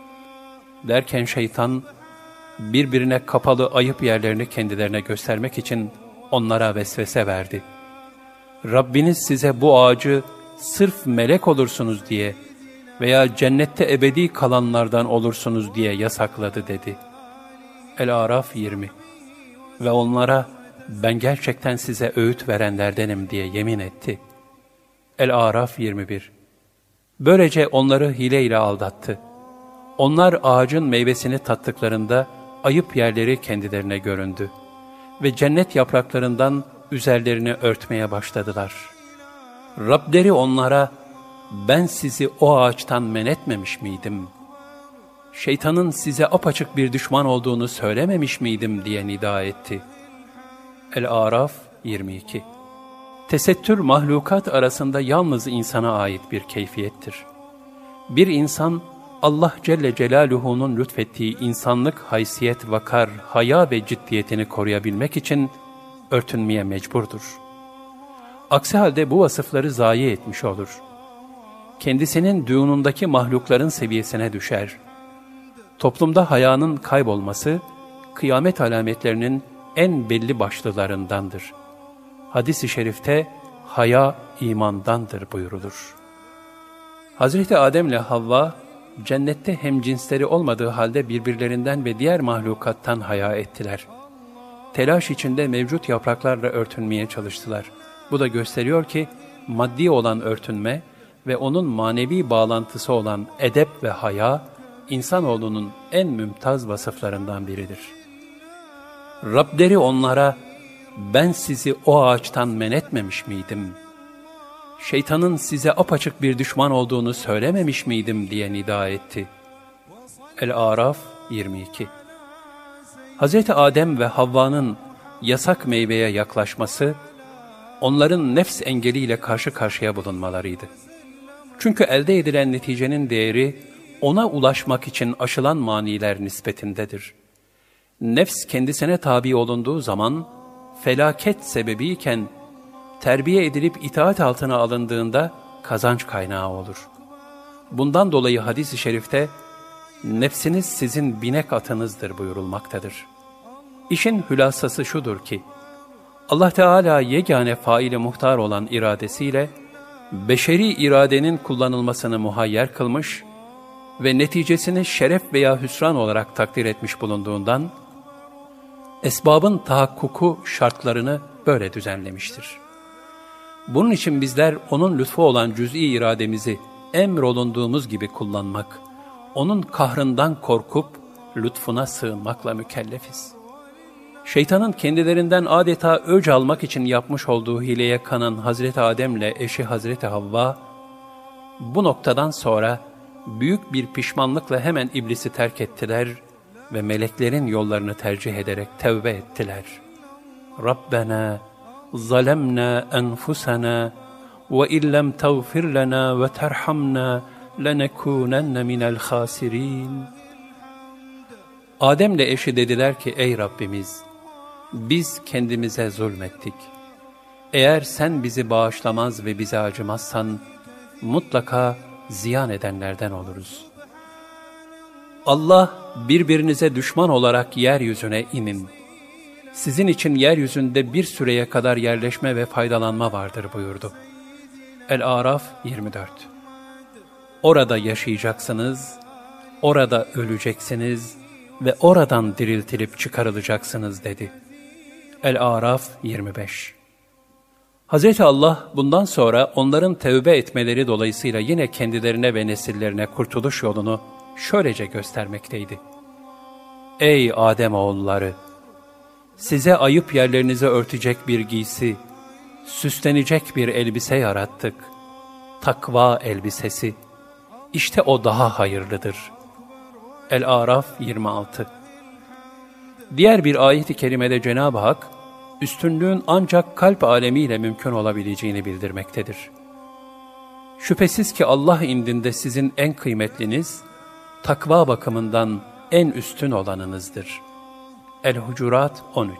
Derken şeytan, birbirine kapalı ayıp yerlerini kendilerine göstermek için onlara vesvese verdi. Rabbiniz size bu ağacı sırf melek olursunuz diye veya cennette ebedi kalanlardan olursunuz diye yasakladı dedi. El-Araf 20. Ve onlara ben gerçekten size öğüt verenlerdenim diye yemin etti. El-Araf 21. Böylece onları hileyle aldattı. Onlar ağacın meyvesini tattıklarında ayıp yerleri kendilerine göründü ve cennet yapraklarından üzerlerini örtmeye başladılar. Rableri onlara, ben sizi o ağaçtan men etmemiş miydim? Şeytanın size apaçık bir düşman olduğunu söylememiş miydim diye nida etti. El-Araf 22. Tesettür mahlukat arasında yalnız insana ait bir keyfiyettir. Bir insan, Allah Celle Celaluhu'nun lütfettiği insanlık haysiyet, vakar, haya ve ciddiyetini koruyabilmek için örtünmeye mecburdur. Aksi halde bu vasıfları zayi etmiş olur. Kendisinin düğünündeki mahlukların seviyesine düşer. Toplumda hayanın kaybolması, kıyamet alametlerinin en belli başlılarındandır. Hadis-i şerifte, haya imandandır buyurulur. Hazreti Adem ile Havva, cennette hemcinsleri olmadığı halde birbirlerinden ve diğer mahlukattan haya ettiler. Telaş içinde mevcut yapraklarla örtünmeye çalıştılar. Bu da gösteriyor ki, maddi olan örtünme ve onun manevi bağlantısı olan edep ve haya, insanoğlunun en mümtaz vasıflarından biridir. Rableri onlara, ben sizi o ağaçtan men etmemiş miydim? Şeytanın size apaçık bir düşman olduğunu söylememiş miydim diye nida etti. El-Araf 22. Hazreti Adem ve Havva'nın yasak meyveye yaklaşması, onların nefs engeliyle karşı karşıya bulunmalarıydı. Çünkü elde edilen neticenin değeri, ona ulaşmak için aşılan maniler nispetindedir. Nefs kendisine tabi olunduğu zaman, felaket sebebiyken, terbiye edilip itaat altına alındığında kazanç kaynağı olur. Bundan dolayı hadis-i şerifte, nefsiniz sizin binek atınızdır buyurulmaktadır. İşin hülasası şudur ki, Allah Teala yegane faili muhtar olan iradesiyle, beşeri iradenin kullanılmasını muhayyer kılmış ve neticesini şeref veya hüsran olarak takdir etmiş bulunduğundan, esbabın tahakkuku şartlarını böyle düzenlemiştir. Bunun için bizler onun lütfu olan cüz'i irademizi emrolunduğumuz gibi kullanmak, onun kahrından korkup lütfuna sığınmakla mükellefiz. Şeytanın kendilerinden adeta öc almak için yapmış olduğu hileye kanan Hazreti Adem ile eşi Hazreti Havva, bu noktadan sonra büyük bir pişmanlıkla hemen iblisi terk ettiler ve meleklerin yollarını tercih ederek tevbe ettiler. Rabbena zalemna enfusena ve illem tağfir lena ve terhamna lenekunenne minel khasirin. Adem'le eşi dediler ki, ey Rabbimiz, biz kendimize zulmettik. Eğer sen bizi bağışlamaz ve bize acımazsan, mutlaka ziyan edenlerden oluruz. Allah, birbirinize düşman olarak yeryüzüne inin. Sizin için yeryüzünde bir süreye kadar yerleşme ve faydalanma vardır buyurdu. El-Araf 24. Orada yaşayacaksınız, orada öleceksiniz ve oradan diriltilip çıkarılacaksınız dedi. El-Araf 25. Hazreti Allah bundan sonra onların tevbe etmeleri dolayısıyla yine kendilerine ve nesillerine kurtuluş yolunu şöylece göstermekteydi. Ey Ademoğulları! Size ayıp yerlerinizi örtecek bir giysi, süslenecek bir elbise yarattık. Takva elbisesi. İşte o daha hayırlıdır. El-Araf 26. Diğer bir ayet-i kerimede Cenab-ı Hak, üstünlüğün ancak kalp alemiyle mümkün olabileceğini bildirmektedir. Şüphesiz ki Allah indinde sizin en kıymetliniz, takva bakımından en üstün olanınızdır. El-Hucurat 13.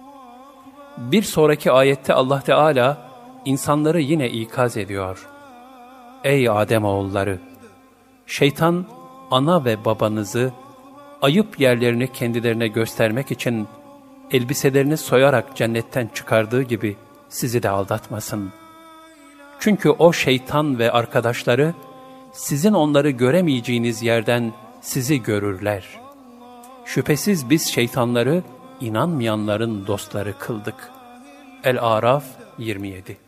Bir sonraki ayette Allah Teala insanları yine ikaz ediyor. Ey Ademoğulları! Şeytan ana ve babanızı ayıp yerlerini kendilerine göstermek için elbiselerini soyarak cennetten çıkardığı gibi sizi de aldatmasın. Çünkü o şeytan ve arkadaşları sizin onları göremeyeceğiniz yerden sizi görürler. Şüphesiz biz şeytanları inanmayanların dostları kıldık. El-Araf 27.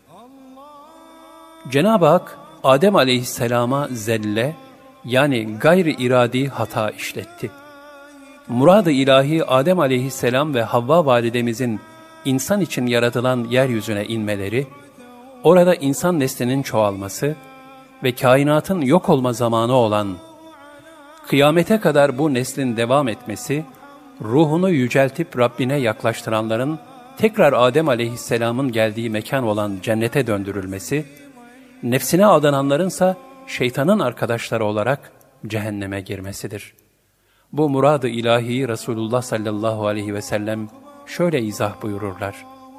Cenab-ı Hak Adem aleyhisselama zelle, yani gayri iradi hata işletti. Murad-ı ilahi Adem aleyhisselam ve Havva validemizin insan için yaratılan yeryüzüne inmeleri, orada insan neslinin çoğalması ve kainatın yok olma zamanı olan kıyamete kadar bu neslin devam etmesi, ruhunu yüceltip Rabbine yaklaştıranların tekrar Adem aleyhisselamın geldiği mekan olan cennete döndürülmesi, nefsine adananlarınsa şeytanın arkadaşları olarak cehenneme girmesidir. Bu murad-ı ilahiyi Resulullah sallallahu aleyhi ve sellem şöyle izah buyururlar.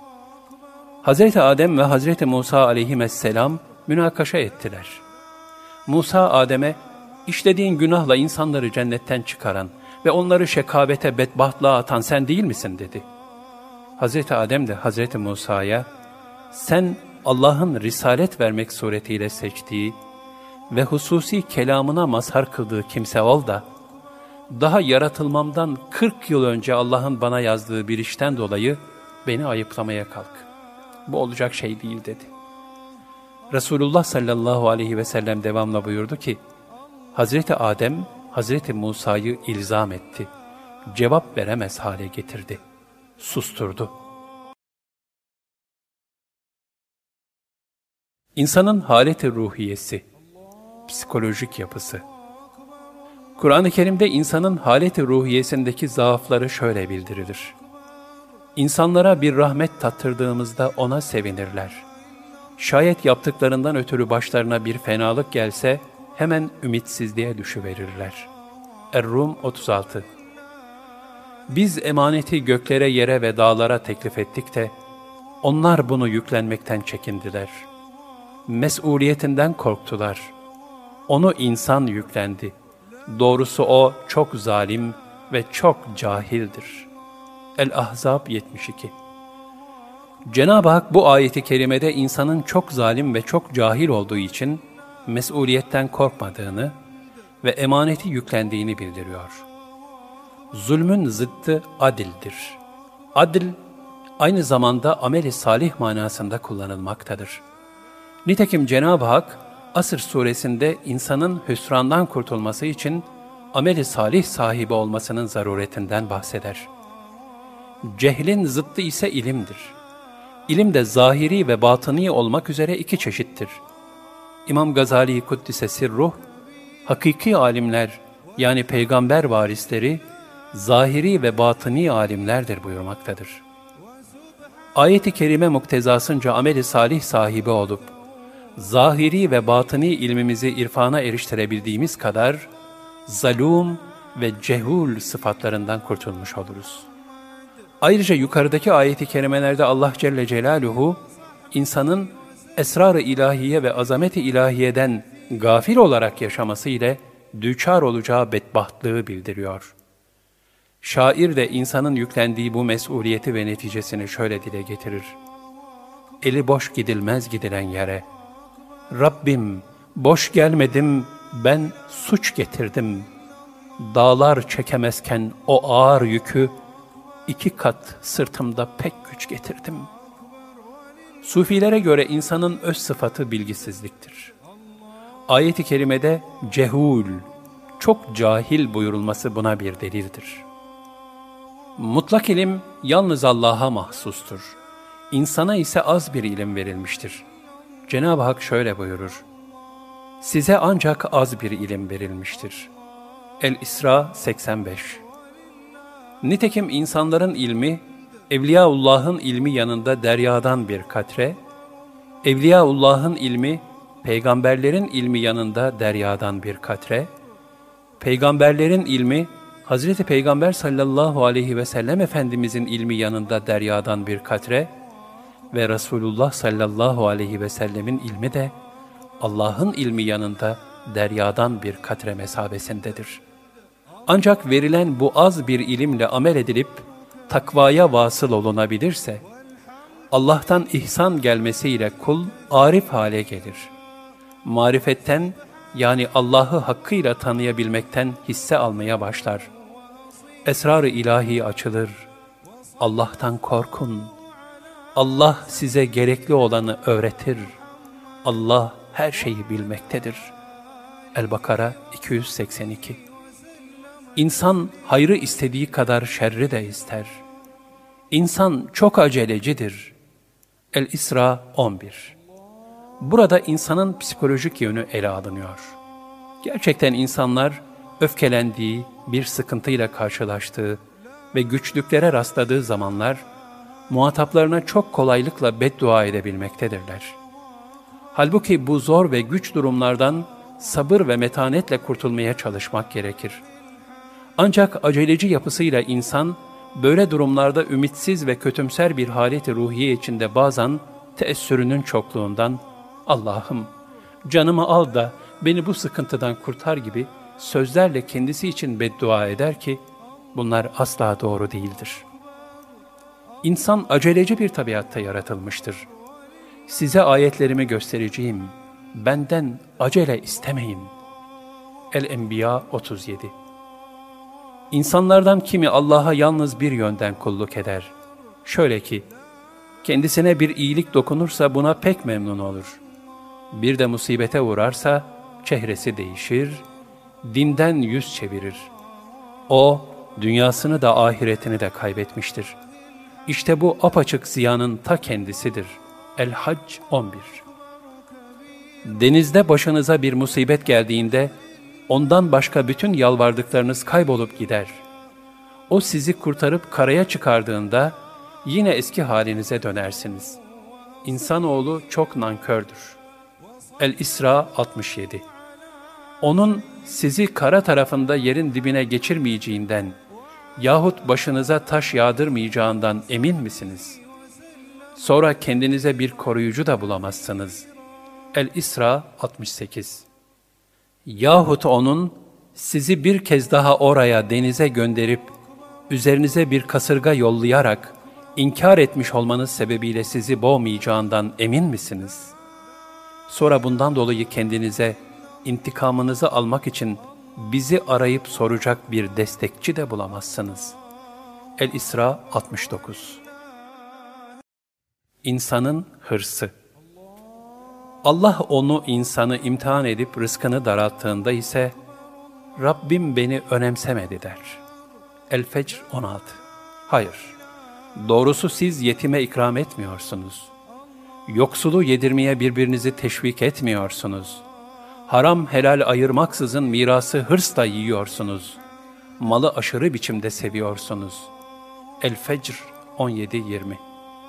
Hazreti Adem ve Hazreti Musa aleyhisselam münakaşa ettiler. Musa Adem'e, işlediğin günahla insanları cennetten çıkaran ve onları şekabete, bedbahtlığa atan sen değil misin dedi. Hazreti Adem de Hazreti Musa'ya, sen Allah'ın risalet vermek suretiyle seçtiği ve hususi kelamına mazhar kıldığı kimse ol da, daha yaratılmamdan 40 yıl önce Allah'ın bana yazdığı bir işten dolayı beni ayıplamaya kalk. Bu olacak şey değil dedi. Resulullah sallallahu aleyhi ve sellem devamla buyurdu ki, Hazreti Adem, Hazreti Musa'yı ilzam etti. Cevap veremez hale getirdi. Susturdu. İnsanın haleti ruhiyesi, psikolojik yapısı. Kur'an-ı Kerim'de insanın haleti ruhiyesindeki zaafları şöyle bildirilir. İnsanlara bir rahmet tattırdığımızda ona sevinirler. Şayet yaptıklarından ötürü başlarına bir fenalık gelse hemen ümitsizliğe düşüverirler. Er-Rum 36. Biz emaneti göklere, yere ve dağlara teklif ettik de onlar bunu yüklenmekten çekindiler. Mesuliyetinden korktular. Onu insan yüklendi. Doğrusu o çok zalim ve çok cahildir. El-Ahzab 72. Cenab-ı Hak bu ayeti kerimede insanın çok zalim ve çok cahil olduğu için mesuliyetten korkmadığını ve emaneti yüklendiğini bildiriyor. Zulmün zıttı adildir. Adil, aynı zamanda amel-i salih manasında kullanılmaktadır. Nitekim Cenab-ı Hak, Asr suresinde insanın hüsrandan kurtulması için amel-i salih sahibi olmasının zaruretinden bahseder. Cehlin zıttı ise ilimdir. İlim de zahiri ve batıni olmak üzere iki çeşittir. İmam Gazali Kuddise Sirruh, hakiki alimler yani peygamber varisleri, zahiri ve batıni alimlerdir buyurmaktadır. Ayet-i kerime muktezasınca ameli salih sahibi olup, zahiri ve batini ilmimizi irfana eriştirebildiğimiz kadar, zalum ve cehul sıfatlarından kurtulmuş oluruz. Ayrıca yukarıdaki ayet-i kerimelerde Allah Celle Celaluhu, insanın esrar-ı ilahiye ve azamet-i ilahiyeden gafil olarak yaşaması ile düçar olacağı bedbahtlığı bildiriyor. Şair de insanın yüklendiği bu mesuliyeti ve neticesini şöyle dile getirir. Eli boş gidilmez gidilen yere. Rabbim, boş gelmedim, ben suç getirdim. Dağlar çekemezken o ağır yükü, 2 kat sırtımda pek güç getirdim. Sufilere göre insanın öz sıfatı bilgisizliktir. Ayet-i kerimede cehul, çok cahil buyurulması buna bir delildir. Mutlak ilim yalnız Allah'a mahsustur. İnsana ise az bir ilim verilmiştir. Cenab-ı Hak şöyle buyurur. Size ancak az bir ilim verilmiştir. El-İsra 85. Nitekim insanların ilmi, Evliyaullah'ın ilmi yanında deryadan bir katre, Evliyaullah'ın ilmi, peygamberlerin ilmi yanında deryadan bir katre, peygamberlerin ilmi, Hazreti Peygamber sallallahu aleyhi ve sellem Efendimizin ilmi yanında deryadan bir katre ve Resulullah sallallahu aleyhi ve sellemin ilmi de Allah'ın ilmi yanında deryadan bir katre mesabesindedir. Ancak verilen bu az bir ilimle amel edilip takvaya vasıl olunabilirse, Allah'tan ihsan gelmesiyle kul arif hale gelir. Marifetten yani Allah'ı hakkıyla tanıyabilmekten hisse almaya başlar. Esrar-ı ilahi açılır. Allah'tan korkun. Allah size gerekli olanı öğretir. Allah her şeyi bilmektedir. El-Bakara 282. İnsan hayrı istediği kadar şerri de ister. İnsan çok acelecidir. El-İsra 11. Burada insanın psikolojik yönü ele alınıyor. Gerçekten insanlar öfkelendiği, bir sıkıntıyla karşılaştığı ve güçlüklere rastladığı zamanlar muhataplarına çok kolaylıkla beddua edebilmektedirler. Halbuki bu zor ve güç durumlardan sabır ve metanetle kurtulmaya çalışmak gerekir. Ancak aceleci yapısıyla insan, böyle durumlarda ümitsiz ve kötümser bir haleti ruhiye içinde bazen teessürünün çokluğundan, Allah'ım canımı al da beni bu sıkıntıdan kurtar gibi sözlerle kendisi için beddua eder ki, bunlar asla doğru değildir. İnsan aceleci bir tabiatta yaratılmıştır. Size ayetlerimi göstereceğim, benden acele istemeyin. El-Enbiya 37. İnsanlardan kimi Allah'a yalnız bir yönden kulluk eder. Şöyle ki, kendisine bir iyilik dokunursa buna pek memnun olur. Bir de musibete uğrarsa çehresi değişir, dinden yüz çevirir. O, dünyasını da ahiretini de kaybetmiştir. İşte bu apaçık ziyanın ta kendisidir. El-Hac 11. Denizde başınıza bir musibet geldiğinde, ondan başka bütün yalvardıklarınız kaybolup gider. O sizi kurtarıp karaya çıkardığında, yine eski halinize dönersiniz. İnsanoğlu çok nankördür. El-İsra 67. Onun sizi kara tarafında yerin dibine geçirmeyeceğinden yahut başınıza taş yağdırmayacağından emin misiniz? Sonra kendinize bir koruyucu da bulamazsınız. El-İsra 68. Yahut onun sizi bir kez daha oraya denize gönderip üzerinize bir kasırga yollayarak inkar etmiş olmanız sebebiyle sizi boğmayacağından emin misiniz? Sonra bundan dolayı kendinize intikamınızı almak için bizi arayıp soracak bir destekçi de bulamazsınız. El-İsra 69. İnsanın hırsı. Allah onu insanı imtihan edip rızkını daralttığında ise Rabbim beni önemsemedi der. El-Fecr 16. Hayır, doğrusu siz yetime ikram etmiyorsunuz. Yoksulu yedirmeye birbirinizi teşvik etmiyorsunuz. Haram helal ayırmaksızın mirası hırsla yiyorsunuz. Malı aşırı biçimde seviyorsunuz. El-Fecr 17-20.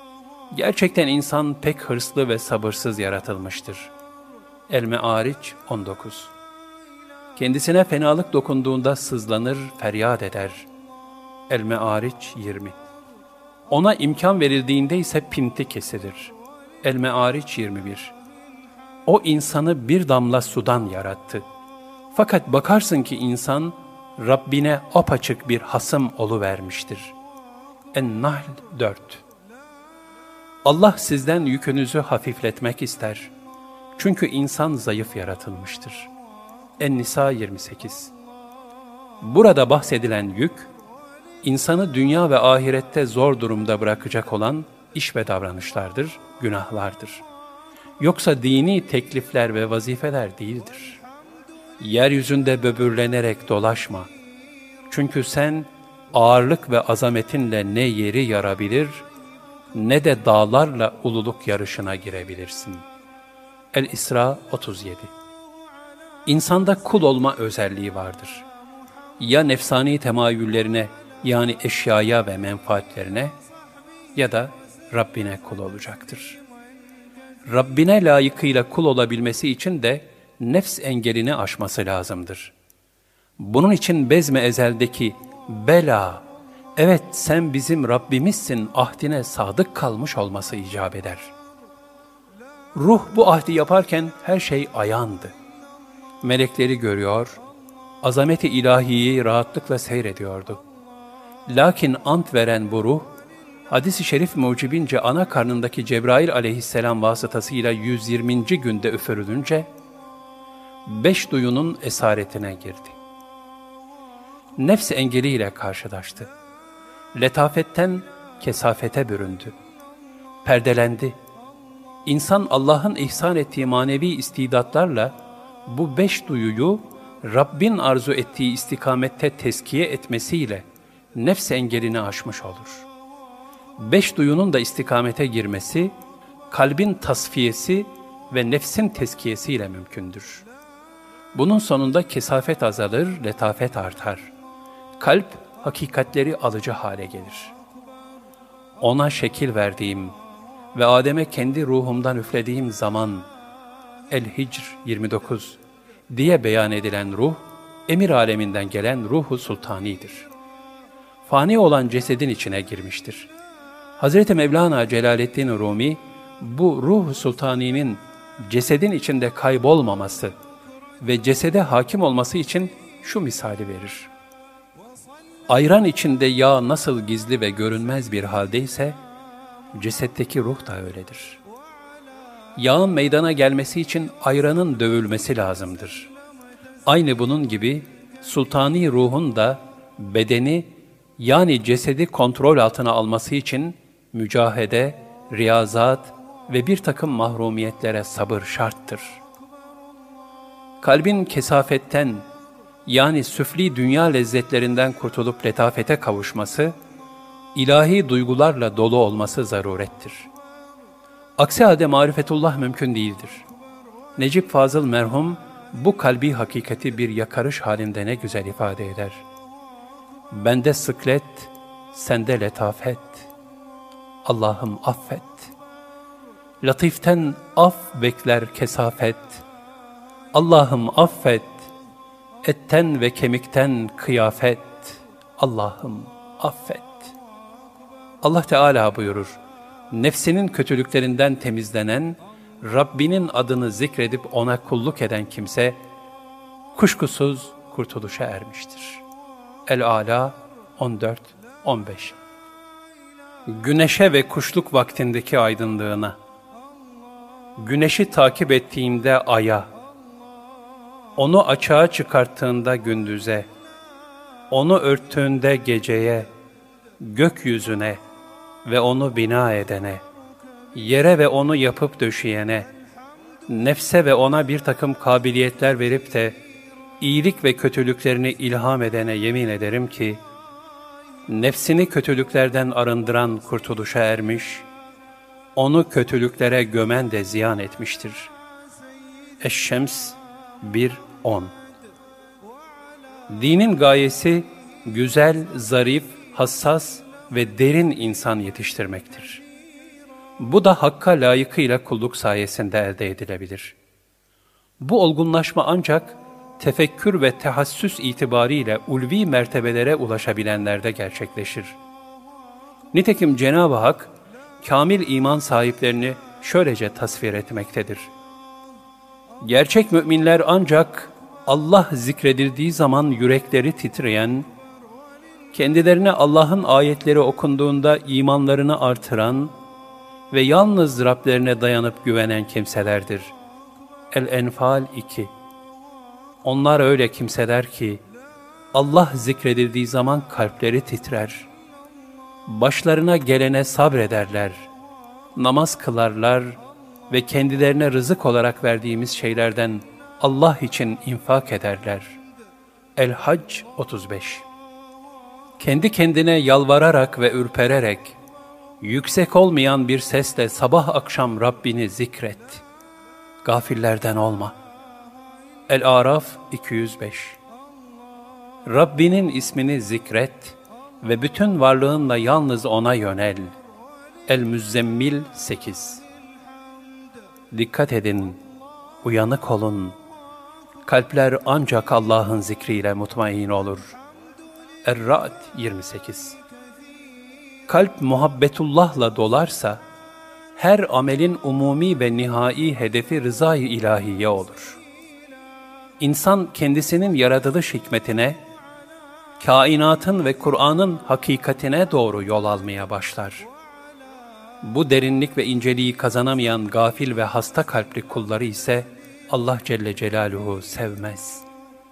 Gerçekten insan pek hırslı ve sabırsız yaratılmıştır. El-Me'ariç 19. Kendisine fenalık dokunduğunda sızlanır, feryat eder. El-Me'ariç 20. Ona imkan verildiğinde ise pinti kesilir. El-Me'ariç 21. O insanı bir damla sudan yarattı. Fakat bakarsın ki insan Rabbine apaçık bir hasım oluvermiştir. En-Nahl 4. Allah sizden yükünüzü hafifletmek ister. Çünkü insan zayıf yaratılmıştır. En-Nisa 28. Burada bahsedilen yük, insanı dünya ve ahirette zor durumda bırakacak olan iş ve davranışlardır, günahlardır. Yoksa dini teklifler ve vazifeler değildir. Yeryüzünde böbürlenerek dolaşma. Çünkü sen ağırlık ve azametinle ne yeri yarabilir, ne de dağlarla ululuk yarışına girebilirsin. El-İsra 37. İnsanda kul olma özelliği vardır. Ya nefsani temayüllerine, yani eşyaya ve menfaatlerine, ya da Rabbine kul olacaktır. Rabbine layıkıyla kul olabilmesi için de nefs engelini aşması lazımdır. Bunun için Bezm-i Ezel'deki "Bela, evet sen bizim Rabbimizsin" ahdine sadık kalmış olması icap eder. Ruh bu ahdi yaparken her şey ayandı. Melekleri görüyor, azameti ilahiyi rahatlıkla seyrediyordu. Lakin ant veren bu ruh, hadis-i şerif mucibince ana karnındaki Cebrail aleyhisselam vasıtasıyla 120. günde üfürülünce, 5 duyunun esaretine girdi. Nefs engeliyle karşılaştı. Letafetten kesafete büründü. Perdelendi. İnsan Allah'ın ihsan ettiği manevi istidatlarla bu 5 duyuyu Rabbin arzu ettiği istikamette teskiye etmesiyle nefs engelini aşmış olur. 5 duyunun da istikamete girmesi, kalbin tasfiyesi ve nefsin teskiyesiyle mümkündür. Bunun sonunda kesafet azalır, letafet artar. Kalp, hakikatleri alıcı hale gelir. Ona şekil verdiğim ve Adem'e kendi ruhumdan üflediğim zaman, El-Hicr 29 diye beyan edilen ruh, emir aleminden gelen ruhu sultanidir. Fani olan cesedin içine girmiştir. Hazreti Mevlana Celaleddin Rumi, bu ruh-u sultaninin cesedin içinde kaybolmaması ve cesede hakim olması için şu misali verir. Ayran içinde yağ nasıl gizli ve görünmez bir haldeyse, cesetteki ruh da öyledir. Yağın meydana gelmesi için ayranın dövülmesi lazımdır. Aynı bunun gibi sultani ruhun da bedeni, yani cesedi kontrol altına alması için mücahede, riyazat ve bir takım mahrumiyetlere sabır şarttır. Kalbin kesafetten, yani süfli dünya lezzetlerinden kurtulup letafete kavuşması, ilahi duygularla dolu olması zarurettir. Aksi halde marifetullah mümkün değildir. Necip Fazıl merhum, bu kalbi hakikati bir yakarış halinde ne güzel ifade eder. Bende sıklet, sende letafet. Allah'ım affet. Latiften af bekler kesafet. Allah'ım affet. Etten ve kemikten kıyafet. Allah'ım affet. Allah Teala buyurur, nefsinin kötülüklerinden temizlenen, Rabbinin adını zikredip ona kulluk eden kimse, kuşkusuz kurtuluşa ermiştir. El-Ala 14-15. Güneşe ve kuşluk vaktindeki aydınlığına, güneşi takip ettiğinde aya, onu açığa çıkarttığında gündüze, onu örttüğünde geceye, gökyüzüne ve onu bina edene, yere ve onu yapıp döşeyene, nefse ve ona bir takım kabiliyetler verip de iyilik ve kötülüklerini ilham edene yemin ederim ki, nefsini kötülüklerden arındıran kurtuluşa ermiş, onu kötülüklere gömen de ziyan etmiştir. Eş-Şems 1-10. Dinin gayesi, güzel, zarif, hassas ve derin insan yetiştirmektir. Bu da Hakk'a layıkıyla kulluk sayesinde elde edilebilir. Bu olgunlaşma ancak tefekkür ve tehassüs itibariyle ulvi mertebelere ulaşabilenlerde gerçekleşir. Nitekim Cenab-ı Hak, kamil iman sahiplerini şöylece tasvir etmektedir. Gerçek müminler ancak Allah zikredildiği zaman yürekleri titreyen, kendilerine Allah'ın ayetleri okunduğunda imanlarını artıran ve yalnız Rablerine dayanıp güvenen kimselerdir. El-Enfal 2. Onlar öyle kimseler ki, Allah zikredildiği zaman kalpleri titrer. Başlarına gelene sabrederler, namaz kılarlar ve kendilerine rızık olarak verdiğimiz şeylerden Allah için infak ederler. El-Hac 35. Kendi kendine yalvararak ve ürpererek, yüksek olmayan bir sesle sabah akşam Rabbini zikret. Gafillerden olma. El-Araf 205. Rabbinin ismini zikret ve bütün varlığınla yalnız O'na yönel. El-Müzzemmil 8. Dikkat edin, uyanık olun. Kalpler ancak Allah'ın zikriyle mutmain olur. Er-Ra'd 28. Kalp muhabbetullah'la dolarsa, her amelin umumi ve nihai hedefi rızayı ilahiye olur. İnsan kendisinin yaratılış hikmetine, kainatın ve Kur'an'ın hakikatine doğru yol almaya başlar. Bu derinlik ve inceliği kazanamayan gafil ve hasta kalpli kulları ise Allah Celle Celaluhu sevmez.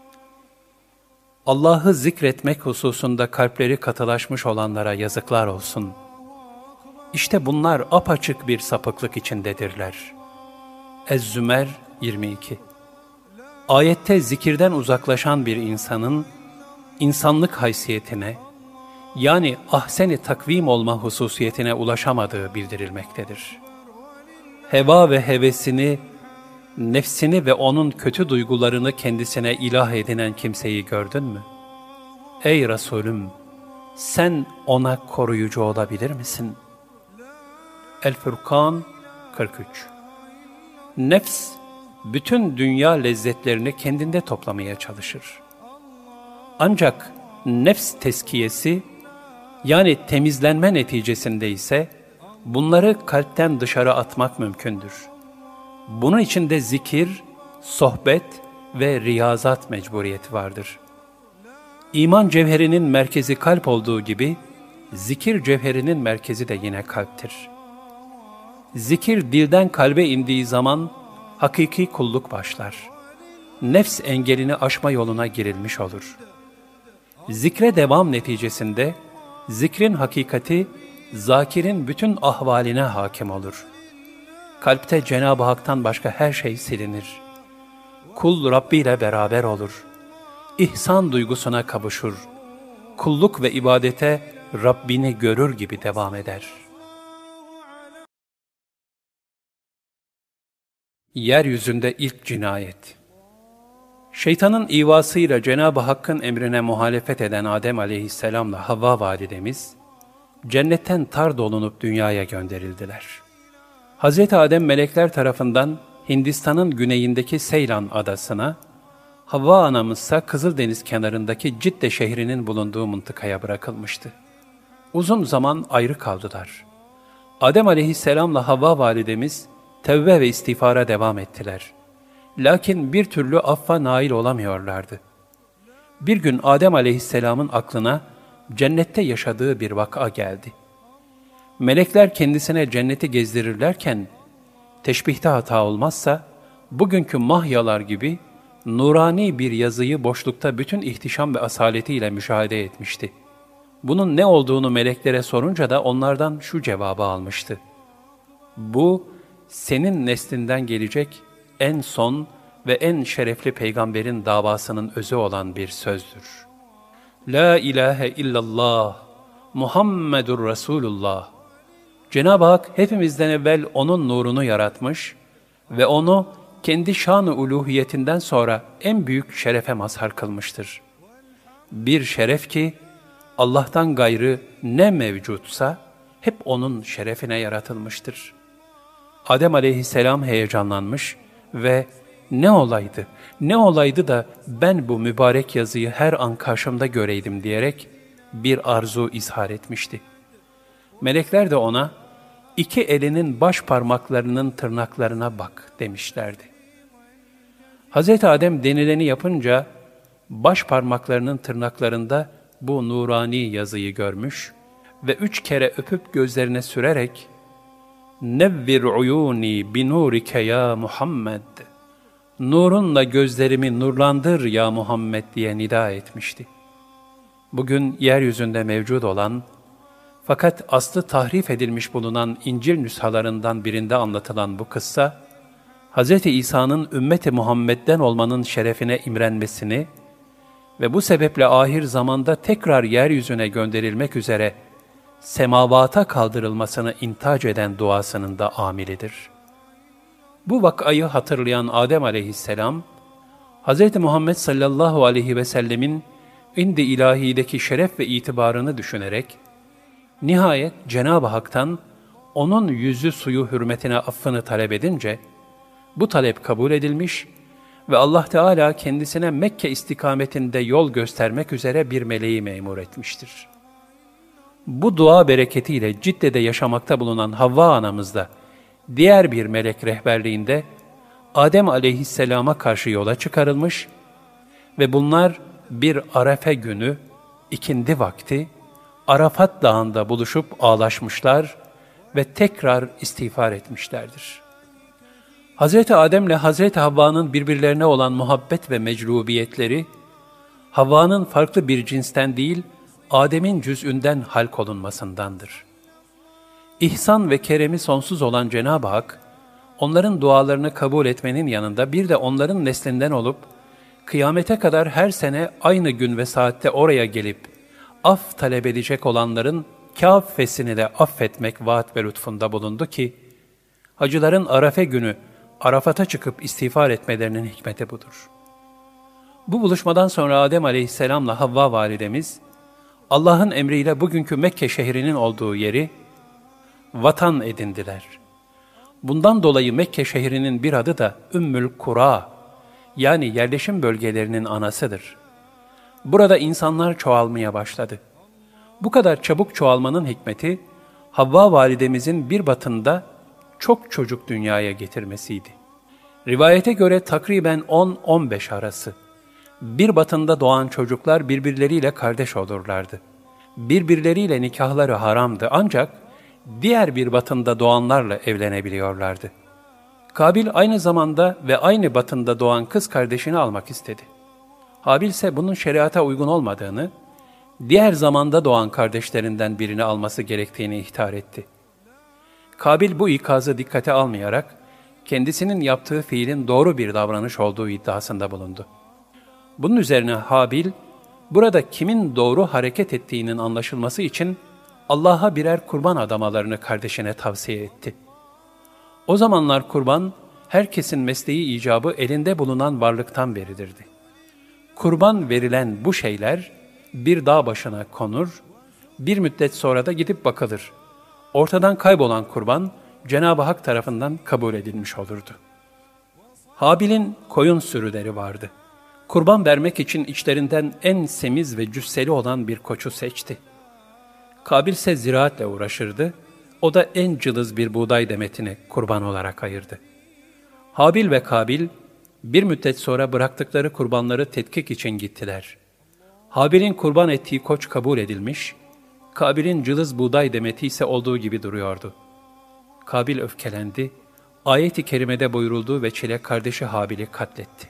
Allah'ı zikretmek hususunda kalpleri katılaşmış olanlara yazıklar olsun. İşte bunlar apaçık bir sapıklık içindedirler. Ez-Zümer 22. Ayette zikirden uzaklaşan bir insanın insanlık haysiyetine, yani ahsen-i takvim olma hususiyetine ulaşamadığı bildirilmektedir. Heva ve hevesini, nefsini ve onun kötü duygularını kendisine ilah edinen kimseyi gördün mü? Ey Resulüm, sen ona koruyucu olabilir misin? El-Furkan 43. Nefs, bütün dünya lezzetlerini kendinde toplamaya çalışır. Ancak nefs teskiyesi, yani temizlenme neticesinde ise bunları kalpten dışarı atmak mümkündür. Bunun için de zikir, sohbet ve riyazat mecburiyeti vardır. İman cevherinin merkezi kalp olduğu gibi, zikir cevherinin merkezi de yine kalptir. Zikir dilden kalbe indiği zaman hakiki kulluk başlar. Nefs engelini aşma yoluna girilmiş olur. Zikre devam neticesinde, zikrin hakikati, zakirin bütün ahvaline hakim olur. Kalpte Cenab-ı Hak'tan başka her şey silinir. Kul Rabbi ile beraber olur. İhsan duygusuna kavuşur. Kulluk ve ibadete Rabbini görür gibi devam eder. Yeryüzünde ilk cinayet. Şeytanın ivasıyla Cenab-ı Hakk'ın emrine muhalefet eden Adem aleyhisselamla Havva validemiz, cennetten tard olunup dünyaya gönderildiler. Hazreti Adem melekler tarafından Hindistan'ın güneyindeki Seylan adasına, Havva anamızsa Kızıldeniz kenarındaki Cidde şehrinin bulunduğu mıntıkaya bırakılmıştı. Uzun zaman ayrı kaldılar. Adem aleyhisselamla Havva validemiz tevbe ve istiğfara devam ettiler. Lakin bir türlü affa nail olamıyorlardı. Bir gün Adem aleyhisselamın aklına cennette yaşadığı bir vaka geldi. Melekler kendisine cenneti gezdirirlerken, teşbihte hata olmazsa, bugünkü mahyalar gibi nurani bir yazıyı boşlukta bütün ihtişam ve asaletiyle müşahede etmişti. Bunun ne olduğunu meleklere sorunca da onlardan şu cevabı almıştı. Bu, senin neslinden gelecek en son ve en şerefli peygamberin davasının özü olan bir sözdür. La ilahe illallah, Muhammedur Resulullah. Cenab-ı Hak hepimizden evvel onun nurunu yaratmış ve onu kendi şan-ı uluhiyetinden sonra en büyük şerefe mazhar kılmıştır. Bir şeref ki Allah'tan gayrı ne mevcutsa hep onun şerefine yaratılmıştır. Adem aleyhisselam heyecanlanmış ve ne olaydı da ben bu mübarek yazıyı her an karşımda göreydim diyerek bir arzu izhar etmişti. Melekler de ona, 2 elinin baş parmaklarının tırnaklarına bak demişlerdi. Hazreti Adem denileni yapınca baş parmaklarının tırnaklarında bu nurani yazıyı görmüş ve 3 kere öpüp gözlerine sürerek "Nevvir uyuni binurike ya Muhammed, nurunla gözlerimi nurlandır ya Muhammed" diye nida etmişti. Bugün yeryüzünde mevcut olan fakat aslı tahrif edilmiş bulunan İncil nüshalarından birinde anlatılan bu kıssa, Hz. İsa'nın ümmeti Muhammed'den olmanın şerefine imrenmesini ve bu sebeple ahir zamanda tekrar yeryüzüne gönderilmek üzere semavata kaldırılmasını intac eden duasının da amilidir. Bu vakayı hatırlayan Adem aleyhisselam, Hz. Muhammed sallallahu aleyhi ve sellemin indi ilahideki şeref ve itibarını düşünerek, nihayet Cenab-ı Hak'tan onun yüzü suyu hürmetine affını talep edince, bu talep kabul edilmiş ve Allah Teala kendisine Mekke istikametinde yol göstermek üzere bir meleği memur etmiştir. Bu dua bereketiyle Cidde'de yaşamakta bulunan Havva anamız da diğer bir melek rehberliğinde Adem aleyhisselama karşı yola çıkarılmış ve bunlar bir Arefe günü, ikindi vakti, Arafat Dağı'nda buluşup ağlaşmışlar ve tekrar istiğfar etmişlerdir. Hazreti Adem'le Hazreti Havva'nın birbirlerine olan muhabbet ve meclubiyetleri, Havva'nın farklı bir cinsten değil, Adem'in cüz'ünden halk olunmasındandır. İhsan ve keremi sonsuz olan Cenab-ı Hak, onların dualarını kabul etmenin yanında bir de onların neslinden olup, kıyamete kadar her sene aynı gün ve saatte oraya gelip, af talep edecek olanların kâffesini de affetmek vaat ve lütfunda bulundu ki, hacıların Arafe günü Arafat'a çıkıp istiğfar etmelerinin hikmeti budur. Bu buluşmadan sonra Adem aleyhisselamla Havva validemiz, Allah'ın emriyle bugünkü Mekke şehrinin olduğu yeri vatan edindiler. Bundan dolayı Mekke şehrinin bir adı da Ümmül Kura, yani yerleşim bölgelerinin anasıdır. Burada insanlar çoğalmaya başladı. Bu kadar çabuk çoğalmanın hikmeti, Havva validemizin bir batında çok çocuk dünyaya getirmesiydi. Rivayete göre takriben 10-15 arası. Bir batında doğan çocuklar birbirleriyle kardeş olurlardı. Birbirleriyle nikahları haramdı ancak diğer bir batında doğanlarla evlenebiliyorlardı. Kabil aynı zamanda ve aynı batında doğan kız kardeşini almak istedi. Habil ise bunun şeriata uygun olmadığını, diğer zamanda doğan kardeşlerinden birini alması gerektiğini ihtar etti. Kabil bu ikazı dikkate almayarak, kendisinin yaptığı fiilin doğru bir davranış olduğu iddiasında bulundu. Bunun üzerine Habil, burada kimin doğru hareket ettiğinin anlaşılması için Allah'a birer kurban adamalarını kardeşine tavsiye etti. O zamanlar kurban, herkesin mesleği icabı elinde bulunan varlıktan verilirdi. Kurban verilen bu şeyler bir dağ başına konur, bir müddet sonra da gidip bakılır. Ortadan kaybolan kurban, Cenab-ı Hak tarafından kabul edilmiş olurdu. Habil'in koyun sürüleri vardı. Kurban vermek için içlerinden en semiz ve cüsseli olan bir koçu seçti. Kabil ise ziraatle uğraşırdı, o da en cılız bir buğday demetini kurban olarak ayırdı. Habil ve Kabil, bir müddet sonra bıraktıkları kurbanları tetkik için gittiler. Habil'in kurban ettiği koç kabul edilmiş, Kabil'in cılız buğday demeti ise olduğu gibi duruyordu. Kabil öfkelendi, ayet-i kerimede buyurulduğu veçile kardeşi Habil'i katletti.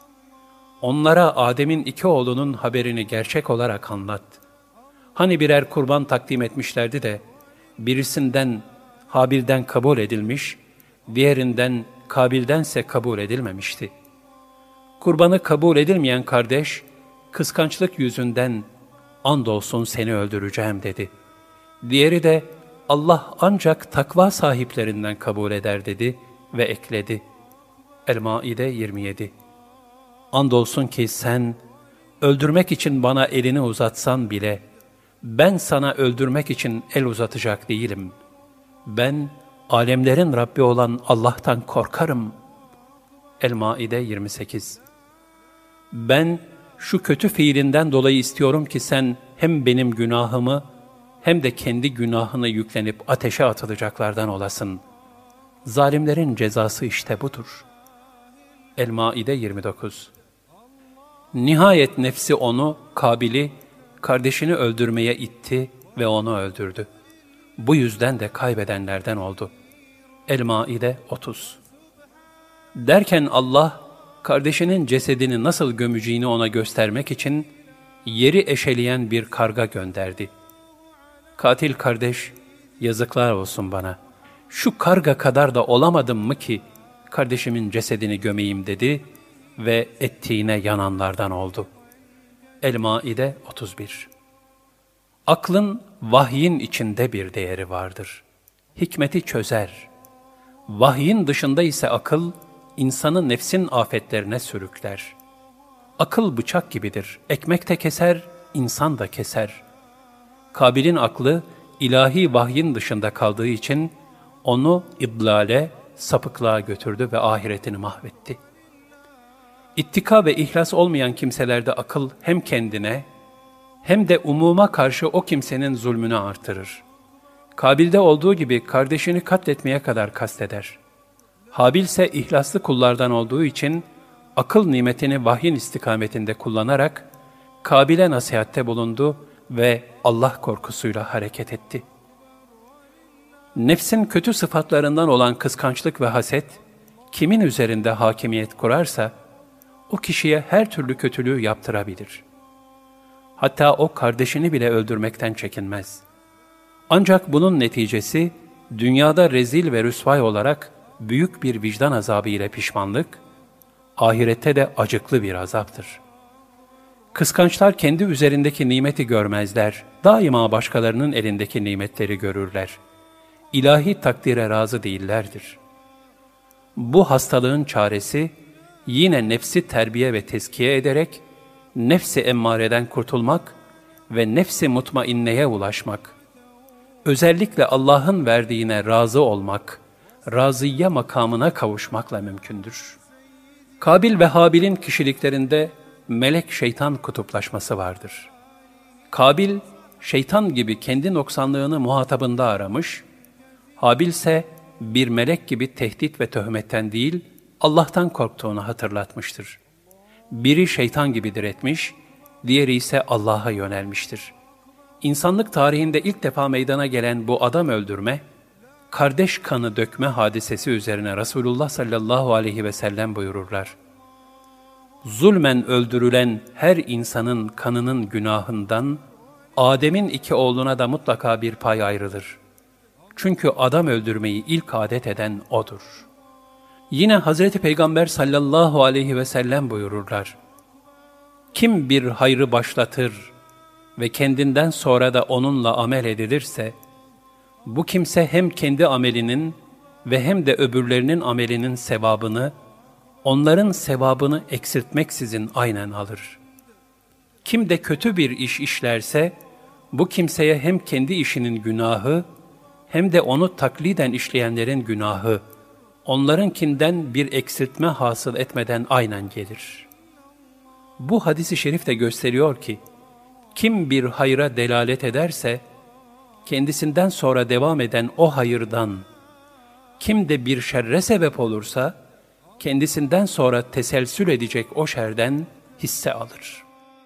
Onlara Adem'in 2 oğlunun haberini gerçek olarak anlat. Hani birer kurban takdim etmişlerdi de, birisinden Habil'den kabul edilmiş, diğerinden Kabil'dense kabul edilmemişti. Kurbanı kabul edilmeyen kardeş, kıskançlık yüzünden andolsun seni öldüreceğim dedi. Diğeri de Allah ancak takva sahiplerinden kabul eder dedi ve ekledi. El-Maide 27. Andolsun ki sen öldürmek için bana elini uzatsan bile ben sana öldürmek için el uzatacak değilim. Ben alemlerin Rabbi olan Allah'tan korkarım. El-Maide 28. Ben şu kötü fiilinden dolayı istiyorum ki sen hem benim günahımı hem de kendi günahını yüklenip ateşe atılacaklardan olasın. Zalimlerin cezası işte budur. El-Maide 29. Nihayet nefsi onu, Kabil'i, kardeşini öldürmeye itti ve onu öldürdü. Bu yüzden de kaybedenlerden oldu. El-Maide 30. Derken Allah, kardeşinin cesedini nasıl gömeceğini ona göstermek için yeri eşeleyen bir karga gönderdi. Katil kardeş, yazıklar olsun bana, şu karga kadar da olamadım mı ki kardeşimin cesedini gömeyim dedi ve ettiğine yananlardan oldu. El-Maide 31. Aklın vahyin içinde bir değeri vardır. Hikmeti çözer. Vahyin dışında ise akıl, insanı nefsin afetlerine sürükler. Akıl bıçak gibidir. Ekmek de keser, insan da keser. Kabil'in aklı, ilahi vahyin dışında kaldığı için onu idlale, sapıklığa götürdü ve ahiretini mahvetti. İttika ve ihlas olmayan kimselerde akıl hem kendine hem de umuma karşı o kimsenin zulmünü artırır. Kabil'de olduğu gibi kardeşini katletmeye kadar kasteder. Habil ise ihlaslı kullardan olduğu için akıl nimetini vahyin istikametinde kullanarak Kabil'e nasihatte bulundu ve Allah korkusuyla hareket etti. Nefsin kötü sıfatlarından olan kıskançlık ve haset, kimin üzerinde hakimiyet kurarsa, o kişiye her türlü kötülüğü yaptırabilir. Hatta o kardeşini bile öldürmekten çekinmez. Ancak bunun neticesi, dünyada rezil ve rüsvay olarak büyük bir vicdan azabı ile pişmanlık, ahirette de acıklı bir azaptır. Kıskançlar kendi üzerindeki nimeti görmezler, daima başkalarının elindeki nimetleri görürler. İlahi takdire razı değillerdir. Bu hastalığın çaresi, yine nefsi terbiye ve tezkiye ederek, nefsi emmareden kurtulmak ve nefsi mutmainneye ulaşmak, özellikle Allah'ın verdiğine razı olmak, razıye makamına kavuşmakla mümkündür. Kabil ve Habil'in kişiliklerinde melek-şeytan kutuplaşması vardır. Kabil, şeytan gibi kendi noksanlığını muhatabında aramış, Habil ise bir melek gibi tehdit ve töhmetten değil, Allah'tan korktuğunu hatırlatmıştır. Biri şeytan gibi diretmiş, diğeri ise Allah'a yönelmiştir. İnsanlık tarihinde ilk defa meydana gelen bu adam öldürme, kardeş kanı dökme hadisesi üzerine Resulullah sallallahu aleyhi ve sellem buyururlar. Zulmen öldürülen her insanın kanının günahından, Adem'in iki oğluna da mutlaka bir pay ayrılır. Çünkü adam öldürmeyi ilk adet eden odur. Yine Hazreti Peygamber sallallahu aleyhi ve sellem buyururlar. Kim bir hayrı başlatır ve kendinden sonra da onunla amel edilirse, bu kimse hem kendi amelinin ve hem de öbürlerinin amelinin sevabını, onların sevabını eksiltmeksizin aynen alır. Kim de kötü bir iş işlerse, bu kimseye hem kendi işinin günahı, hem de onu takliden işleyenlerin günahı, onlarınkinden bir eksiltme hasıl etmeden aynen gelir. Bu hadis-i şerif de gösteriyor ki, kim bir hayra delalet ederse, kendisinden sonra devam eden o hayırdan, kim de bir şerre sebep olursa, kendisinden sonra teselsül edecek o şerden hisse alır.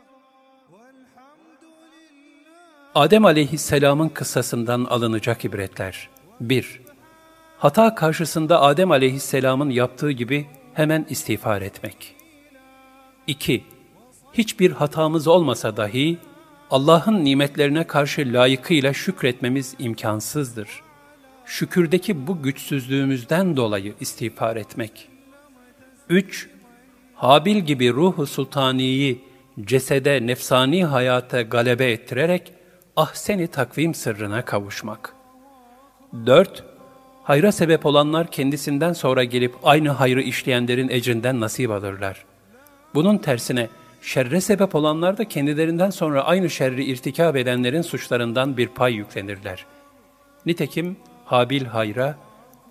Adem aleyhisselamın kıssasından alınacak ibretler. 1. Hata karşısında Adem aleyhisselamın yaptığı gibi hemen istiğfar etmek. 2. Hiçbir hatamız olmasa dahi Allah'ın nimetlerine karşı layıkıyla şükretmemiz imkansızdır. Şükürdeki bu güçsüzlüğümüzden dolayı istiğfar etmek. 3. Habil gibi ruh-u sultaniyi cesede, nefsani hayata galebe ettirerek ahsen-i takvim sırrına kavuşmak. 4. Hayra sebep olanlar kendisinden sonra gelip aynı hayrı işleyenlerin ecrinden nasip alırlar. Bunun tersine şerre sebep olanlar da kendilerinden sonra aynı şerri irtikab edenlerin suçlarından bir pay yüklenirler. Nitekim Habil hayra,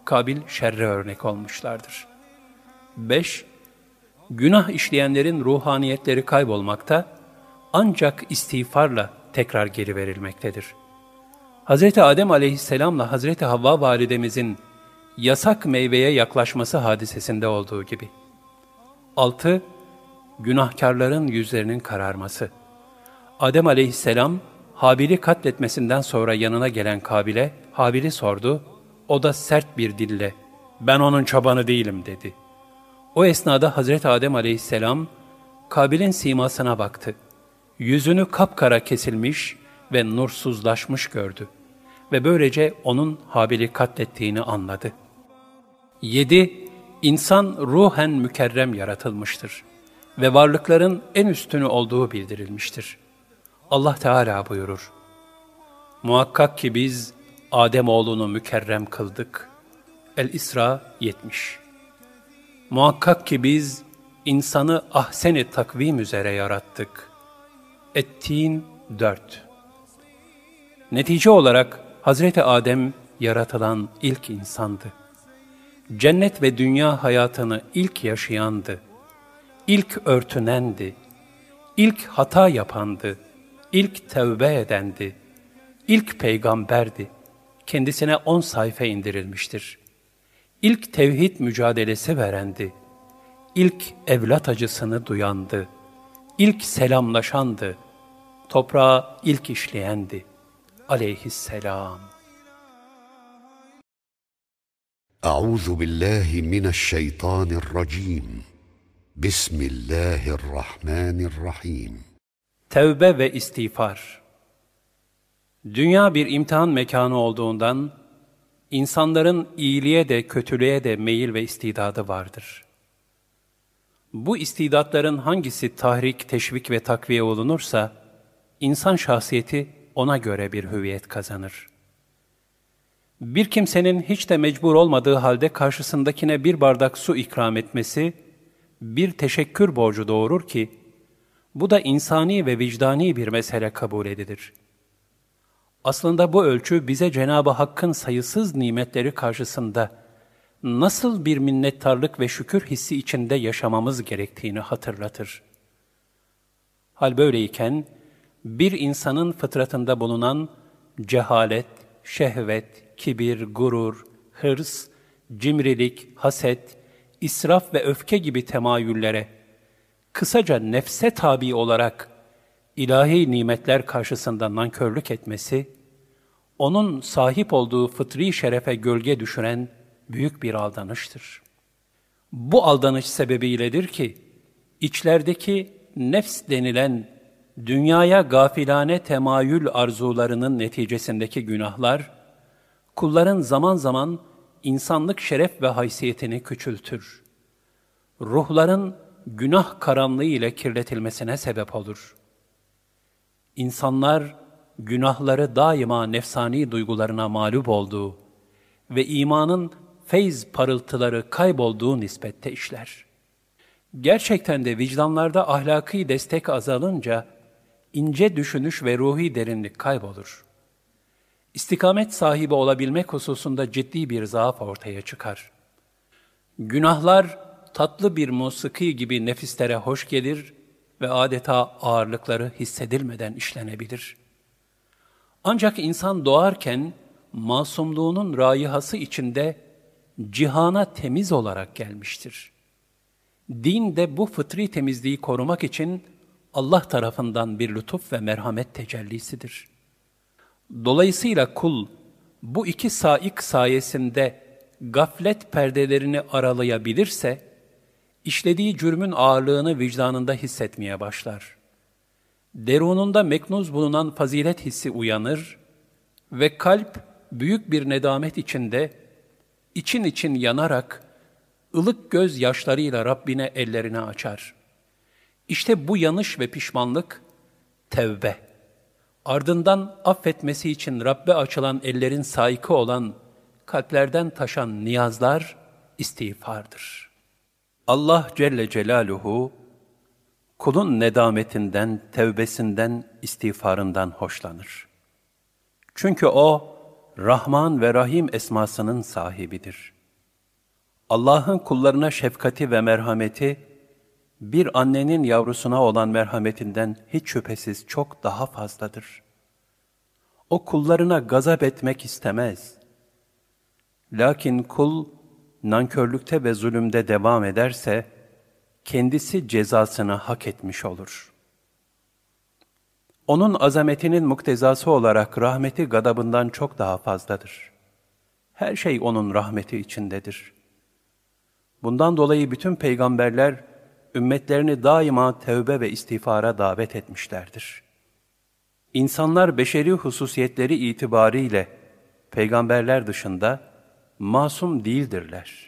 Kabil şerre örnek olmuşlardır. 5. Günah işleyenlerin ruhaniyetleri kaybolmakta, ancak istiğfarla tekrar geri verilmektedir. Hz. Adem aleyhisselamla Hz. Havva validemizin yasak meyveye yaklaşması hadisesinde olduğu gibi. 6. Günahkarların yüzlerinin kararması. Adem aleyhisselam, Habil'i katletmesinden sonra yanına gelen Kabil'e, Habil'i sordu. O da sert bir dille, "Ben onun çobanı değilim." dedi. O esnada Hazreti Adem aleyhisselam, Kabil'in simasına baktı. Yüzünü kapkara kesilmiş ve nursuzlaşmış gördü. Ve böylece onun Habil'i katlettiğini anladı. 7. İnsan ruhen mükerrem yaratılmıştır ve varlıkların en üstünü olduğu bildirilmiştir. Allah Teala buyurur, "Muhakkak ki biz Ademoğlunu mükerrem kıldık." El-İsra 70. Muhakkak ki biz insanı ahsen-i takvim üzere yarattık. Et-Tin 4. Netice olarak Hazreti Adem yaratılan ilk insandı. Cennet ve dünya hayatını ilk yaşayandı. İlk örtünendi. İlk hata yapandı. İlk tevbe edendi. İlk peygamberdi. Kendisine 10 sayfa indirilmiştir. İlk tevhid mücadelesi verendi. İlk evlat acısını duyandı. İlk selamlaşandı. Toprağı ilk işleyendi. Aleyhisselam. Euzu billahi mineşşeytanirracim. Bismillahirrahmanirrahim. Tevbe ve istiğfar. Dünya bir imtihan mekanı olduğundan, insanların iyiliğe de kötülüğe de meyil ve istidadı vardır. Bu istidatların hangisi tahrik, teşvik ve takviye olunursa, insan şahsiyeti ona göre bir hüviyet kazanır. Bir kimsenin hiç de mecbur olmadığı halde karşısındakine bir bardak su ikram etmesi, bir teşekkür borcu doğurur ki, bu da insani ve vicdani bir mesele kabul edilir. Aslında bu ölçü bize Cenab-ı Hakk'ın sayısız nimetleri karşısında nasıl bir minnettarlık ve şükür hissi içinde yaşamamız gerektiğini hatırlatır. Hal böyleyken, bir insanın fıtratında bulunan cehalet, şehvet, kibir, gurur, hırs, cimrilik, haset, israf ve öfke gibi temayüllere, kısaca nefse tabi olarak ilahi nimetler karşısında nankörlük etmesi, onun sahip olduğu fıtri şerefe gölge düşüren büyük bir aldanıştır. Bu aldanış sebebiyledir ki, içlerdeki nefs denilen dünyaya gafilane temayül arzularının neticesindeki günahlar, kulların zaman zaman insanlık şeref ve haysiyetini küçültür. Ruhların günah karanlığı ile kirletilmesine sebep olur. İnsanlar, günahları daima nefsani duygularına mağlup olduğu ve imanın feyz parıltıları kaybolduğu nispette işler. Gerçekten de vicdanlarda ahlaki destek azalınca, ince düşünüş ve ruhi derinlik kaybolur. İstikamet sahibi olabilmek hususunda ciddi bir zaaf ortaya çıkar. Günahlar tatlı bir musiki gibi nefislere hoş gelir ve adeta ağırlıkları hissedilmeden işlenebilir. Ancak insan doğarken masumluğunun rayihası içinde cihana temiz olarak gelmiştir. Din de bu fıtri temizliği korumak için Allah tarafından bir lütuf ve merhamet tecellisidir. Dolayısıyla kul bu iki saik sayesinde gaflet perdelerini aralayabilirse, işlediği cürmün ağırlığını vicdanında hissetmeye başlar. Derununda meknuz bulunan fazilet hissi uyanır ve kalp büyük bir nedamet içinde, için için yanarak, ılık göz yaşlarıyla Rabbine ellerini açar. İşte bu yanış ve pişmanlık, tevbe. Ardından affetmesi için Rabbe açılan ellerin saiki olan, kalplerden taşan niyazlar, istiğfardır. Allah Celle Celaluhu, kulun nedametinden, tevbesinden, istiğfarından hoşlanır. Çünkü O, Rahman ve Rahim esmasının sahibidir. Allah'ın kullarına şefkati ve merhameti, bir annenin yavrusuna olan merhametinden hiç şüphesiz çok daha fazladır. O kullarına gazap etmek istemez. Lakin kul, nankörlükte ve zulümde devam ederse, kendisi cezasını hak etmiş olur. Onun azametinin muktezası olarak rahmeti gadabından çok daha fazladır. Her şey onun rahmeti içindedir. Bundan dolayı bütün peygamberler, ümmetlerini daima tevbe ve istiğfara davet etmişlerdir. İnsanlar beşeri hususiyetleri itibariyle, peygamberler dışında, masum değildirler.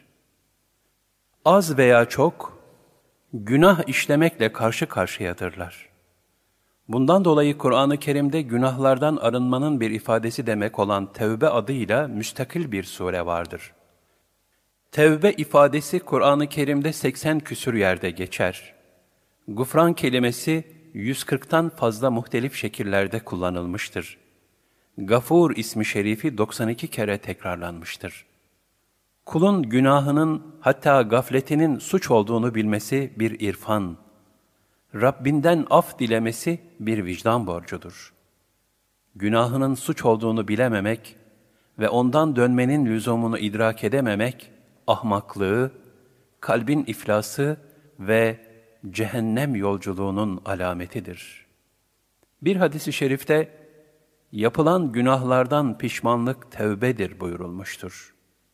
Az veya çok, günah işlemekle karşı karşıyadırlar. Bundan dolayı Kur'an-ı Kerim'de günahlardan arınmanın bir ifadesi demek olan Tevbe adıyla müstakil bir sure vardır. Tevbe ifadesi Kur'an-ı Kerim'de 80 küsur yerde geçer. Gufran kelimesi 140'tan fazla muhtelif şekillerde kullanılmıştır. Gafur ismi şerifi 92 kere tekrarlanmıştır. Kulun günahının, hatta gafletinin suç olduğunu bilmesi bir irfan, Rabbinden af dilemesi bir vicdan borcudur. Günahının suç olduğunu bilememek ve ondan dönmenin lüzumunu idrak edememek, ahmaklığı, kalbin iflası ve cehennem yolculuğunun alametidir. Bir hadis-i şerifte, yapılan günahlardan pişmanlık tevbedir buyurulmuştur.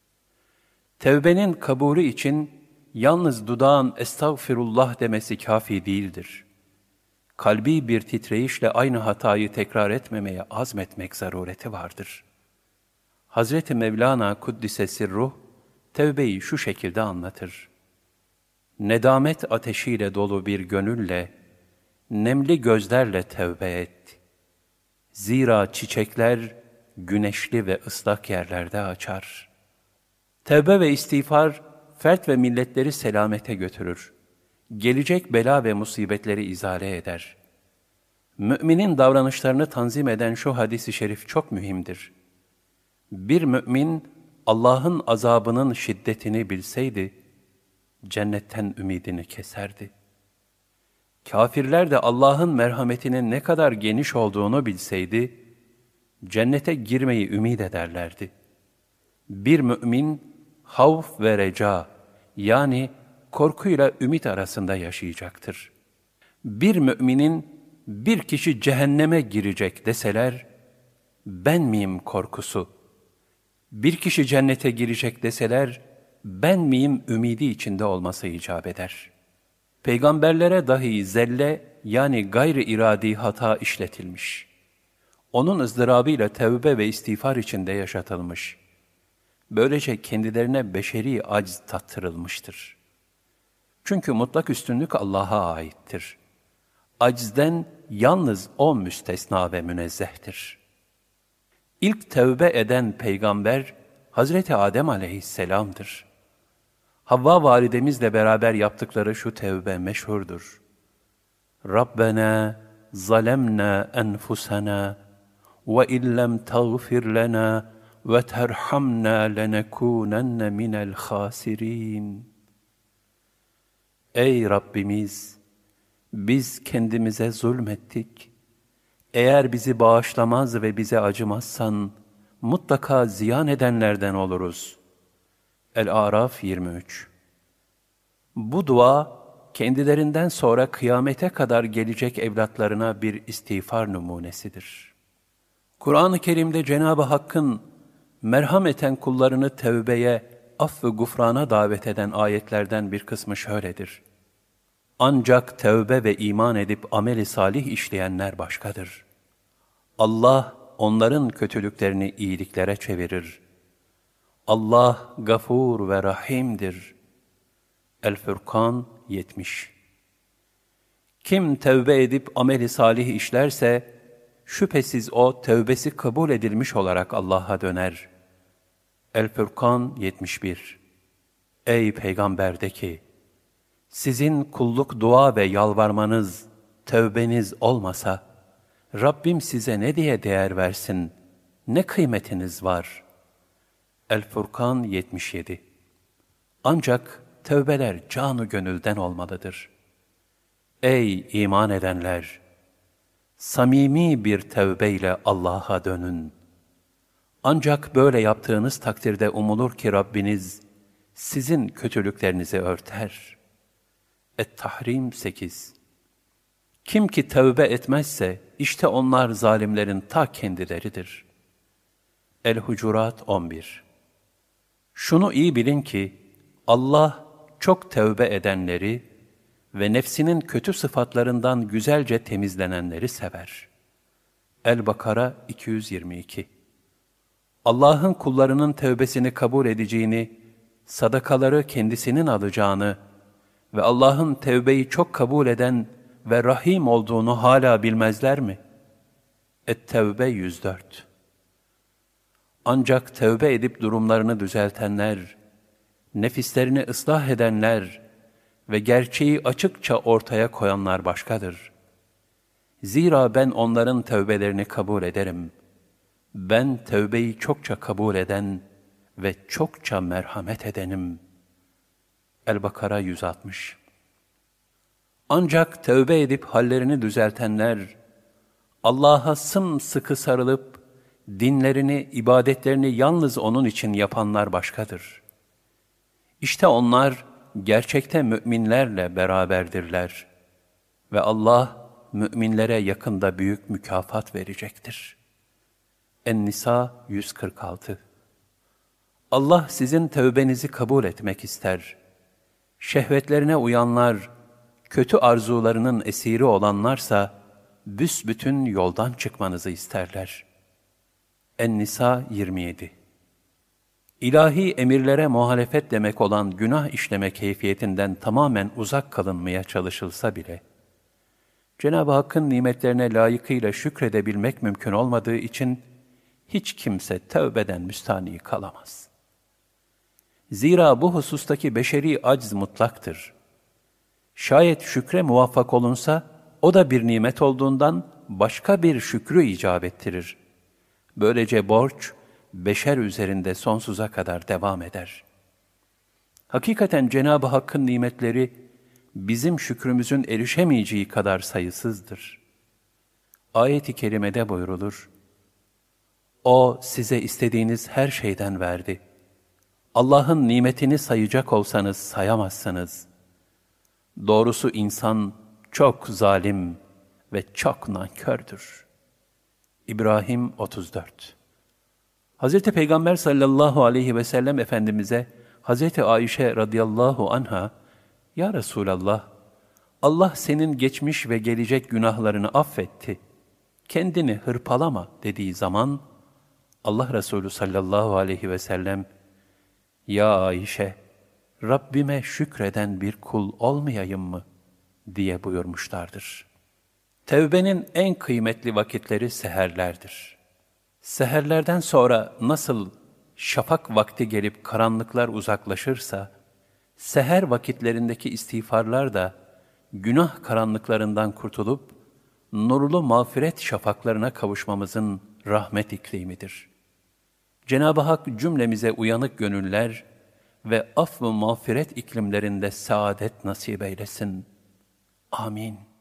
Tevbenin kabulü için yalnız dudağın estağfirullah demesi kafi değildir. Kalbi bir titreyişle aynı hatayı tekrar etmemeye azmetmek zarureti vardır. Hazreti Mevlana Kuddise Sirruh, tevbeyi şu şekilde anlatır. Nedamet ateşiyle dolu bir gönülle, nemli gözlerle tevbe et. Zira çiçekler güneşli ve ıslak yerlerde açar. Tevbe ve istiğfar, fert ve milletleri selamete götürür. Gelecek bela ve musibetleri izale eder. Müminin davranışlarını tanzim eden şu hadis-i şerif çok mühimdir. Bir mümin, Allah'ın azabının şiddetini bilseydi, cennetten ümidini keserdi. Kafirler de Allah'ın merhametinin ne kadar geniş olduğunu bilseydi, cennete girmeyi ümid ederlerdi. Bir mümin, havf ve reca, yani korkuyla ümit arasında yaşayacaktır. Bir müminin, bir kişi cehenneme girecek deseler, ben miyim korkusu? Bir kişi cennete girecek deseler, ben miyim ümidi içinde olması icap eder. Peygamberlere dahi zelle, yani gayri iradi hata işletilmiş. Onun ızdırabıyla tevbe ve istiğfar içinde yaşatılmış. Böylece kendilerine beşeri acz tattırılmıştır. Çünkü mutlak üstünlük Allah'a aittir. Aczden yalnız O müstesna ve münezzehtir. İlk tevbe eden peygamber Hazreti Adem aleyhisselam'dır. Havva validemizle beraber yaptıkları şu tevbe meşhurdur. Rabbena zalemna enfusena ve illem tağfir lena ve terhamna lenekunenne minel khasirin. Ey Rabbimiz! Biz kendimize zulmettik. Eğer bizi bağışlamaz ve bize acımazsan, mutlaka ziyan edenlerden oluruz. El-Araf 23. Bu dua, kendilerinden sonra kıyamete kadar gelecek evlatlarına bir istiğfar numunesidir. Kur'an-ı Kerim'de Cenab-ı Hakk'ın merhameten kullarını tevbeye, af ve gufrana davet eden ayetlerden bir kısmı şöyledir. Ancak tevbe ve iman edip ameli salih işleyenler başkadır. Allah onların kötülüklerini iyiliklere çevirir. Allah gafur ve rahimdir. El-Furkan 70. Kim tevbe edip ameli salih işlerse, şüphesiz o tevbesi kabul edilmiş olarak Allah'a döner. El-Furkan 71. Ey Peygamber de ki, sizin kulluk dua ve yalvarmanız, tövbeniz olmasa, Rabbim size ne diye değer versin, ne kıymetiniz var? El-Furkan 77. Ancak tövbeler canı gönülden olmalıdır. Ey iman edenler! Samimi bir tövbeyle Allah'a dönün. Ancak böyle yaptığınız takdirde umulur ki Rabbiniz sizin kötülüklerinizi örter. Et-Tahrim 8. Kim ki tövbe etmezse işte onlar zalimlerin ta kendileridir. El-Hucurat 11. Şunu iyi bilin ki Allah çok tövbe edenleri ve nefsinin kötü sıfatlarından güzelce temizlenenleri sever. El-Bakara 222. Allah'ın kullarının tövbesini kabul edeceğini, sadakaları kendisinin alacağını ve Allah'ın tövbeyi çok kabul eden ve rahim olduğunu hala bilmezler mi? Et-Tevbe 104. Ancak tövbe edip durumlarını düzeltenler, nefislerini ıslah edenler ve gerçeği açıkça ortaya koyanlar başkadır. Zira ben onların tövbelerini kabul ederim. Ben tövbeyi çokça kabul eden ve çokça merhamet edenim. El-Bakara 160. Ancak tövbe edip hallerini düzeltenler, Allah'a sımsıkı sarılıp, dinlerini, ibadetlerini yalnız O'nun için yapanlar başkadır. İşte onlar gerçekte müminlerle beraberdirler ve Allah müminlere yakında büyük mükafat verecektir. En-Nisa 146. Allah sizin tövbenizi kabul etmek ister. Şehvetlerine uyanlar, kötü arzularının esiri olanlarsa büsbütün yoldan çıkmanızı isterler. En-Nisa 27. İlahi emirlere muhalefet demek olan günah işleme keyfiyetinden tamamen uzak kalınmaya çalışılsa bile, Cenab-ı Hakk'ın nimetlerine layıkıyla şükredebilmek mümkün olmadığı için hiç kimse tövbeden müstani kalamaz. Zira bu husustaki beşeri acz mutlaktır. Şayet şükre muvaffak olunsa, o da bir nimet olduğundan başka bir şükrü icap ettirir. Böylece borç, beşer üzerinde sonsuza kadar devam eder. Hakikaten Cenab-ı Hakk'ın nimetleri, bizim şükrümüzün erişemeyeceği kadar sayısızdır. Ayet-i kerimede buyrulur, O size istediğiniz her şeyden verdi. Allah'ın nimetini sayacak olsanız sayamazsınız. Doğrusu insan çok zalim ve çok nankördür. İbrahim 34. Hz. Peygamber sallallahu aleyhi ve sellem Efendimiz'e Hz. Ayşe radıyallahu anha, Ya Resulallah, Allah senin geçmiş ve gelecek günahlarını affetti. Kendini hırpalama dediği zaman, Allah Resulü sallallahu aleyhi ve sellem, Ya Ayşe, Rabbime şükreden bir kul olmayayım mı? Diye buyurmuşlardır. Tevbenin en kıymetli vakitleri seherlerdir. Seherlerden sonra nasıl şafak vakti gelip karanlıklar uzaklaşırsa, seher vakitlerindeki istiğfarlar da günah karanlıklarından kurtulup, nurlu mağfiret şafaklarına kavuşmamızın rahmet iklimidir. Cenab-ı Hak cümlemize uyanık gönüller ve af ve mağfiret iklimlerinde saadet nasip eylesin. Amin.